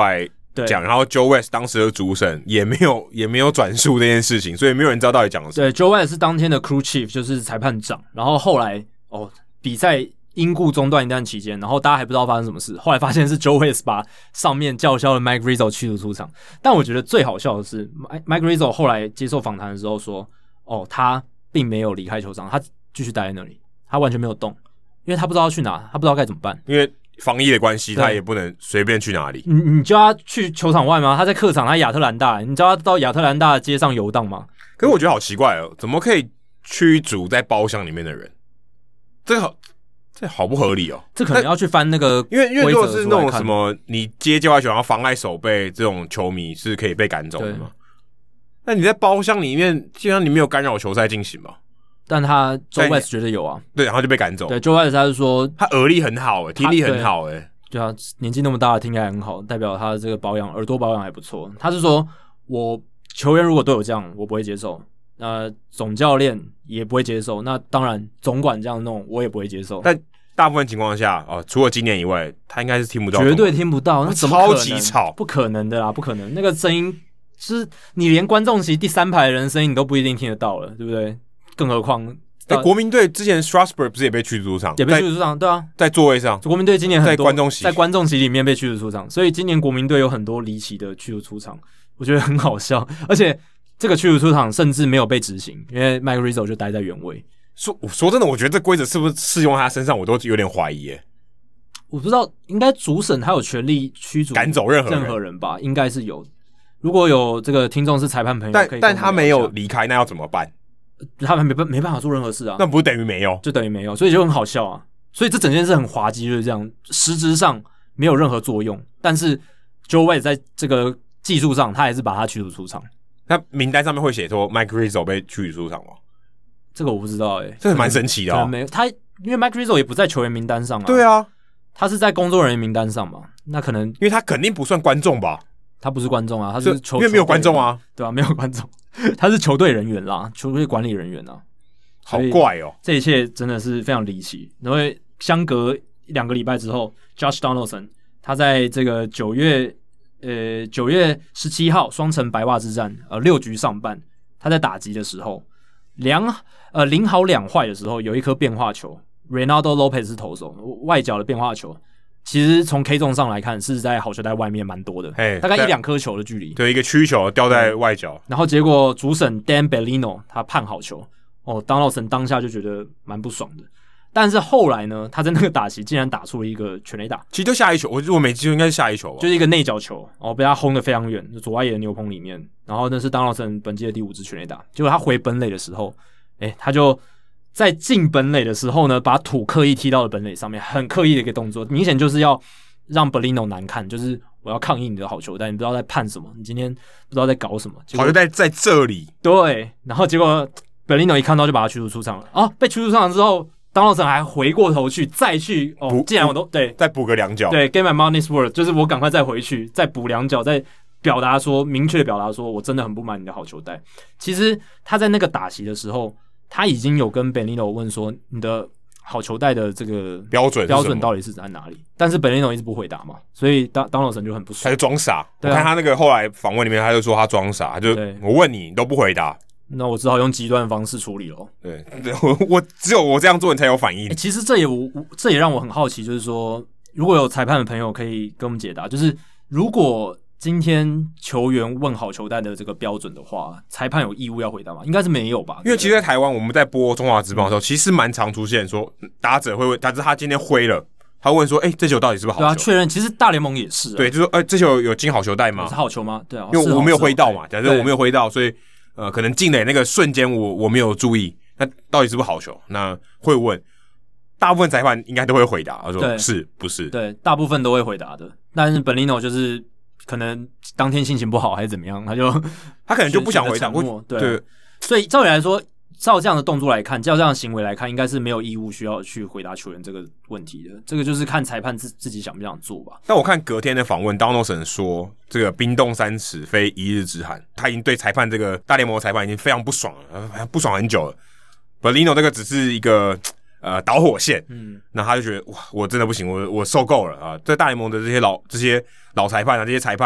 讲，然后 Joe West 当时的主审也没有也没有转述这件事情，所以没有人知道到底讲了什么。 对 ，Joe West 是当天的 crew chief， 就是裁判长。然后后来哦，比赛因故中断一段期间，然后大家还不知道发生什么事。后来发现是 Joe West 把上面叫嚣的 Mike Rizzo 驱逐出场。但我觉得最好笑的是 ，Mike Rizzo 后来接受访谈的时候说：“哦，他并没有离开球场，他继续待在那里，他完全没有动，因为他不知道要去哪，他不知道该怎么办。 因为防疫的关系，他也不能随便去哪里。 你你叫他去球场外吗？他在客场，他亚特兰大，你叫他到亚特兰大的街上游荡吗？ 可是我觉得好奇怪哦，怎么可以驱逐在包厢里面的人？这个好，这好不合理哦。 这可能要去翻那个， 因为因为如果是那种什么你接界外球然后妨碍守备这种球迷是可以被赶走的嘛？那你在包厢里面，基本上你没有干扰球赛进行嘛？ 但他 Joe West 觉得有啊， 对，然后就被赶走。 对 ，Joe West 他是说他耳力很好、欸，听力很好、欸，哎， 对啊，年纪那么大了，听力还很好，代表他的这个保养耳朵保养还不错。他是说，我球员如果都有这样，我不会接受。呃，总教练也不会接受。那当然，总管这样弄，我也不会接受。 但大部分情况下，哦，除了今年以外，他应该是听不到， 绝对听不到，那怎么超级吵， 不可能的啦，不可能，那个声音是你连观众席第三排的人的声音你都不一定听得到了，对不对？更何况。 哎、欸，国民队之前 Strasburg 不是也被驱逐出场， 也被驱逐出场，对啊， 在座位上。 国民队今年很多在观众席， 在观众席里面被驱逐出场，所以今年国民队有很多离奇的驱逐出场，我觉得很好笑。而且这个驱逐出场甚至没有被执行，因为 Mike Rizzo 就待在原位。 说说真的，我觉得这规则是不是适用在他身上，我都有点怀疑耶。 我不知道，应该主审他有权利驱逐赶走任何人任何人吧？应该是有。如果有这个听众是裁判朋友， 但可以但他没有离开，那要怎么办？ 他们没办没办法做任何事啊， 那不是等于没有， 就等于没有，所以就很好笑啊。所以这整件事很滑稽，就是这样，实质上没有任何作用，但是 Joe West 在这个技术上，他还是把他驱逐出场。 那名单上面会写说 Mike Rizzo 被驱逐出场吗？ 这个我不知道诶、欸， 这个蛮神奇的、哦。 没有他，因为 Mike Rizzo 也不在球员名单上啊。 对啊， 他是在工作人员名单上嘛？那可能因为他肯定不算观众吧？ 他不是观众啊，他是球因为没有观众啊， 对吧、啊？没有观众，他是球队人员啦，球队管理人员啊。 好怪哦！ 这一切真的是非常离奇。因为相隔两个礼拜之后 ，Josh Donaldson 他在这个九月呃九月十七号双城白袜之战，呃六局上半，他在打击的时候，两呃零好两坏的时候，有一颗变化球 ，Reynaldo Lopez 是投手外角的变化球。其实从 K 中上来看，是在好球带外面蛮多的，大概一两颗球的距离。 对，一个曲球掉在外角， 然后结果主审 Dan Bellino 他判好球。哦 ，Donaldson 当下就觉得蛮不爽的，但是后来呢，他在那个打席竟然打出了一个全垒打， 其实就下一球，我如果没记错应该是下一球吧， 就是一个内角球，哦，被他轰得非常远，左外野的牛棚里面，然后那是 Donaldson 本季的第五支全垒打，结果他回本垒的时候，诶，他就在进本垒的时候呢，把土刻意踢到了本垒上面，很刻意的一个动作，明显就是要让 Bellino 难看，就是我要抗议你的好球带，你不知道在判什么，你今天不知道在搞什么， 好球带在这里， 对，然后结果。Bellino 一看到就把他驱逐出场了啊！被驱逐出场之后 ，Donaldson 还回过头去再去哦，既然我都对， 再补个两脚， 对 ，Get my money's worth， 就是我赶快再回去，再补两脚，再表达说明确的表达说我真的很不满你的好球带。其实他在那个打席的时候，他已经有跟 Bellino 问说你的好球带的这个标准标准到底是在哪里？但是 Bellino 一直不回答嘛，所以 Donaldson 就很不爽， 他就装傻。 啊、 我看他那个后来访问里面，他就说他装傻，他就我问你，你都不回答。 那我只好用极端的方式处理咯。 对，我我只有我这样做，你才有反应。 欸、其实这也我这也让我很好奇，就是说，如果有裁判的朋友可以跟我们解答，就是如果今天球员问好球带的这个标准的话，裁判有义务要回答吗？应该是没有吧？ 因为其实，在台湾我们在播中华职棒的时候，其实蛮常出现说打者会问，但是他今天挥了，他问说：“哎、欸，这球到底是不是好球？” 对啊，确认。其实大联盟也是、啊， 对，就说：“哎、欸，这球有进好球带吗？ 是好球吗？”对啊， 因为我没有挥到嘛， 假设我没有挥到，所以。呃，可能进垒那个瞬间我我没有注意，那到底是不是好球？那会问，大部分裁判应该都会回答，他说是不是？ 对，大部分都会回答的。但是 Bellino 就是可能当天心情不好还是怎么样，他就他可能就不想回答。 对，对，所以照理来说，照这样的动作来看，照这样的行为来看，应该是没有义务需要去回答球员这个问题的。这个就是看裁判自自己想不想做吧。 但我看隔天的访问 ，Donaldson 说，这个冰冻三尺非一日之寒，他已经对裁判这个大联盟的裁判已经非常不爽了，不爽很久了。Bellino 这个只是一个呃导火线，嗯，那他就觉得哇，我真的不行，我我受够了啊！在大联盟的这些老这些老裁判啊，这些裁判，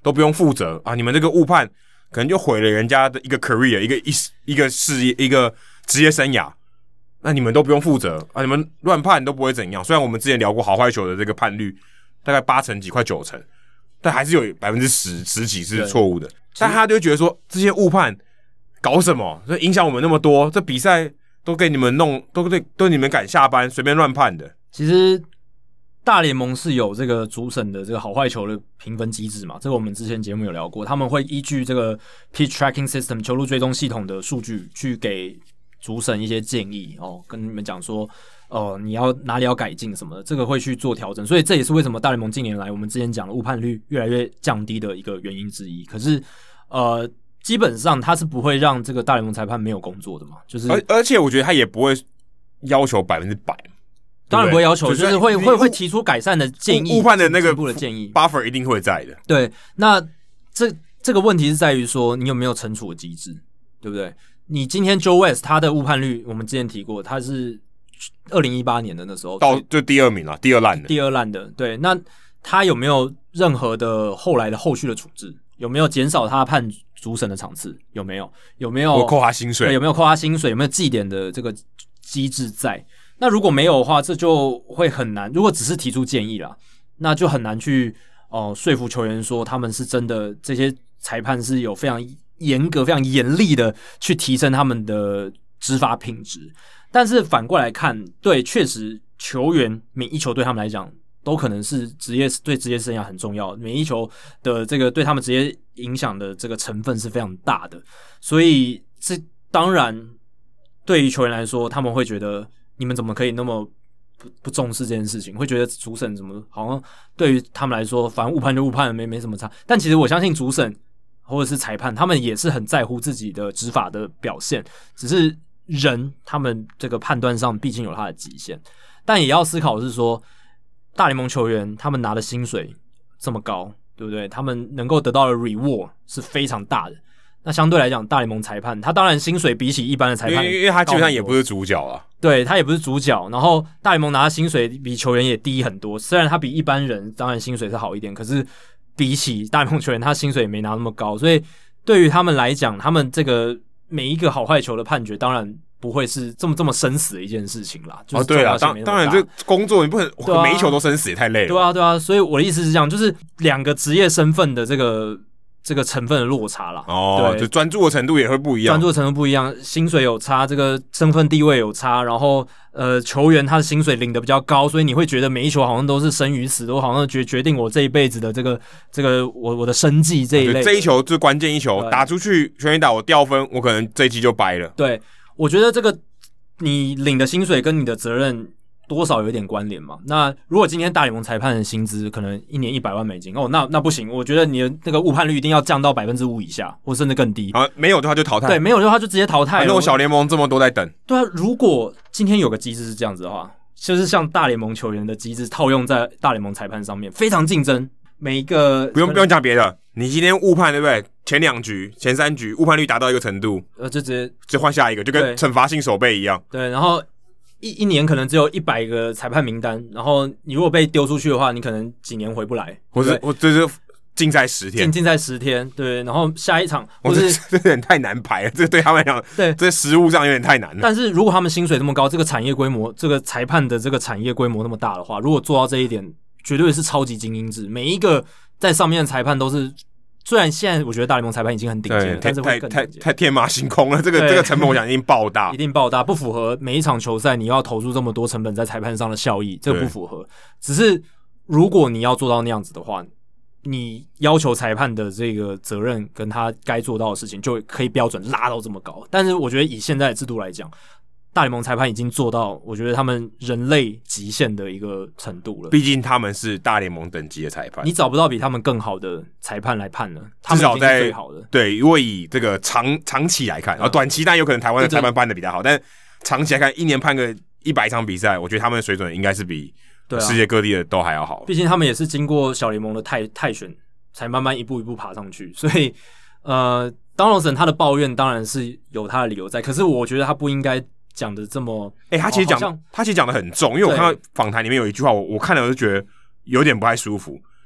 都不用负责啊，你们这个误判可能就毁了人家的一个 career， 一个一一个事业，一个职业生涯。那你们都不用负责啊！你们乱判都不会怎样。虽然我们之前聊过好坏球的这个判率大概八成几，快九成，但还是有百分之十十几是错误的。但他就会觉得说，这些误判搞什么？这影响我们那么多，这比赛都给你们弄，都对都你们敢下班随便乱判的。 其实大联盟是有这个主审的这个好坏球的评分机制嘛，这个我们之前节目有聊过，他们会依据这个 pitch tracking system 球路追踪系统的数据去给主审一些建议哦，跟你们讲说，呃，你要哪里要改进什么的，这个会去做调整，所以这也是为什么大联盟近年来我们之前讲的误判率越来越降低的一个原因之一。可是，呃，基本上他是不会让这个大联盟裁判没有工作的嘛，就是而而且我觉得他也不会要求百分之百， 当然不会要求， 就是、 就是会会会提出改善的建议， 误判的那个进步的建议 buffer 一定会在的。 对，那这这个问题是在于说你有没有惩处的机制，对不对？你今天 Joe West 他的误判率，我们之前提过，他是二零一八年的那时候到就第二名了，第二烂的， 第二烂的。对，那他有没有任何的后来的后续的处置？有没有减少他判主审的场次？有没有？有没有扣他薪水？ 有没有扣他薪水？有没有记点的这个机制在？那如果没有的话，这就会很难。如果只是提出建议啦，那就很难去哦、呃、说服球员说他们是真的这些裁判是有非常严格、非常严厉的去提升他们的执法品质。但是反过来看，对，确实球员每一球对他们来讲都可能是职业对职业生涯很重要，每一球的这个对他们职业影响的这个成分是非常大的。所以这当然对于球员来说，他们会觉得你们怎么可以那么不不重视这件事情，会觉得主审怎么好像对于他们来说，反正误判就误判了，没没什么差。但其实我相信主审或者是裁判，他们也是很在乎自己的执法的表现，只是人他们这个判断上毕竟有他的极限。但也要思考的是说，大联盟球员他们拿的薪水这么高，对不对？他们能够得到的 reward 是非常大的。那相对来讲，大联盟裁判他当然薪水比起一般的裁判， 因为因为他基本上也不是主角啊， 对，他也不是主角。然后大联盟拿的薪水比球员也低很多，虽然他比一般人当然薪水是好一点，可是比起大联盟球员，他薪水也没拿那么高，所以对于他们来讲，他们这个每一个好坏球的判决，当然不会是这么这么生死的一件事情啦。就是、 哦，对啊，当当然这工作你不能、啊、每一球都生死也太累了。 对啊，对啊，所以我的意思是这样，就是两个职业身份的这个这个成分的落差啦。 哦，对，就专注的程度也会不一样， 专注的程度不一样，薪水有差，这个身份地位有差，然后呃，球员他的薪水领的比较高，所以你会觉得每一球好像都是生与死，都好像决决定我这一辈子的这个这个我我的生计这一类的。 这一球最关键一球打出去，全垒打我掉分，我可能这一季就掰了。 对，我觉得这个你领的薪水跟你的责任多少有一点关联嘛。那如果今天大联盟裁判的薪资可能一年一百万美金哦，那那不行，我觉得你的那个误判率一定要降到百分之五以下，或甚至更低。 啊，没有的话就淘汰。 对，没有的话就直接淘汰了。 反正我小联盟这么多在等。 对啊，如果今天有个机制是这样子的话，就是像大联盟球员的机制套用在大联盟裁判上面，非常竞争。每一个不用不用讲别的，你今天误判对不对？前两局、前三局误判率达到一个程度， 呃，就直接就换下一个，就跟惩罚性守备一样。 对，然后一一年可能只有一百个裁判名单，然后你如果被丢出去的话，你可能几年回不来， 或是我就是禁赛十天， 禁赛十天，对，然后下一场，或是这有点太难排了，这对他们来讲， 对， 这实务上有点太难了。 但是如果他们薪水这么高，这个产业规模，这个裁判的这个产业规模那么大的话，如果做到这一点，绝对是超级精英制，每一个在上面的裁判都是。虽然现在我觉得大联盟裁判已经很顶尖了，但是会更太太太天马行空了，这个这个成本我想一定爆大， 一定爆大，不符合每一场球赛你要投入这么多成本在裁判上的效益，这个不符合。只是如果你要做到那样子的话，你要求裁判的这个责任跟他该做到的事情，就可以标准拉到这么高。但是我觉得以现在的制度来讲，大联盟裁判已经做到，我觉得他们人类极限的一个程度了。 毕竟他们是大联盟等级的裁判， 你找不到比他们更好的裁判来判了。他们已经是最好的。 对，如果以这个长长期来看，然后短期当然有可能台湾的裁判判的比较好，但长期来看，一年判个一百场比赛，我觉得他们的水准应该是比世界各地的都还要好。 毕竟他们也是经过小联盟的泰泰选，才慢慢一步一步爬上去。所以，呃，Donaldson 他的抱怨当然是有他的理由在，可是我觉得他不应该。讲的这么， 哎、欸，他其实讲、哦，他其实讲的很重，因为我看到访谈里面有一句话，我我看了我就觉得有点不太舒服。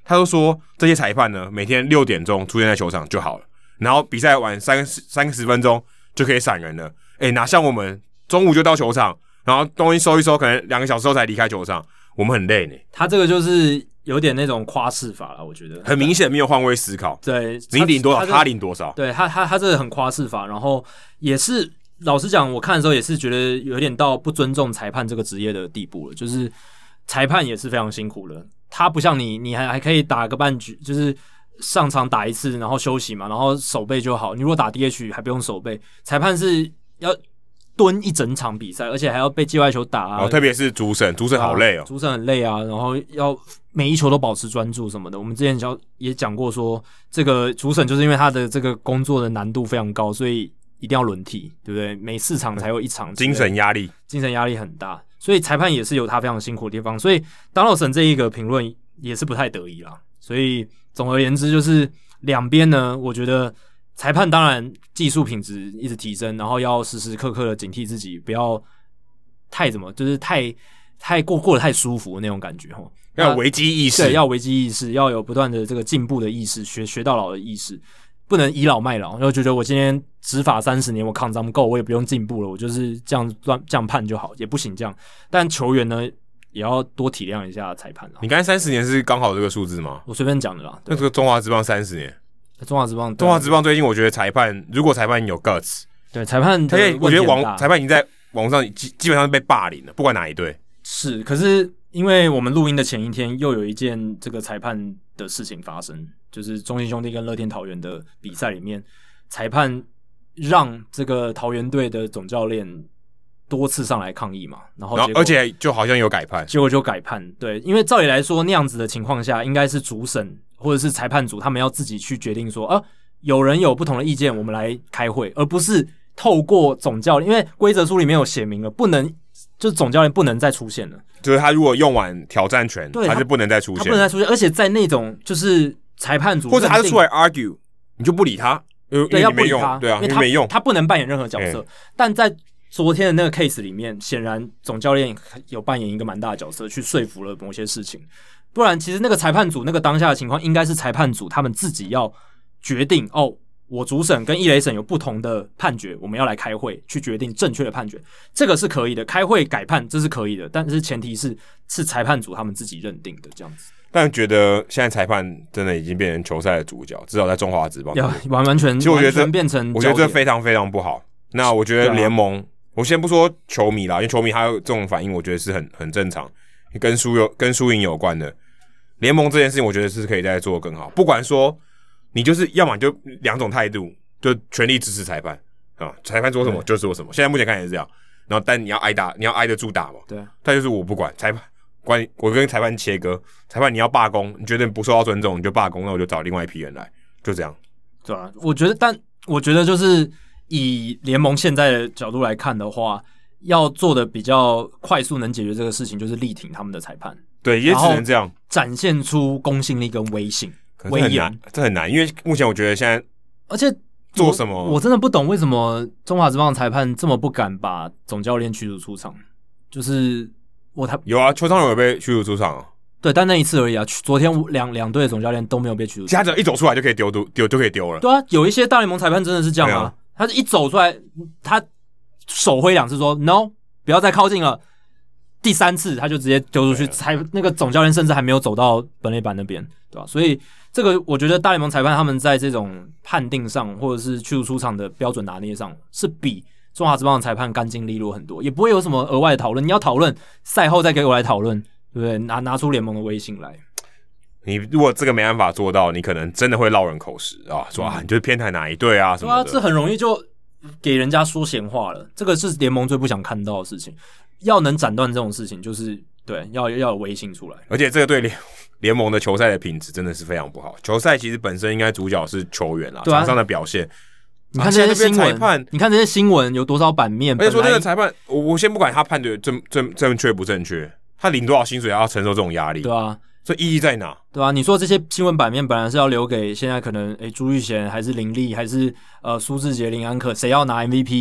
他就说这些裁判呢，每天六点钟出现在球场就好了，然后比赛晚三十三十分钟就可以闪人了。哎，哪像我们中午就到球场，然后东西收一收，可能两个小时后才离开球场，我们很累呢。 他这个就是有点那种夸饰法了，我觉得很明显没有换位思考。 对， 你领多少，他领多少。 对他，他他这个很夸饰法，然后也是老实讲，我看的时候也是觉得有点到不尊重裁判这个职业的地步了。就是裁判也是非常辛苦的，他不像你，你还还可以打个半局，就是上场打一次，然后休息嘛，然后守备就好。你如果打 D H 还不用守备，裁判是要蹲一整场比赛，而且还要被界外球打啊。 哦、特别是主审，主审好累哦， 主审很累啊，然后要每一球都保持专注什么的。我们之前也讲过说，这个主审就是因为他的这个工作的难度非常高，所以一定要轮替，对不对？每四场才有一场， 精神压力， 精神压力很大，所以裁判也是有他非常辛苦的地方。所以Donaldson这一个评论也是不太得意啦。所以总而言之，就是两边呢，我觉得。裁判当然技术品质一直提升，然后要时时刻刻的警惕自己，不要太怎么，就是太太过过得太舒服的那种感觉齁。 要有危机意识， 对，要有危机意识，要有不断的这个进步的意识，学学到老的意识，不能倚老卖老。然后觉得我今天执法三十年，我抗争够，我也不用进步了，我就是这样乱这样判就好，也不行这样。但球员呢，也要多体谅一下裁判啦。 你刚才三十年是刚好这个数字吗？ 我随便讲的啦。 那这个中华职棒三十年。 中华职棒， 中华职棒最近我觉得裁判，如果裁判有 guts， 对裁判， 我觉得网裁判已经在网上基基本上是被霸凌了，不管哪一队。 是，可是因为我们录音的前一天又有一件这个裁判的事情发生，就是中信兄弟跟乐天桃园的比赛里面，裁判让这个桃园队的总教练多次上来抗议嘛，然后然后而且就好像有改判， 结果就改判。对，因为照理来说那样子的情况下，应该是主审或者是裁判组他们要自己去决定说，啊，有人有不同的意见，我们来开会，而不是透过总教练，因为规则书里面有写明了，不能就是总教练不能再出现了， 就是他如果用完挑战权，他是不能再出现， 他不能再出现，而且在那种就是裁判组或者他是出来 argue， 你就不理他， 对，要不理他， 对啊， 因为他没用， 他不能扮演任何角色，欸、但在昨天的那个 case 里面，显然总教练有扮演一个蛮大的角色，去说服了某些事情。不然，其实那个裁判组那个当下的情况，应该是裁判组他们自己要决定哦，我主审跟一垒审有不同的判决，我们要来开会去决定正确的判决，这个是可以的，开会改判这是可以的，但是前提是是裁判组他们自己认定的这样子。 但觉得现在裁判真的已经变成球赛的主角，至少在中华职棒， 完完全， 其实我觉得这变成， 我觉得这非常非常不好。那我觉得联盟。我先不说球迷啦，因为球迷他有这种反应，我觉得是很很正常，跟输有跟输赢有关的。联盟这件事情，我觉得是可以再做得更好。不管说你就是要么就两种态度，就全力支持裁判啊，裁判做什么就做什么。现在目前看也是这样。然后，但你要挨打，你要挨得住打嘛。 对。 他就是我不管裁判，关我跟裁判切割，裁判你要罢工，你觉得不受到尊重，你就罢工，那我就找另外一批人来，就这样。 对啊，我觉得，但我觉得就是。以联盟现在的角度来看的话，要做的比较快速能解决这个事情，就是力挺他们的裁判。 对，也只能这样展现出公信力跟威信、 威严。这很难，因为目前我觉得现在， 而且做什么我， 我真的不懂为什么中华职棒裁判这么不敢把总教练驱逐出场。就是我他有啊，邱昌荣有被驱逐出场啊。 对，但那一次而已啊。昨天两两队的总教练都没有被驱逐出场， 他只要一走出来就可以丢丢丢就可以丢了。 对啊，有一些大联盟裁判真的是这样啊。他一走出来，他手挥两次说 “no”， 不要再靠近了。第三次他就直接丢出去，才那个总教练甚至还没有走到本垒板那边，对吧？所以这个我觉得大联盟裁判他们在这种判定上，或者是驱逐出场的标准拿捏上，是比中华职棒的裁判干净利落很多，也不会有什么额外的讨论。你要讨论赛后再给我来讨论，对不对？拿拿出联盟的威信来。 你如果这个没办法做到，你可能真的会落人口实啊，说啊，你就是偏袒哪一队啊什么的。 对啊，这很容易就给人家说闲话了。这个是联盟最不想看到的事情。要能斩断这种事情，就是对要要有威信出来。 而且这个对联联盟的球赛的品质真的是非常不好。球赛其实本身应该主角是球员啦，场、啊、上的表现。 你看这些新闻，啊、你看这些新闻有多少版面？ 而且说那个裁判，我我先不管他判的正正正确不正确，他领多少薪水要承受这种压力？ 对啊。 这意义在哪？ 对啊，你说这些新闻版面本来是要留给现在可能诶朱玉贤还是林立还是呃苏志杰林安可谁要拿 M V P，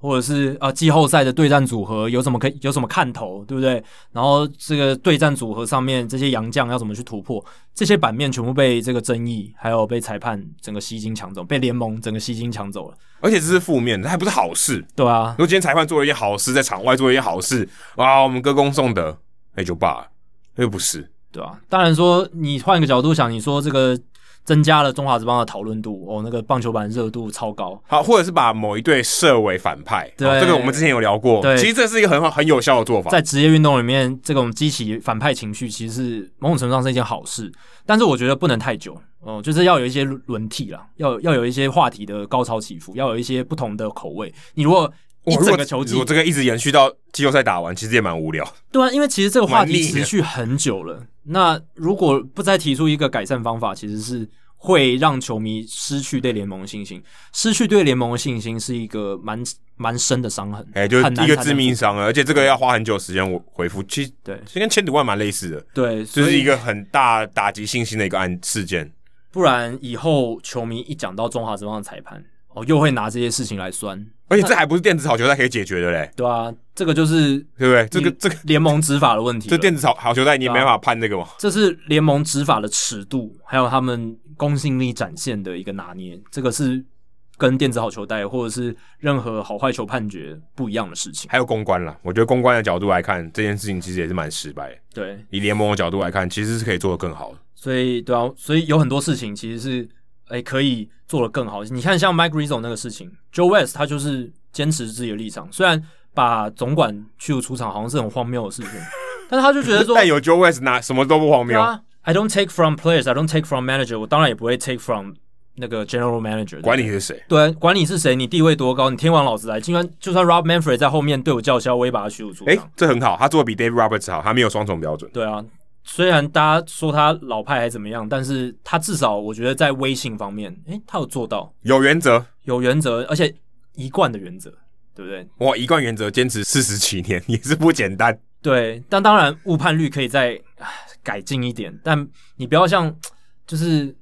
或者是呃季后赛的对战组合有什么可以有什么看头，对不对？然后这个对战组合上面这些洋将要怎么去突破，这些版面全部被这个争议还有被裁判整个吸金抢走，被联盟整个吸金抢走了。 而且这是负面的，还不是好事。 对啊， 如果今天裁判做了一件好事，在场外做了一件好事，哇，我们歌功颂德，那就罢了，又不是。 对啊，当然说你换一个角度想，你说这个增加了中华职棒的讨论度，哦，那个棒球版热度超高。 好，或者是把某一队设为反派， 对、 哦，这个我们之前有聊过。 对， 其实这是一个很很有效的做法。 在职业运动里面，这种激起反派情绪，其实是某种程度上是一件好事。但是我觉得不能太久哦，就是要有一些轮替啦，要要有一些话题的高潮起伏，要有一些不同的口味。你如果一整个球季， 如果这个一直延续到季后赛打完，其实也蛮无聊。 对啊，因为其实这个话题持续很久了。那如果不再提出一个改善方法，其实是会让球迷失去对联盟的信心。失去对联盟的信心是一个蛮蛮深的伤痕， 哎、欸，就是一个致命伤了，而且这个要花很久时间恢复。其实对， 这跟千赌万蛮类似的， 对， 就是一个很大打击信心的一个案事件。 不然以后球迷一讲到中华职棒的裁判，哦，又会拿这些事情来酸。 而且这还不是电子好球带可以解决的嘞， 对啊，这个就是对不对？这个这个联盟执法的问题， 这电子好好球带你也没办法判这个嘛、啊。 这是联盟执法的尺度，还有他们公信力展现的一个拿捏，这个是跟电子好球带或者是任何好坏球判决不一样的事情。 还有公关啦，我觉得公关的角度来看，这件事情其实也是蛮失败的。 对， 以联盟的角度来看，其实是可以做得更好的。 所以对啊，所以有很多事情其实是诶可以做得更好。你看像 Mike Rizzo 那个事情 ，Joe West 他就是坚持自己的立场，虽然把总管驱逐出场好像是很荒谬的事情，但是他就觉得说， 但有 Joe West 拿什么都不荒谬。 啊 I don't take from players, I don't take from manager， 我当然也不会 take from 那个 general manager。 管你是谁？ 对，管你是谁，你地位多高，你天王老子来，就算就算 Rob Manfred 在后面对我叫嚣，我也把他驱逐出场。 哎、欸，这很好，他做的比 Dave Roberts 好，他没有双重标准。 对啊。虽然大家说他老派还怎么样，但是他至少我觉得在威信方面，诶，他有做到， 有原则， 有原则，而且一贯的原则，对不对？ 哇，一贯原则坚持四十几年也是不简单。 对，但当然误判率可以再改进一点，但你不要像就是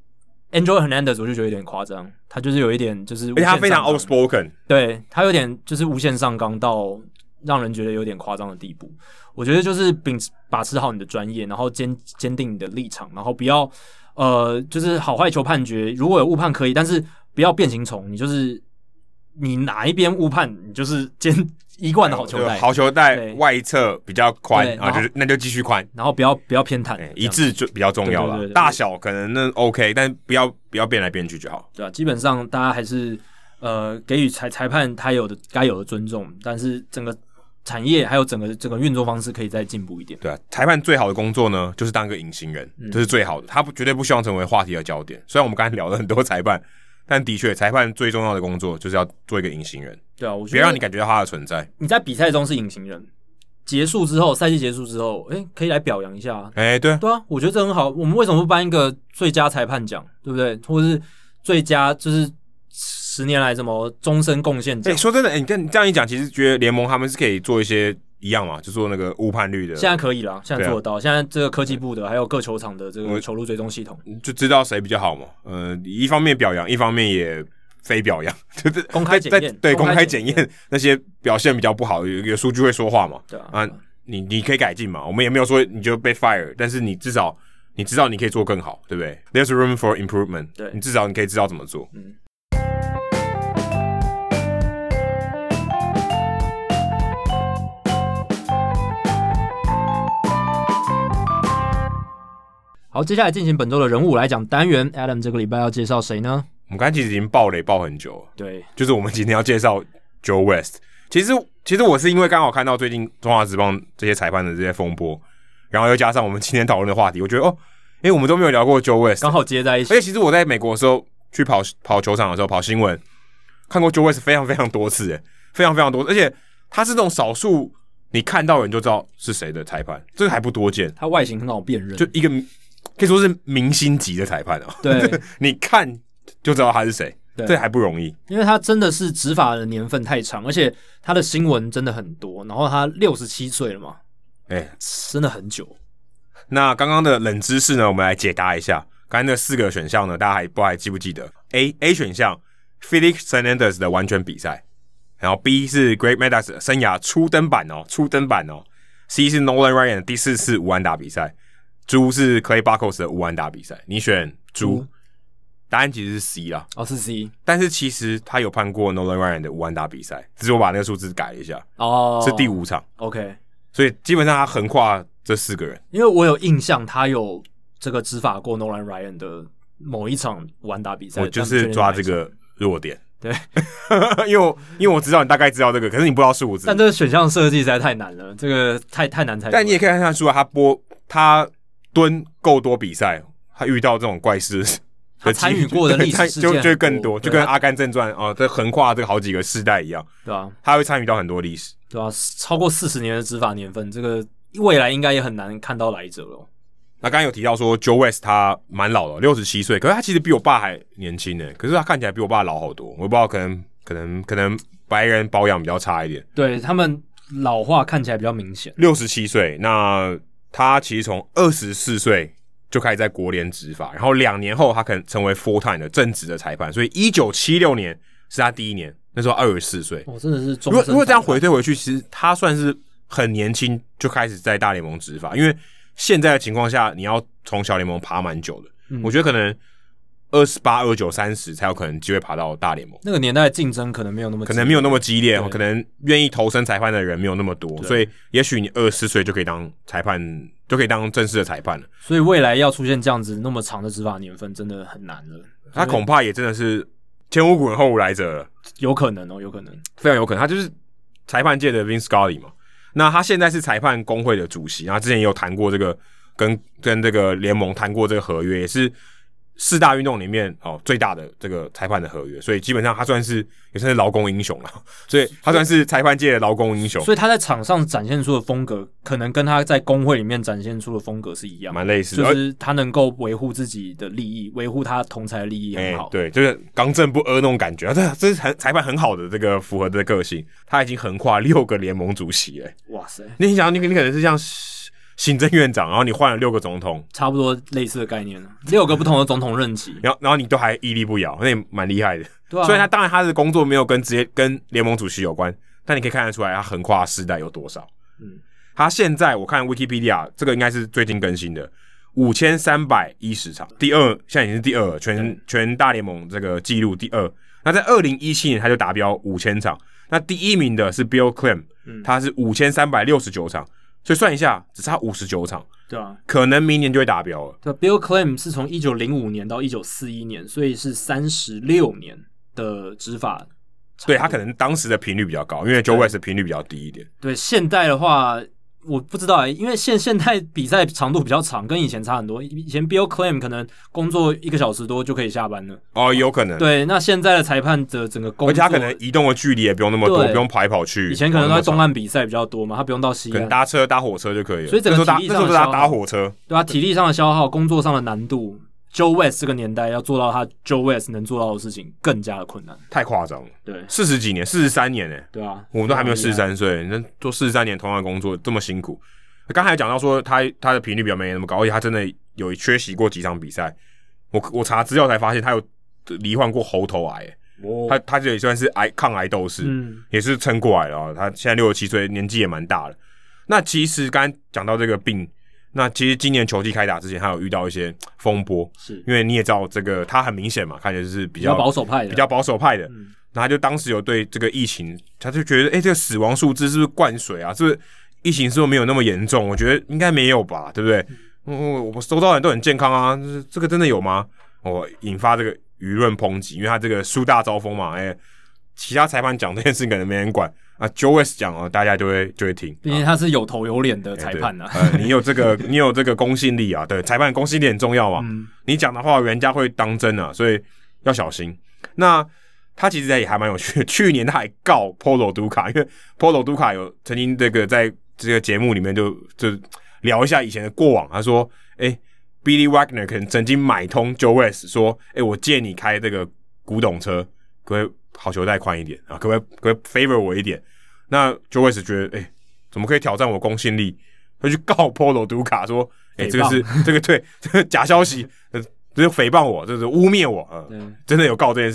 Angel Hernandez， 我就觉得有点夸张，他就是有一点就是无限上纲， 而且他非常 outspoken， 对他有点就是无限上纲到让人觉得有点夸张的地步。我觉得就是秉把持好你的专业，然后坚坚定你的立场，然后不要呃，就是好坏球判决，如果有误判可以，但是不要变形虫，你就是你哪一边误判，你就是坚一贯的好球带， 好球带外侧比较宽啊，就是那就继续宽， 然后不要不要偏袒、 欸，一致就比较重要了。大小可能那 OK， 但不要不要变来变去就好。 对啊，基本上大家还是呃给予裁裁判他有的该有的尊重，但是整个产业还有整个整个运作方式可以再进步一点。 对啊，裁判最好的工作呢，就是当个隐形人，这、嗯就是最好的。他不绝对不希望成为话题的焦点。虽然我们刚才聊了很多裁判，但的确，裁判最重要的工作就是要做一个隐形人。对啊，我觉得别让你感觉到他的存在。 你在比赛中是隐形人，结束之后，赛季结束之后，哎、欸，可以来表扬一下。 哎、欸，对， 对啊，我觉得这很好。我们为什么不颁一个最佳裁判奖，对不对？或者是最佳就是十年来什么终身贡献奖？ 哎、欸，说真的，欸、你跟你这样一讲，其实觉得联盟他们是可以做一些一样嘛，就做那个误判率的。 现在可以啦，现在做得到。啊、现在这个科技部的还有各球场的这个球路追踪系统， 就知道谁比较好嘛。呃，一方面表扬，一方面也非表扬，就是公开检验。 对，公开检验那些表现比较不好，有有数据会说话嘛。 对啊， 啊，你你可以改进嘛。我们也没有说你就被 fire， 但是你至少你知道你可以做更好，对不对 ？There's room for improvement。 对， 你至少你可以知道怎么做。 嗯。好，接下来进行本周的人物来讲单元。Adam 这个礼拜要介绍谁呢？ 我们刚才其实已经爆雷爆很久了， 对， 就是我们今天要介绍 Joe West。其实，其实我是因为刚好看到最近中华职棒这些裁判的这些风波，然后又加上我们今天讨论的话题，我觉得哦，因为我们都没有聊过 Joe West， 刚好接在一起。 而且其实我在美国的时候去跑跑球场的时候跑新闻，看过 Joe West 非常非常多次，诶，非常非常多，而且他是那种少数你看到人就知道是谁的裁判，这个还不多见。 他外形很好辨认， 就一个。可以说是明星级的裁判哦， 对， 你看就知道他是谁，这还不容易， 因为他真的是执法的年份太长，而且他的新闻真的很多，然后他六十七岁了嘛， 哎、欸， 真的很久。 那刚刚的冷知识呢，我们来解答一下。刚才那四个选项呢，大家还不还记不记得 ？A A 选项 Felix Hernandez 的完全比赛， 然后 B 是 Greg Maddux 生涯初登板哦，初登板哦。C 是 Nolan Ryan 的第四次无安打比赛，猪是 Clay Buchholz 的无安打比赛。你选猪，答案其实是 C 啦。 哦，是 C。 但是其实他有判过 Nolan Ryan 的无安打比赛，只是我把那个数字改了一下。 哦， 是第五场。 OK， 所以基本上他横跨这四个人。 因为我有印象，他有这个执法过 Nolan Ryan 的某一场无安打比赛。 我就是抓这个弱点。 对， 因为我因为我知道你大概知道这个，可是你不知道数字。 但这个选项设计实在太难了，这个太太难猜。 但你也可以看得出来，他播他蹲够多比赛，他遇到这种怪事， 他参与过的历史事件就就会更多，就跟《阿甘正传》哦，这横跨这个好几个世代一样， 对啊， 他会参与到很多历史， 对啊，超过四十年的执法年份，这个未来应该也很难看到来者了。 那刚刚有提到说 Joe West 他蛮老的，六十七岁，可是他其实比我爸还年轻呢，可是他看起来比我爸老好多，我不知道可能可能可能白人保养比较差一点， 对他们老化看起来比较明显。 六十七岁，那他其实从二十四岁就开始在国联执法，然后两年后他可能成为 full time 的正职的裁判，所以一九七六年是他第一年，那时候二十四岁。 哦，真的是终身。 如果如果这样回推回去，其实他算是很年轻就开始在大联盟执法，因为现在的情况下，你要从小联盟爬蛮久的，嗯、我觉得可能二十八、二九、三十才有可能机会爬到大联盟。 那个年代竞争可能没有那么激烈， 可能没有那么激烈，可能愿意投身裁判的人没有那么多，所以也许你二十四岁就可以当裁判，就可以当正式的裁判了。 所以未来要出现这样子那么长的执法年份，真的很难了。 他恐怕也真的是前无古人后无来者了， 有可能哦，有可能， 非常有可能。他就是裁判界的 Vince Scully 嘛。那他现在是裁判工会的主席，然后之前也有谈过这个跟跟这个联盟谈过这个合约，也是四大运动里面哦最大的这个裁判的合约，所以基本上他算是也算是劳工英雄了，所以他算是裁判界的劳工英雄。 所以他在场上展现出的风格，可能跟他在工会里面展现出的风格是一样的， 蛮类似的， 就是他能够维护自己的利益，维护他同才的利益很好。 欸、对，就是刚正不阿那种感觉，这这是很裁判很好的这个符合的个性。他已经横跨六个联盟主席了、欸， 哇塞！ 你想，你你可能是像行政院长，然后你换了六个总统， 差不多类似的概念，六个不同的总统任期， 然后然后你都还屹立不摇，那也蛮厉害的。 对啊， 所以他当然他的工作没有跟直接跟联盟主席有关，但你可以看得出来他横跨世代有多少。嗯，他现在我看 Wikipedia 这个应该是最近更新的，五千三百一十场，第二，现在已经是第二，全全大联盟这个纪录第二。那在二零一七年他就达标五千场，那第一名的是 Bill Clem，、嗯、他是五千三百六十九场。所以算一下，只差五十九场， 对啊， 可能明年就会达标了。 对 ，Bill Clem 是从一九零五年到一九四一年，所以是三十六年的执法。 对，他可能当时的频率比较高，因为 Joe West 的频率比较低一点。 对，现代的话，我不知道欸，因为现现在比赛长度比较长，跟以前差很多。以前 Bill Clem 可能工作一个小时多就可以下班了。 哦，有可能。 对，那现在的裁判的整个工作， 而且他可能移动的距离也不用那么多，不用跑来跑去。 以前可能都在东岸比赛比较多嘛，他不用到西岸， 可能搭车搭火车就可以了。 所以整个体力上的消耗， 那时候搭搭火车， 对啊，体力上的消耗，工作上的难度。Joe West 这个年代要做到他 Joe West 能做到的事情，更加的困难， 太夸张了。 对， 四十几年，四十三年诶， 对啊， 我们都还没有四十三岁，那做四十三年同样的工作这么辛苦。刚才讲到说他他的频率比较没那么高，而且他真的有缺席过几场比赛。我我查资料才发现他有罹患过喉头癌，哦、他他这也算是癌抗癌斗士，嗯、也是撑过来了、哦。他现在六十七岁，年纪也蛮大了。那其实刚才讲到这个病。那其实今年球季开打之前，他有遇到一些风波， 是因为你也知道这个他很明显嘛，看起来就是比较比较保守派的， 比较保守派的。 嗯， 那他就当时有对这个疫情，他就觉得，哎、欸，这个死亡数字是不是灌水啊？是不是疫情是不是没有那么严重？我觉得应该没有吧，对不对？嗯，我收到的人都很健康啊，这个真的有吗？哦，引发这个舆论抨击，因为他这个树大招风嘛，哎、欸，其他裁判讲这件事可能没人管。啊 ，Joe West 讲哦，大家就会就会听， 毕竟他是有头有脸的裁判啊。 欸、呃，你有这个，你有这个公信力啊，对，裁判公信力很重要嘛。嗯、你讲的话，人家会当真啊，所以要小心。那他其实也还蛮有趣的，去年他还告 Polo Duca， 因为 Polo Duca 有曾经这个在这个节目里面就就聊一下以前的过往，他说，哎、欸、，Billy Wagner 可能曾经买通 Joe West 说，哎、欸，我借你开这个古董车，可不可以好球带宽一点啊？可不可以可不可以 favor 我一点？那 Joe West 觉得，哎、欸，怎么可以挑战我公信力？他去告 Polo Duca 说，哎、欸，这个是这个对这个假消息，呃，这是诽谤我，这是污蔑我，呃，真的有告这件事情。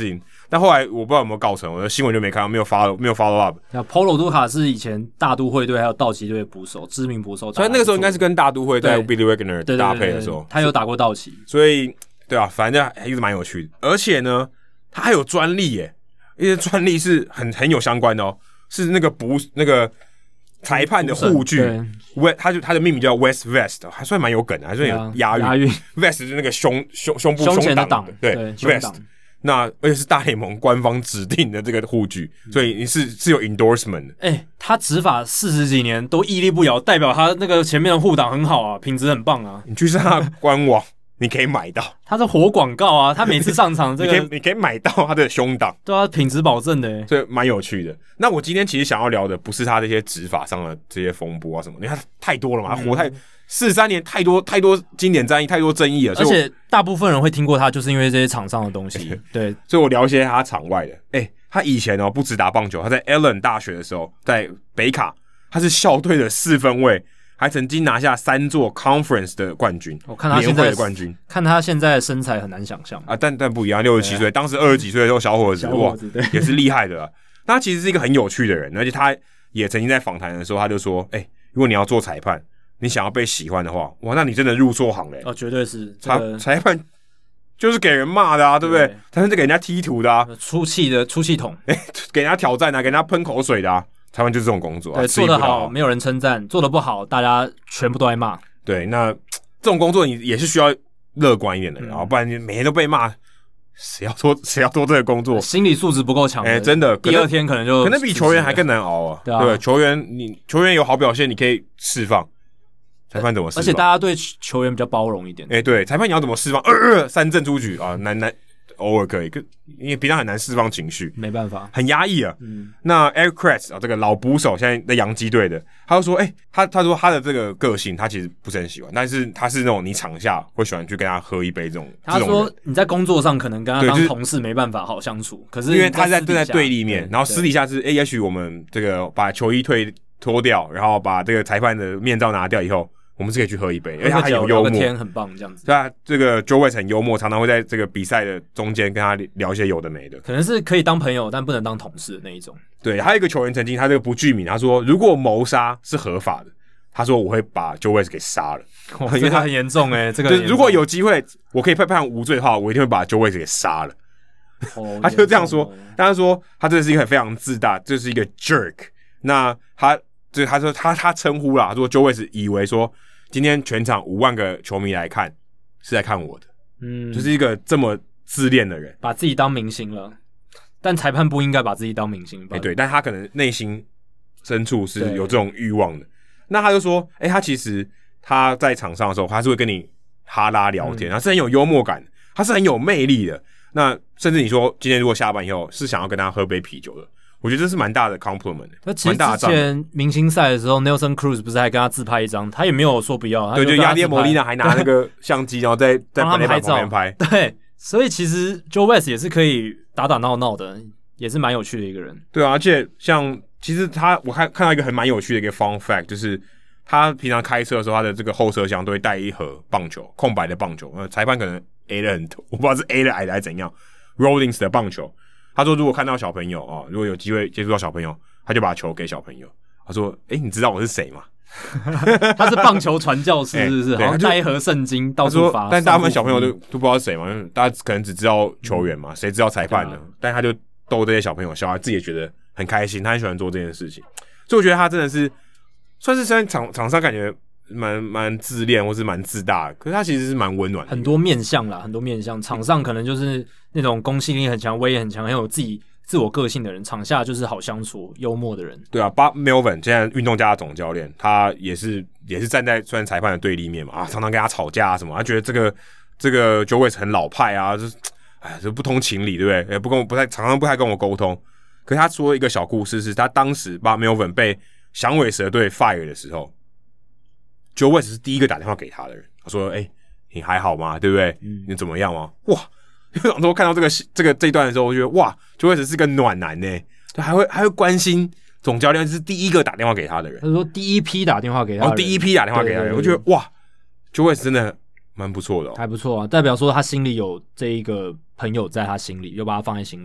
但后来我不知道有没有告成，我的新闻就没看到，没有 follow 没有 follow up。 那 Paulo Duca 是以前大都会队还有道奇队的捕手，知名捕手， 所以那个时候应该是跟大都会在 Billy Wagner 搭配的时候， 对对对对，他有打过道奇， 所以对啊，反正还是蛮有趣的。而且呢，他还有专利耶，因为专利是很很有相关的哦，是那个捕那个裁判的护具。We 他就他的命名叫 West Vest， 还算蛮有梗的，还算有押韵。 押韵 Vest 就是那个胸胸胸部胸前的挡挡， 对 Vest。 那而且是大联盟官方指定的这个护具，所以你是是有 endorsement 的。 哎、欸，他执法四十几年都屹立不摇，代表他那个前面的护挡很好啊，品质很棒啊。 你去上他官网，你可以买到， 他是活广告啊，他每次上场这个你可以你可以买到他的胸挡， 对啊，品质保证的， 所以蛮有趣的。那我今天其实想要聊的不是他这些执法上的这些风波啊什么，因为他太多了嘛，他活太。四十三年太多太多经典战役，太多争议了， 而且大部分人会听过他，就是因为这些场上的东西。对， 所以我聊一些他场外的。哎、欸，他以前哦不只打棒球，他在 Allen 大学的时候，在北卡，他是校队的四分卫，还曾经拿下三座 Conference 的冠军， 我看他现在年会的冠军。 看他现在的身材很难想象啊，但但不一样，六十七岁，当时二十几岁的时候小伙子， 小伙子哇，也是厉害的啦。那他其实是一个很有趣的人，而且他也曾经在访谈的时候，他就说：“哎、欸，如果你要做裁判。”你想要被喜欢的话，哇，那你真的入错行嘞、欸！ 哦，绝对是、 这个、裁裁判就是给人骂的啊，对不对？裁判是给人家踢图的啊， 出气的出气筒， 哎、欸，给人家挑战啊，给人家喷口水的啊，裁判就是这种工作、啊。 对，做得好没有人称赞，做得不好大家全部都在骂。 对，那这种工作你也是需要乐观一点的，然、嗯、后不然你每天都被骂，谁要做谁要做这个工作？ 心理素质不够强， 哎、欸，真的， 第二天可能就可能比球员还更难熬啊。对啊，对球员你球员有好表现，你可以释放。裁判怎么释放？ 而且大家对球员比较包容一点。 哎、欸，对，裁判你要怎么释放？呃呃，三振出局啊，难难，偶尔可以，因为平常很难释放情绪， 没办法， 很压抑啊。 嗯， 那 Eric Kratz 啊，这个老捕手，现在在洋基队的，他就说，哎、欸，他他说他的这个个性，他其实不是很喜欢，但是他是那种你场下会喜欢去跟他喝一杯这种。 他说你在工作上可能跟他当同事没办法好相处，可是因为他在对在对立面，然后私底下是，哎、欸，也许我们这个把球衣退脱掉，然后把这个裁判的面罩拿掉以后。我们是可以去喝一杯，而且他很有幽默， 天很棒这样子。 对啊，这个 Joe West 很幽默，常常会在这个比赛的中间跟他聊一些有的没的， 可能是可以当朋友，但不能当同事的那一种。 对，还有一个球员曾经他这个不具名，他说如果谋杀是合法的，他说我会把 Joe West 给杀了， 因为他很严重哎、欸，这个如果有机会我可以被判无罪的话，我一定会把 Joe West 给杀了。哦、他就这样说，但他说他这是一个非常自大，这是一个 jerk。那他就他说他他称呼啦，他说 Joe West 以为说。今天全场五万个球迷来看，是在看我的，嗯，就是一个这么自恋的人， 把自己当明星了。但裁判不应该把自己当明星吧？ 哎、欸，对，但他可能内心深处是有这种欲望的。那他就说，哎、欸，他其实他在场上的时候，他是会跟你哈拉聊天，嗯、他是很有幽默感，他是很有魅力的。那甚至你说今天如果下班以后是想要跟他喝杯啤酒的。我觉得这是蛮大的 compliment 的。 那其实之前明星赛的时候 ，Nelson Cruz 不是还跟他自拍一张，他也没有说不要。 对，就亚列摩利娜还拿那个相机，然后在在本垒板旁边拍。 对，所以其实 Joe West 也是可以打打闹闹的，也是蛮有趣的一个人。 对啊，而且像其实他，我看看到一个很蛮有趣的一个 fun fact， 就是他平常开车的时候，他的这个后车厢都会带一盒棒球，空白的棒球。呃，裁判可能 A 了很多，我不知道是 A 了矮的还是怎样 ，Rollins 的棒球。他说：“如果看到小朋友啊、哦，如果有机会接触到小朋友，他就把球给小朋友。”他说：“哎、欸，你知道我是谁吗？” 他是棒球传教士，是不是？欸、好像带一盒圣经到处发。 但大部分小朋友都都不知道是谁嘛，大家可能只知道球员嘛，谁、嗯、知道裁判呢？啊、但他就逗这些小朋友笑，他自己也觉得很开心，他很喜欢做这件事情。所以我觉得他真的是算是在场场上感觉蛮蛮自恋或是蛮自大的，可是他其实是蛮温暖的， 很多面向啦，很多面向。场上可能就是那种公信力很强、威严很强、很有自己自我个性的人，场下就是好相处、幽默的人。 对啊 ，Bob Melvin 现在运动家的总教练，他也是也是站在虽然裁判的对立面嘛，啊，常常跟他吵架啊什么，他觉得这个这个 Joe West 很老派啊，就是哎，这不通情理，对不对？也不跟我不太常常不太跟我沟通。可是他说一个小故事是，他当时 Bob Melvin 被响尾蛇队 fire 的时候。Joe West 是第一个打电话给他的人，他说：“哎、欸，你还好吗？对不对？嗯、你怎么样吗？”哇！我想说看到这个这个这一段的时候，我觉得哇 ，Joe West 是个暖男呢，他还会还会关心总教练，是第一个打电话给他的人。 他说第一批打电话给他， 然后第一批打电话给他的人，我觉得哇 ，Joe West 真的蛮不错的、哦， 还不错啊，代表说他心里有这一个朋友在他心里，又把他放在心里。 就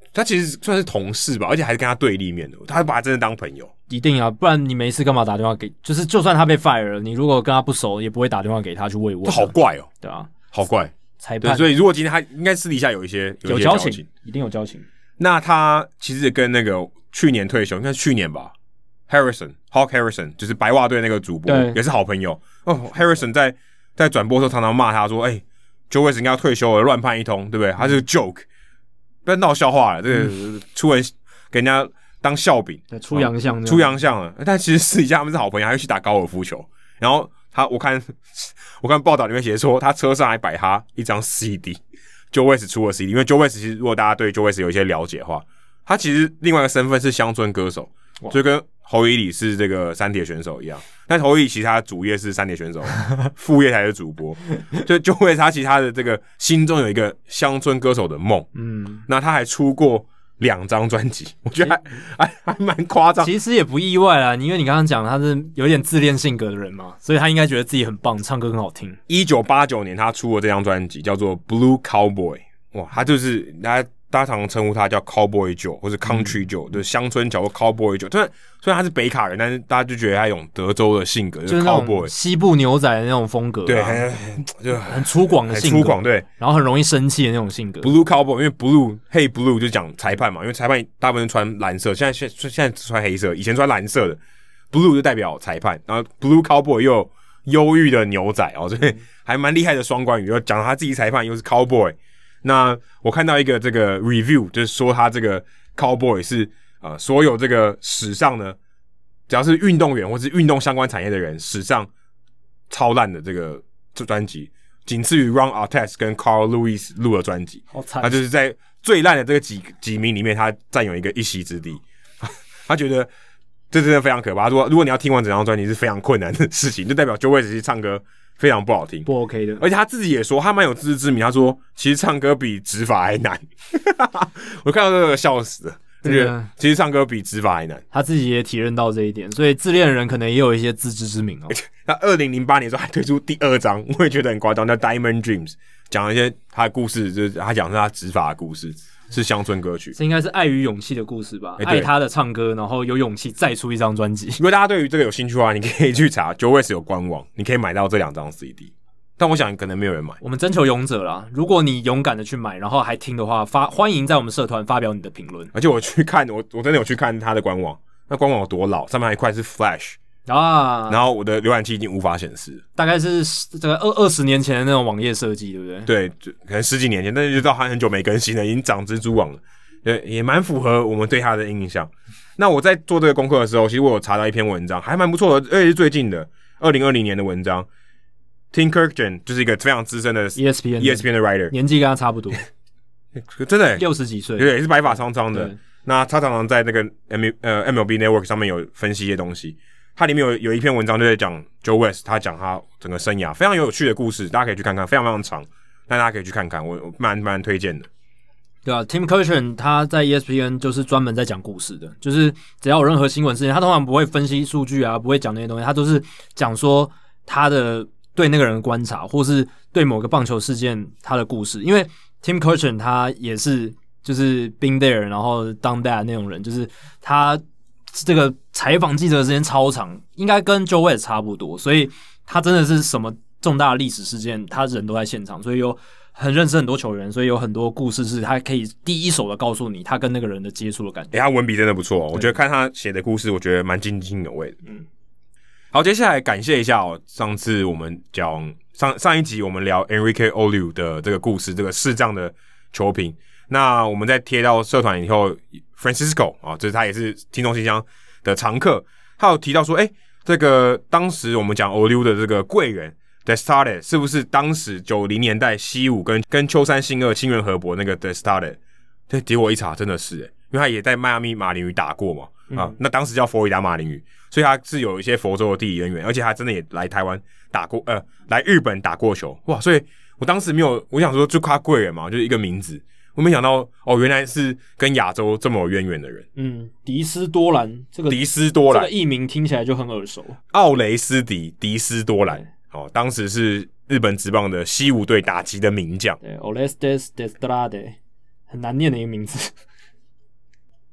他其实算是同事吧，而且还是跟他对立面的，他把他真的当朋友。 一定啊，不然你没事干嘛打电话给？就是就算他被 fire 了，你如果跟他不熟，也不会打电话给他去慰问。 这好怪哦， 对啊， 好怪。 裁判， 所以如果今天他应该私底下有一些有一些交情，情一定有交情。 那他其实跟那个去年退休，应该是去年吧 ，Harrison Hawk Harrison 就是白袜队那个主播，也是好朋友哦。Harrison 在在转播的时候常常骂他说：“哎、欸、，Joe West 应该要退休了，乱判一通，对不对？他是个 joke， 不要闹笑话了，这个、嗯、出人给人家。”当笑柄， 出洋相、哦， 出洋相了。但其实私底下他们是好朋友，还会去打高尔夫球。然后他，我看我看报道里面写说，他车上还摆他一张 C D，Joe West 出了 C D。因为 Joe West 其实如果大家对 Joe West 有一些了解的话，他其实另外一个身份是乡村歌手，就跟侯乙里是这个三铁选手一样。但侯乙里其实他的主业是三铁选手，副业才是主播。就 Joe West 他其实他的这个心中有一个乡村歌手的梦。嗯，那他还出过。两张专辑，我觉得还还还蛮夸张。 其实也不意外啦，因为你刚刚讲他是有点自恋性格的人嘛，所以他应该觉得自己很棒，唱歌很好听。 一九八九年他出了这张专辑，叫做《Blue Cowboy》。哇，他就是大家大家常常称呼他叫 Cowboy Joe 或者 Country Joe，、嗯、就是乡村角或 Cowboy Joe。虽然虽然他是北卡人，但是大家就觉得他有种德州的性格，就是 Cowboy 西部牛仔的那种风格、啊， 对，很很就很粗犷的性格， 很粗犷对， 然后很容易生气的那种性格。 Blue Cowboy， 因为 Blue Hey Blue 就讲裁判嘛，因为裁判大部分穿蓝色，现在现现在穿黑色，以前穿蓝色的 Blue 就代表裁判，然后 Blue Cowboy 又有忧郁的牛仔哦，所以还蛮厉害的双关语，又讲他自己裁判又是 Cowboy。那我看到一个这个 review， 就是说他这个 Cowboy 是呃所有这个史上呢，只要是运动员或是运动相关产业的人，史上超烂的这个这专辑，仅次于 Ron Artest 跟 Carl Lewis 录的专辑。 好惨！ 他就是在最烂的这个几几名里面，他占有一个一席之地。他觉得这真的非常可怕。他说，如果你要听完整张专辑是非常困难的事情，就代表 Joe West 其实唱歌非常不好听， 不 OK 的。 而且他自己也说，他蛮有自知之明。他说，其实唱歌比指法还难。我看到这个笑死了。对，其实唱歌比指法还难。 他自己也体认到这一点，所以自恋的人可能也有一些自知之明哦。 他二零零八年的时候还推出第二张，我也觉得很夸张，叫 Diamond Dreams， 讲了一些他的故事，就是他讲的是他指法的故事，是乡村歌曲。 这应该是爱与勇气的故事吧？欸、爱他的唱歌，然后有勇气再出一张专辑。 如果大家对于这个有兴趣的话，你可以去查 Joe West 有官网，你可以买到这两张 C D。但我想可能没有人买。 我们征求勇者啦，如果你勇敢的去买，然后还听的话，发欢迎在我们社团发表你的评论。 而且我去看，我我真的有去看他的官网，那官网有多老？上面还有一块是 Flash 啊， 然后我的浏览器已经无法显示， 大概是这个二二十年前的那种网页设计，对不对？ 对，可能十几年前，但是就到他很久没更新了，已经长蜘蛛网了，也也蛮符合我们对他的印象。那我在做这个功课的时候，其实我有查到一篇文章，还蛮不错的，而且是最近的二零二零年的文章。Tim Kurkjian 就是一个非常资深的 E S P N E S P N 的 writer， 年纪跟他差不多， 真的六十几岁， 对，也是白发苍苍的。那他常常在那个 M 呃 M L B Network 上面有分析一些东西，他里面有有一篇文章就在讲 Joe West， 他讲他整个生涯非常有趣的故事，大家可以去看看，非常非常长，但大家可以去看看，我我蛮蛮推荐的。 对啊 ，Tim Kurkjian 他在 E S P N 就是专门在讲故事的，就是只要有任何新闻事件，他通常不会分析数据啊，不会讲那些东西，他都是讲说他的对那个人的观察，或是对某个棒球事件他的故事。因为 Tim Kurkjian 他也是就是 been there， 然后 done that 那种人，就是他这个采访记者的时间超长，应该跟 Joe West 差不多，所以他真的是什么重大的历史事件，他人都在现场，所以有很认识很多球员，所以有很多故事是他可以第一手的告诉你他跟那个人的接触的感觉。 欸，他文笔真的不错，我觉得看他写的故事，我觉得蛮津津有味的。嗯。好，接下来感谢一下哦。上次我们讲上上一集我们聊 Enrique Oliu 的这个故事，这个视障的球评。那我们在贴到社团以后 ，Francisco 啊，这是他也是听众信箱的常客，他有提到说，哎、欸，这个当时我们讲 Oliu 的这个贵人 Destade 是不是当时九零年代西武跟跟秋山信二亲缘合搏那个 Destade？ 对，结果一查真的是、欸，因为他也在迈阿密马林鱼打过嘛。啊、嗯，那当时叫佛罗里达马林鱼，所以他是有一些佛州的地理渊源，而且他真的也来台湾打过，呃，来日本打过球，哇！所以我当时没有，我想说就他贵人嘛，就是一个名字，我没想到哦，原来是跟亚洲这么有渊源的人。 嗯，迪斯多兰这个迪斯多兰这个艺名听起来就很耳熟， 奥雷斯迪迪斯多兰，哦，当时是日本职棒的西武队打击的名将， 对 ，Orestes Destade， 很难念的一个名字。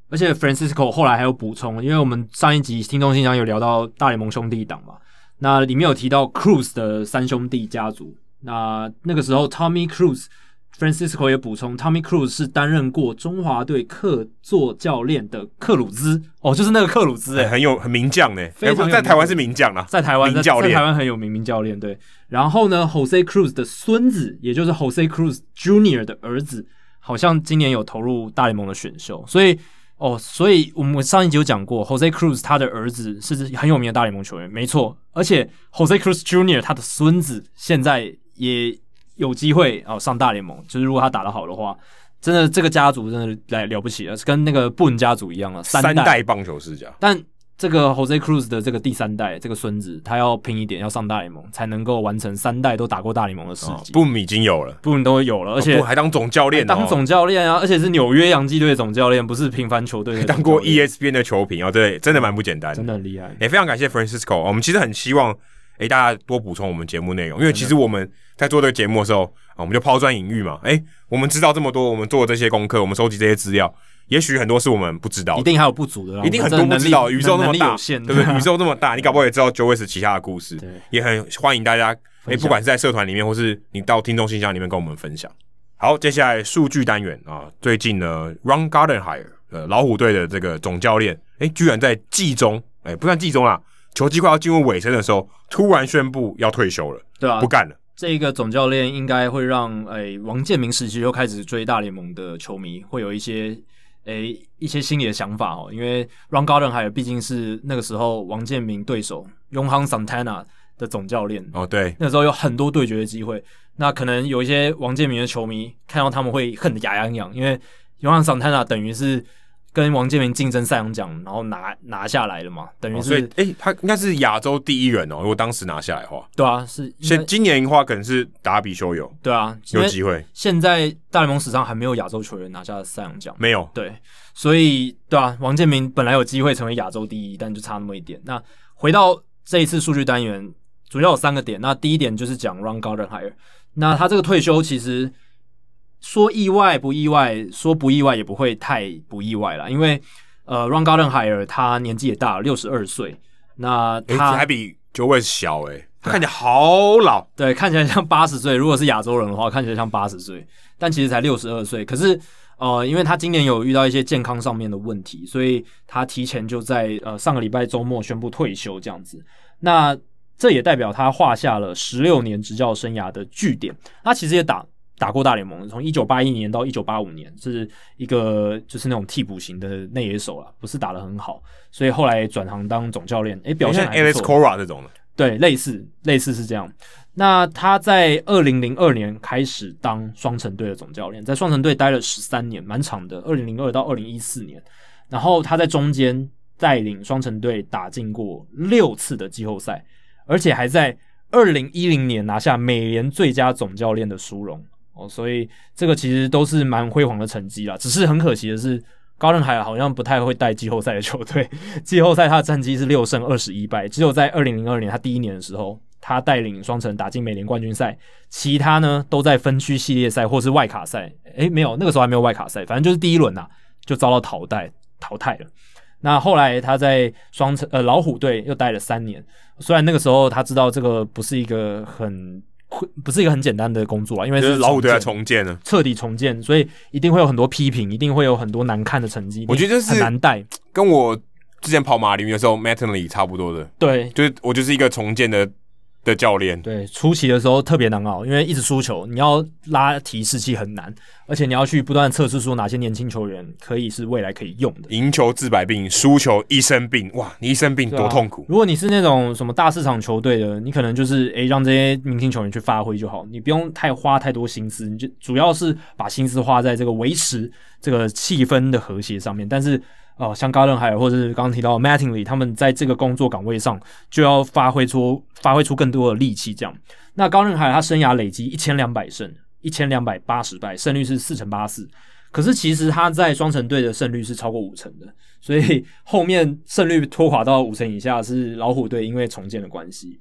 而且 Francisco 后来还有补充，因为我们上一集听众信箱有聊到大联盟兄弟党嘛，那里面有提到 Cruz 的三兄弟家族，那那个时候 Tommy Cruz。Francisco 也补充 ，Tommy Cruz 是担任过中华队客座教练的克鲁兹哦，就是那个克鲁兹、欸欸，很有很名将呢、欸， 非常有名在台湾是名将啦， 在台湾名教练， 在台湾很有名名教练对。然后呢 ，Jose Cruz 的孙子，也就是 Jose Cruz Junior 的儿子，好像今年有投入大联盟的选秀，所以哦，所以我们上一集有讲过 ，Jose Cruz 他的儿子是很有名的大联盟球员，没错，而且 Jose Cruz Junior 他的孙子现在也。有机会哦上大联盟，就是如果他打得好的话，真的这个家族真的来了不起了，跟那个布恩家族一样了，三代, 三代棒球世家。 但这个 Jose Cruz 的这个第三代这个孙子，他要拼一点，要上大联盟，才能够完成三代都打过大联盟的事迹。 布、哦、恩已经有了， 布恩都有了，而且、 哦、还当总教练、哦， 当总教练啊，而且是纽约洋基队的总教练，不是平凡球队的总教练。 当过 E S P N 的球评哦，对，真的蛮不简单的， 真的很厉害。 也非常感谢 Francisco， 我们其实很希望。诶，大家多补充我们节目内容，因为其实我们在做这个节目的时候，啊、我们就抛砖引玉嘛。诶，我们知道这么多，我们做的这些功课，我们收集这些资料，也许很多是我们不知道的， 一定还有不足的啦， 一定很多不知道。宇宙那么大， 对不对？宇宙那么大，你搞不好也知道 Joyce 其他的故事，也很欢迎大家，诶，不管是在社团里面，或是你到听众信箱里面跟我们分享。好，接下来数据单元啊，最近呢 ，Ron Gardenhire 呃老虎队的这个总教练，诶，居然在季中，诶，不算季中啦。球季快要进入尾声的时候，突然宣布要退休了， 对啊， 不干了。 这个总教练应该会让诶、欸、王建民时期就开始追大联盟的球迷会有一些诶、欸、一些心理的想法哦，因为 Ron Gardenhire 毕竟是那个时候王建民对手 Yohan Santana 的总教练哦，对， 那时候有很多对决的机会，那可能有一些王建民的球迷看到他们会恨得牙痒痒，因为 Yohan Santana 等于是。跟王建民竞争赛扬奖，然后拿拿下来了嘛，等于是， 哦、所以诶，他应该是亚洲第一人哦。如果当时拿下来的话， 对啊，是现今年的话，可能是达比修有， 对啊， 有机会。 现在大联盟史上还没有亚洲球员拿下赛扬奖， 没有， 对，所以对啊，王建民本来有机会成为亚洲第一，但就差那么一点。那回到这一次数据单元，主要有三个点。那第一点就是讲 Ron Gardenhire， 那他这个退休其实。说意外不意外，说不意外也不会太不意外啦，因为呃 ，Ron Gardenhire 他年纪也大了，六十二岁，那他、 欸、还比 Joyce 小诶、欸，他看起来好老， 对，看起来像八十岁。如果是亚洲人的话，看起来像八十岁，但其实才六十二岁。可是呃，因为他今年有遇到一些健康上面的问题，所以他提前就在呃上个礼拜周末宣布退休这样子。那这也代表他画下了十六年执教生涯的句点。他其实也打。打过大联盟，从一九八一年到一九八五年，是一个就是那种替补型的内野手啦，不是打得很好，所以后来转行当总教练，诶，表现还不错。 Alex Cora 这种的， 对，类似类似是这样。那他在二零零二年开始当双城队的总教练，在双城队待了十三年，蛮长的，二零零二到二零一四年。然后他在中间带领双城队打进过六次的季后赛，而且还在二零一零年拿下美联最佳总教练的殊荣。哦，所以这个其实都是蛮辉煌的成绩啦，只是很可惜的是，高伦海好像不太会带季后赛的球队。季后赛他的战绩是六胜二十一败，只有在二零零二年他第一年的时候，他带领双城打进美联冠军赛，其他呢都在分区系列赛或是外卡赛。诶，没有，那个时候还没有外卡赛，反正就是第一轮呐、啊、就遭到淘汰淘汰了。那后来他在双城呃老虎队又待了三年，虽然那个时候他知道这个不是一个很。不是一个很简单的工作啊，因为是、 就是、老虎队在重建了， 彻底重建，所以一定会有很多批评，一定会有很多难看的成绩。 我觉得就是很难带， 跟我之前跑马林的时候 Mattingly 差不多的。 对， 就是我就是一个重建的的教练。 对，初期的时候特别难熬，因为一直输球，你要拉提士气很难，而且你要去不断测试说哪些年轻球员可以是未来可以用的。 赢球治百病，输球一生病。哇，你一生病多痛苦、 啊！如果你是那种什么大市场球队的，你可能就是诶让这些明星球员去发挥就好，你不用太花太多心思，你就主要是把心思花在这个维持这个气氛的和谐上面。但是哦，像高伦海尔或者是刚刚提到的 Mattingly， 他们在这个工作岗位上就要发挥出发挥出更多的力气。这样，那高伦海尔他生涯累积一千两百胜，一千两百八十败，胜率是四成八四。可是其实他在双城队的胜率是超过五成的，所以后面胜率拖垮到五成以下是老虎队因为重建的关系。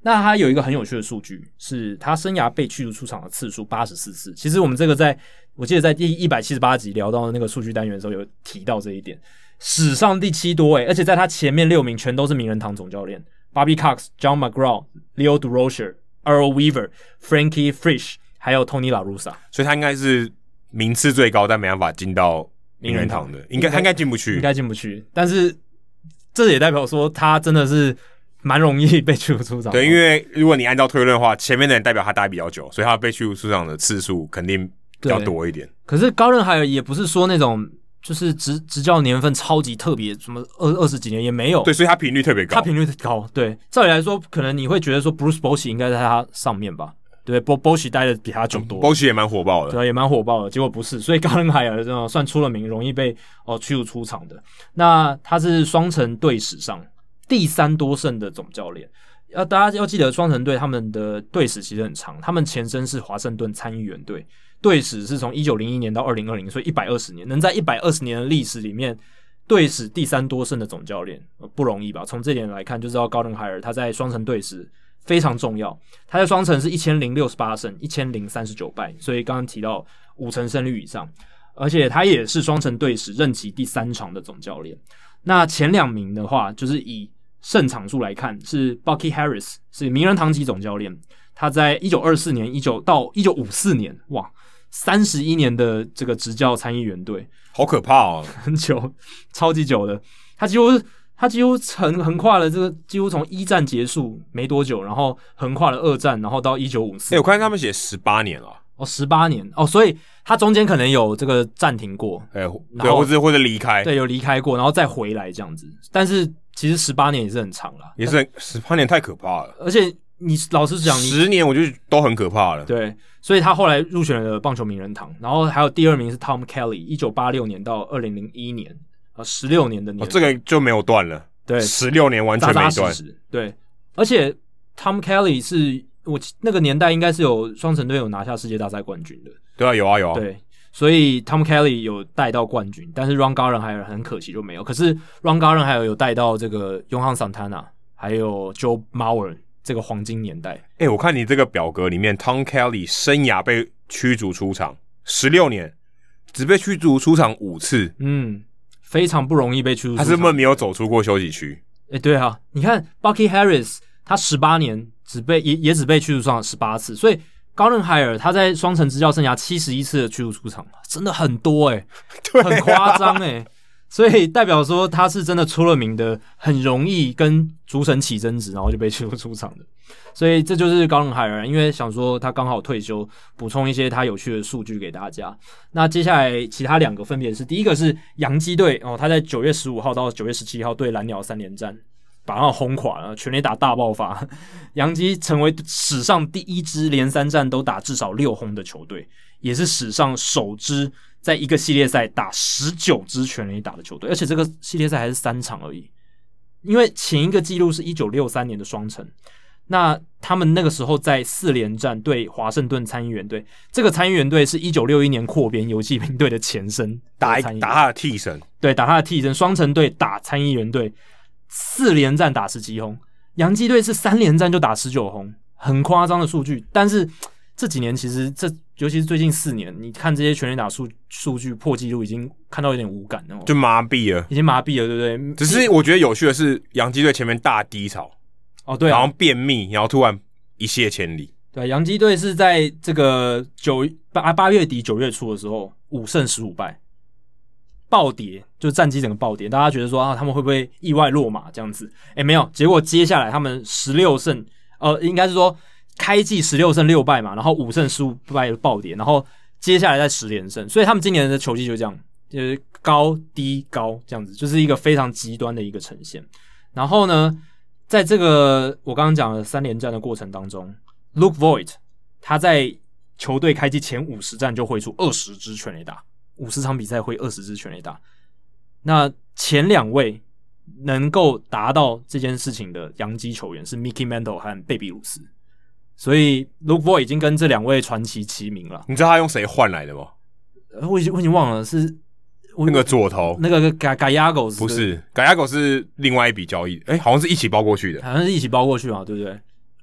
那他有一个很有趣的数据，是他生涯被驱逐出场的次数八十四次。其实我们这个在我记得在第一百七十八集聊到那个数据单元的时候有提到这一点，史上第七多诶，而且在他前面六名全都是名人堂总教练 ，Bobby Cox、John McGraw、Leo Durocher、Earl Weaver、Frankie Frisch， 还有 Tony La Russa， 所以他应该是名次最高，但没办法进到名人堂的，应该他应该进不去， 应该进不去。但是这也代表说他真的是蛮容易被驱逐出场。 对，因为如果你按照推论的话，前面的人代表他待比较久，所以他被驱逐出场的次数肯定比较多一点。 可是高任海尔也不是说那种就是执执教年份超级特别，什么二二十几年也没有。 对，所以他频率特别高。 他频率高，对。照理来说，可能你会觉得说 Bruce Bochy 应该在他上面吧？对 ，Bochy 待的比他久多。 嗯、Bochy 也蛮火爆的， 对，也蛮火爆的。结果不是，所以高任海尔这种算出了名，容易被哦驱逐出场的。那他是双城队史上第三多胜的总教练。要大家要记得，双城队他们的队史其实很长，他们前身是华盛顿参议员队，队史是从一九零一年到二零二零，所以一百二十年，能在一百二十年的历史里面，队史第三多胜的总教练、呃、不容易吧？从这点来看，就知道高任海尔他在双城队史非常重要。他在双城是一千零六十八胜，一千零三十九败，所以刚刚提到五成胜率以上，而且他也是双城队史任期第三长的总教练。那前两名的话，就是以胜场数来看，是 Bucky Harris， 是名人堂级总教练。他在一九二四年、一九到一九五四年，哇，三十一年的这个执教参议员队， 好可怕哦， 很久，超级久的。他几乎他几乎横横跨了这个，几乎从一战结束没多久，然后横跨了二战，然后到一九五四。 哎，我看他们写十八年了。 哦，十八年哦，所以他中间可能有这个暂停过， 哎，对，或者或者离开， 对，有离开过，然后再回来这样子。但是其实十八年也是很长啦， 也是十八年太可怕了。 而且你老实讲，你十年我觉得都很可怕了。 对，所以他后来入选了棒球名人堂，然后还有第二名是 Tom Kelly， 一九八六年到二零零一年，啊，十六年的年、 哦，这个就没有断了。 对， 十六年完全没断。 扎扎实实对，而且 Tom Kelly 是我那个年代应该是有双城队有拿下世界大赛冠军的。 对啊，有啊有啊。 对，所以 Tom Kelly 有带到冠军，但是 Ron Gardenhire 很可惜就没有。可是 Ron Gardenhire 有带到这个 Yohan Santana 还有 Joe Mauer 这个黄金年代。 哎、欸，我看你这个表格里面 ，Tom Kelly 生涯被驱逐出场十六年，只被驱逐出场五次， 嗯，非常不容易被驱逐出场。 他是不是没有走出过休息区？ 哎、欸，对啊，你看 Bucky Harris 他十八年只被也也只被驱逐出场十八次，所以高任海尔他在双城执教生涯七十一次的驱逐出场，真的很多诶、欸啊、很夸张诶，所以代表说他是真的出了名的，很容易跟主审起争执，然后就被驱逐出场的。所以这就是高任海尔，因为想说他刚好退休，补充一些他有趣的数据给大家。那接下来其他两个分别是，第一个是洋基队哦，他在九月十五号到九月十七号对蓝鸟三连战。把他轰垮了，全垒打大爆发，洋基成为史上第一支连三战都打至少六轰的球队，也是史上首支在一个系列赛打十九支全垒打的球队，而且这个系列赛还是三场而已，因为前一个纪录是一九六三年的双城，那他们那个时候在四连战对华盛顿参议员队，这个参议员队是一九六一年扩编游骑兵队的前身， 打打他的替身， 对，打他的替身，双城队打参议员队。四连战打十七轰，洋基队是三连战就打十九轰，很夸张的数据。但是这几年其实这尤其是最近四年，你看这些全垒打数数据破纪录，已经看到有点无感了， 就麻痹了， 已经麻痹了，对不对？ 只是我觉得有趣的是，洋基队前面大低潮， 哦对、啊， 然后便秘，然后突然一泻千里。 对，洋基队是在这个九八八月底九月初的时候，五胜十五败。暴跌，就是战绩整个暴跌，大家觉得说啊，他们会不会意外落马这样子？诶，没有，结果接下来他们十六胜，呃，应该是说开季十六胜六败嘛，然后五胜十五败的暴跌，然后接下来再十连胜，所以他们今年的球季就这样，就是高低高这样子，就是一个非常极端的一个呈现。然后呢，在这个我刚刚讲的三连战的过程当中 ，Luke Voigt 他在球队开季前五十战就挥出二十支全垒打。五十场比赛挥二十支全垒打，那前两位能够达到这件事情的洋基球员是 Mickey Mantle 和贝比鲁斯，所以 Luke Voigt 已经跟这两位传奇齐名了。 你知道他用谁换来的吗？ 我已经我已经忘了是那个左投， 那个 Gallegos 不是 Gallegos 是另外一笔交易，哎、欸，好像是一起包过去的， 好像是一起包过去嘛，对不对？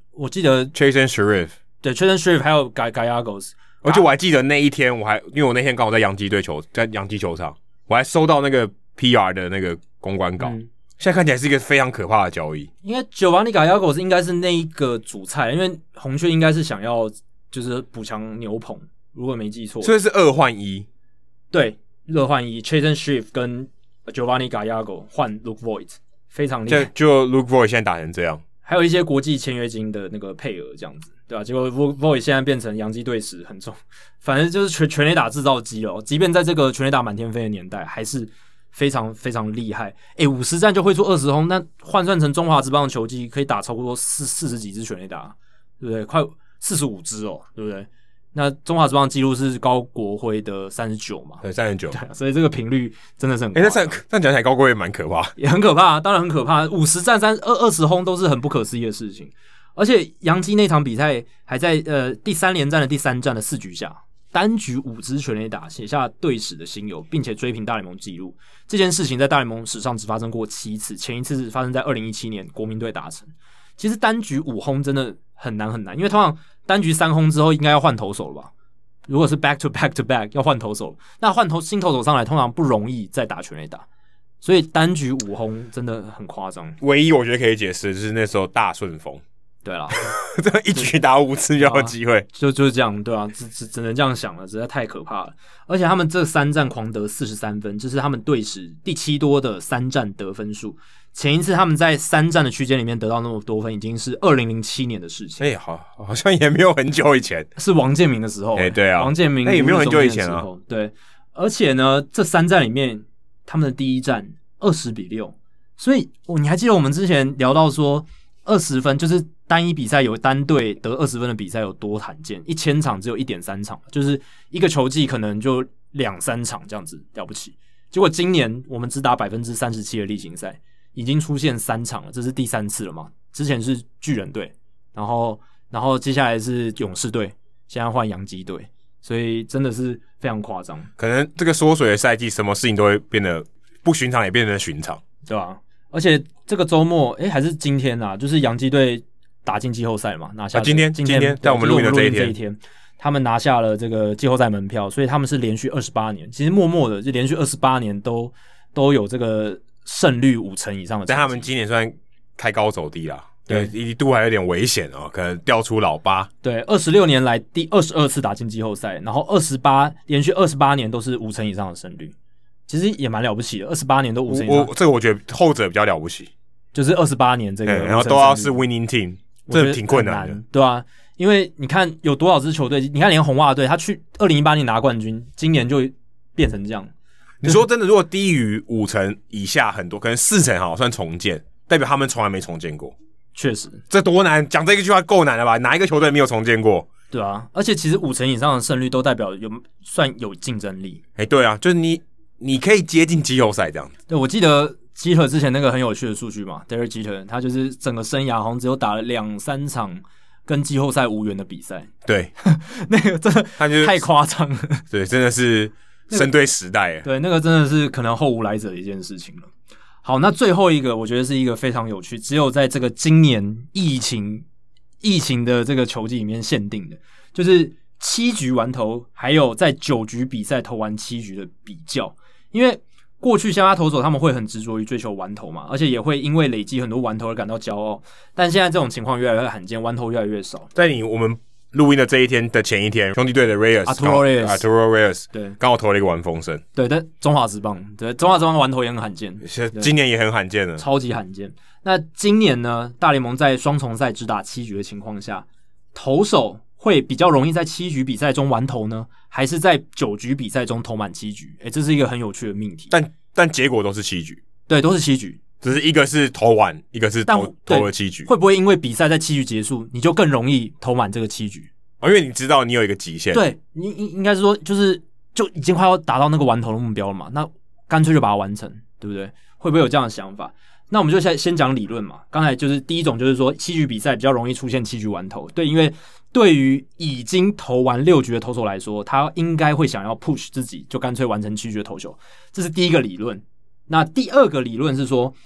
我记得 Chasen Shreve， 对 Chasen Shreve 还有 Gallegos， 而且我还记得那一天，我还因为我那天刚好在洋基队球，在洋基球场，我还收到那个 P R 的那个公关稿。嗯，现在看起来是一个非常可怕的交易。 因为 Giovanni Gallegos 应该是那一个主菜，因为红雀应该是想要就是补强牛棚，如果没记错， 所以是二换一。 对，二换一 ，Chasen Shreve 跟 Giovanni Gallegos 换 Luke Voit， 非常厉害。 就 Luke Voit 现在打成这样， 还有一些国际签约金的那个配额这样子，对吧、啊？结果 Voit 现在变成洋基队史很重，反正就是全全垒打制造机了。即便在这个全垒打满天飞的年代，还是非常非常厉害。诶，五十战就会出二十轰，那换算成中华职棒的球季，可以打超过四四十几支全垒打，对不对？快四十五支哦，对不对？那中华职棒纪录是高国辉的三十九嘛？ 对，三十九。 所以这个频率真的是很高。 哎、欸，那这样这样讲起来，高国辉也蛮可怕， 也很可怕、啊，当然很可怕。五十战三二二十轰都是很不可思议的事情。而且洋基那场比赛还在呃第三连战的第三战的四局下，单局五支全垒打，写下队史的新猷，并且追平大联盟纪录。这件事情在大联盟史上只发生过七次，前一次发生在二零一七年国民队达成。其实单局五轰真的很难很难，因为通常单局三轰之后应该要换投手了吧？如果是 back to back to back 要换投手，那换投新投手上来通常不容易再打全垒打，所以单局五轰真的很夸张。 唯一我觉得可以解释就是那时候大顺风， 对啦， 这一局打五次就有机会， 就就是这样，对啊，只只只能这样想了，实在太可怕了。而且他们这三战狂得四十三分，这是他们队史第七多的三战得分数。前一次他们在三战的区间里面得到那么多分，已经是二零零七年的事情。 哎、欸，好，好像也没有很久以前， 是王建民的时候。哎、 欸，对啊， 王建民， 哎、欸，也没有很久以前啊。 对，而且呢，这三战里面，他们的第一战二十比六，所以哦，你还记得我们之前聊到说，二十分就是单一比赛有单队得二十分的比赛有多罕见？一千场只有一点三场，就是一个球季可能就两三场这样子了不起。结果今年我们只打百分之三十七的例行赛。已经出现三场了，这是第三次了嘛？之前是巨人队，然后然后接下来是勇士队，现在换洋基队，所以真的是非常夸张。 可能这个缩水的赛季，什么事情都会变得不寻常，也变成寻常， 对吧、啊？而且这个周末，诶，还是今天啊，就是洋基队打进季后赛嘛，拿下、 啊、今天今天今天在我们录音的这一天， 这一天，他们拿下了这个季后赛门票，所以他们是连续二十八年，其实默默的就连续二十八年都都有这个。胜率五成以上的， 但他们今年算开高走低啦，对，一度还有点危险哦，可能掉出老八。 对，二十六年来第二十二次打进季后赛，然后二十八连续二十八年都是五成以上的胜率，其实也蛮了不起的，二十八年都五成以上。 我这个我觉得后者比较了不起， 就是二十八年这个， 然后都要是 winning team， 这挺困难的， 难对啊，因为你看有多少支球队，你看连红袜队，他去二零一八年拿冠军，今年就变成这样。 你说真的，如果低于五成以下很多，可能四成好算重建，代表他们从来没重建过。 确实， 这多难，讲这一句话够难了吧？哪一个球队没有重建过？ 对啊，而且其实五成以上的胜率都代表有算有竞争力。 哎、欸，对啊，就是你你可以接近季后赛这样子。 对，我记得基特之前那个很有趣的数据嘛 ，Derek Jeter 他就是整个生涯好像只有打了两三场跟季后赛无缘的比赛。 对， 那个真的他就太夸张了。 对，真的是。生对时代、 那個，对，那个真的是可能后无来者的一件事情了。好，那最后一个，我觉得是一个非常有趣，只有在这个今年疫情疫情的这个球季里面限定的，就是七局完投，还有在九局比赛投完七局的比较。因为过去先发投手他们会很执着于追求完投嘛，而且也会因为累积很多完投而感到骄傲。但现在这种情况越来越罕见，完投越来越少。 在你我们。录音的这一天的前一天，兄弟队的 Reyes，Arturo Reyes，Arturo Reyes， 对，刚好投了一个完封胜。 对，但中华职棒，对，中华职棒完投也很罕见， 今年也很罕见了， 超级罕见。那今年呢，大联盟在双重赛只打七局的情况下，投手会比较容易在七局比赛中完投呢，还是在九局比赛中投满七局？诶，这是一个很有趣的命题。 但但结果都是七局， 对，都是七局。 只是一个是投完，一个是投投了七局。 会不会因为比赛在七局结束，你就更容易投满这个七局？ 哦，因为你知道你有一个极限。 对，你应该是说，就是就已经快要达到那个完投的目标了嘛，那干脆就把它完成，对不对？会不会有这样的想法？那我们就先先讲理论嘛。刚才就是第一种，就是说七局比赛比较容易出现七局完投，对，因为对于已经投完六局的投手来说，他应该会想要 push 自己，就干脆完成七局的投球，这是第一个理论。那第二个理论是说，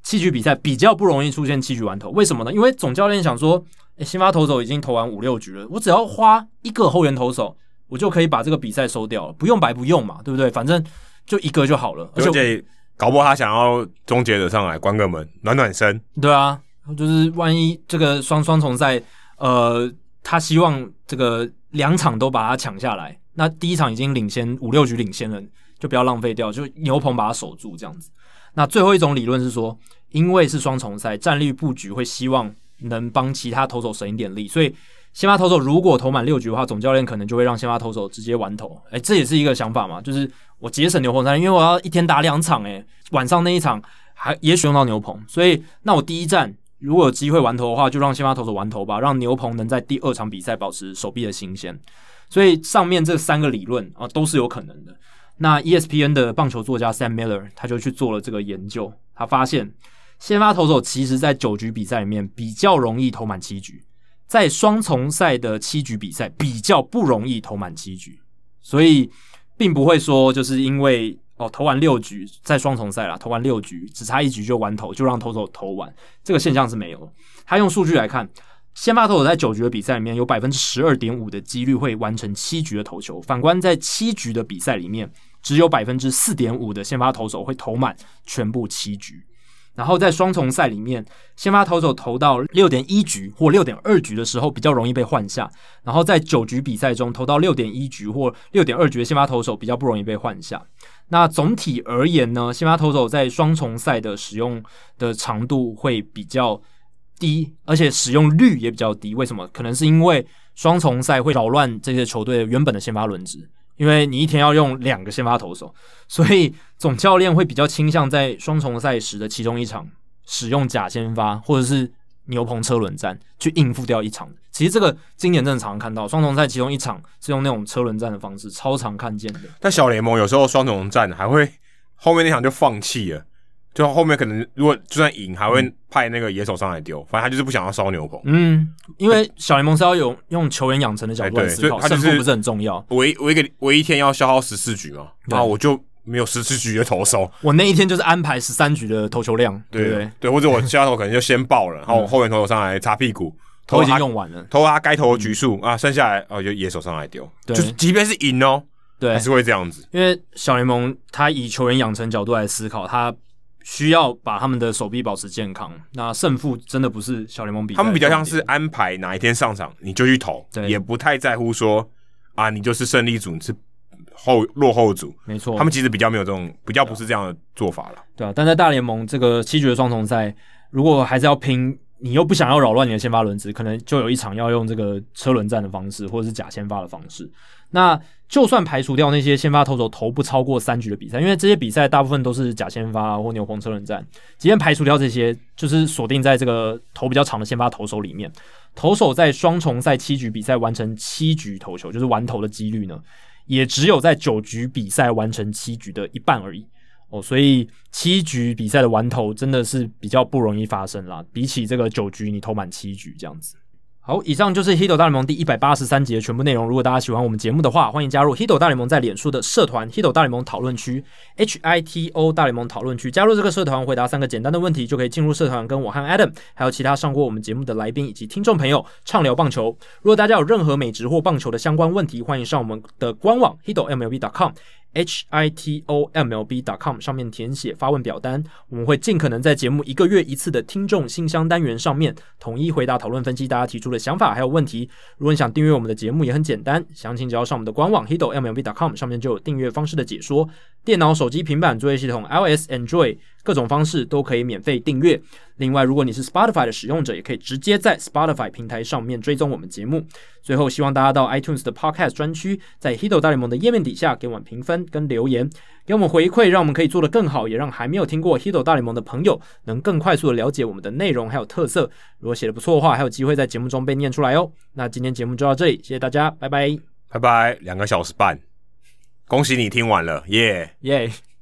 七局比赛比较不容易出现七局完投，为什么呢？因为总教练想说，诶，先发投手已经投完五六局了，我只要花一个后援投手，我就可以把这个比赛收掉了，不用白不用嘛，对不对？反正就一个就好了。 而且搞不好他想要终结者上来关个门，暖暖身。 对啊，就是万一这个双双重赛，呃，他希望这个两场都把它抢下来，那第一场已经领先五六局领先了，就不要浪费掉，就牛棚把它守住这样子。那最后一种理论是说，因为是双重赛，战力布局会希望能帮其他投手省一点力，所以先发投手如果投满六局的话，总教练可能就会让先发投手直接完投。哎，这也是一个想法嘛，就是我节省牛棚战力，因为我要一天打两场，哎，晚上那一场还也许用到牛棚，所以那我第一站如果有机会完投的话，就让先发投手完投吧，让牛棚能在第二场比赛保持手臂的新鲜。所以上面这三个理论啊都是有可能的。那 E S P N 的棒球作家 Sam Miller 他就去做了这个研究，他发现先发投手其实在九局比赛里面比较容易投满七局，在双重赛的七局比赛比较不容易投满七局，所以并不会说就是因为哦投完六局，在双重赛啦投完六局只差一局就完投，就让投手投完，这个现象是没有的。他用数据来看，先发投手在九局的比赛里面有 百分之十二点五 的几率会完成七局的投球，反观在七局的比赛里面只有 百分之四点五 的先发投手会投满全部七局。然后在双重赛里面，先发投手投到 六点一 局或 六点二 局的时候比较容易被换下，然后在九局比赛中投到 六点一 局或 六点二 局的先发投手比较不容易被换下。那总体而言呢，先发投手在双重赛的使用的长度会比较低，而且使用率也比较低。为什么？可能是因为双重赛会扰乱这些球队原本的先发轮值，因为你一天要用两个先发投手，所以总教练会比较倾向在双重赛时的其中一场使用假先发或者是牛棚车轮战去应付掉一场。其实这个今年真的常常看到，双重赛其中一场是用那种车轮战的方式，超常看见的。 但小联盟有时候双重战还会后面那场就放弃了，就后面可能如果就算赢，还会派那个野手上来丢，反正他就是不想要烧牛棚。 嗯，因为小联盟是要有用球员养成的角度来思考，胜负不是很重要。 我一我一个我一天要消耗十四局嘛，然后我就没有十四局的投手， 我那一天就是安排十三局的投球量，对不对？ 对，或者我下投可能就先爆了，然后后援投手上来擦屁股。 投已经用完了， 投他该投的局数、嗯、啊，剩下来哦就野手上来丢，就是即便是赢哦， 对， 还是会这样子。 因为小联盟他以球员养成角度来思考，他需要把他们的手臂保持健康。那胜负真的不是小联盟比赛， 他们比较像是安排哪一天上场你就去投，也不太在乎说啊你就是胜利组，你是后落后组， 没错。 他们其实比较没有这种，比较不是这样的做法了。 对啊，但在大联盟这个七局的双重赛，如果还是要拼。你又不想要扰乱你的先发轮值，可能就有一场要用这个车轮战的方式，或者是假先发的方式。那就算排除掉那些先发投手投不超过三局的比赛，因为这些比赛大部分都是假先发或牛棚车轮战，即便排除掉这些，就是锁定在这个投比较长的先发投手里面，投手在双重赛七局比赛完成七局投球，就是完投的几率呢，也只有在九局比赛完成七局的一半而已。哦，所以七局比赛的完投真的是比较不容易发生啦，比起这个九局你投满七局这样子。好，以上就是 Hito 大联盟第一百八十三集的全部内容。如果大家喜欢我们节目的话，欢迎加入 Hito 大联盟在脸书的社团 Hito 大联盟讨论区 H I T O 大联盟讨论区。加入这个社团，回答三个简单的问题，就可以进入社团，跟我和 Adam 还有其他上过我们节目的来宾以及听众朋友畅聊棒球。如果大家有任何美职或棒球的相关问题，欢迎上我们的官网 hito M L B dot com H I T O M L B dot com 上面填写发问表单，我们会尽可能在节目一个月一次的听众信箱单元上面统一回答、讨论、分析大家提出的想法还有问题。如果你想订阅我们的节目也很简单，详情只要上我们的官网 hito M L B dot com 上面就有订阅方式的解说，电脑、手机、平板作业系统 iOS、Android 各种方式都可以免费订阅。另外，如果你是 Spotify 的使用者，也可以直接在 Spotify 平台上面追踪我们节目。最后，希望大家到 iTunes 的 Podcast 专区，在 Hito 大联盟的页面底下给我们评分跟留言，给我们回馈，让我们可以做得更好，也让还没有听过 Hito 大联盟的朋友能更快速的了解我们的内容还有特色。如果写得不错的话，还有机会在节目中被念出来哦。那今天节目就到这里，谢谢大家，拜拜， 拜拜，两个小时半，恭喜你听完了，耶、yeah、 耶。Yeah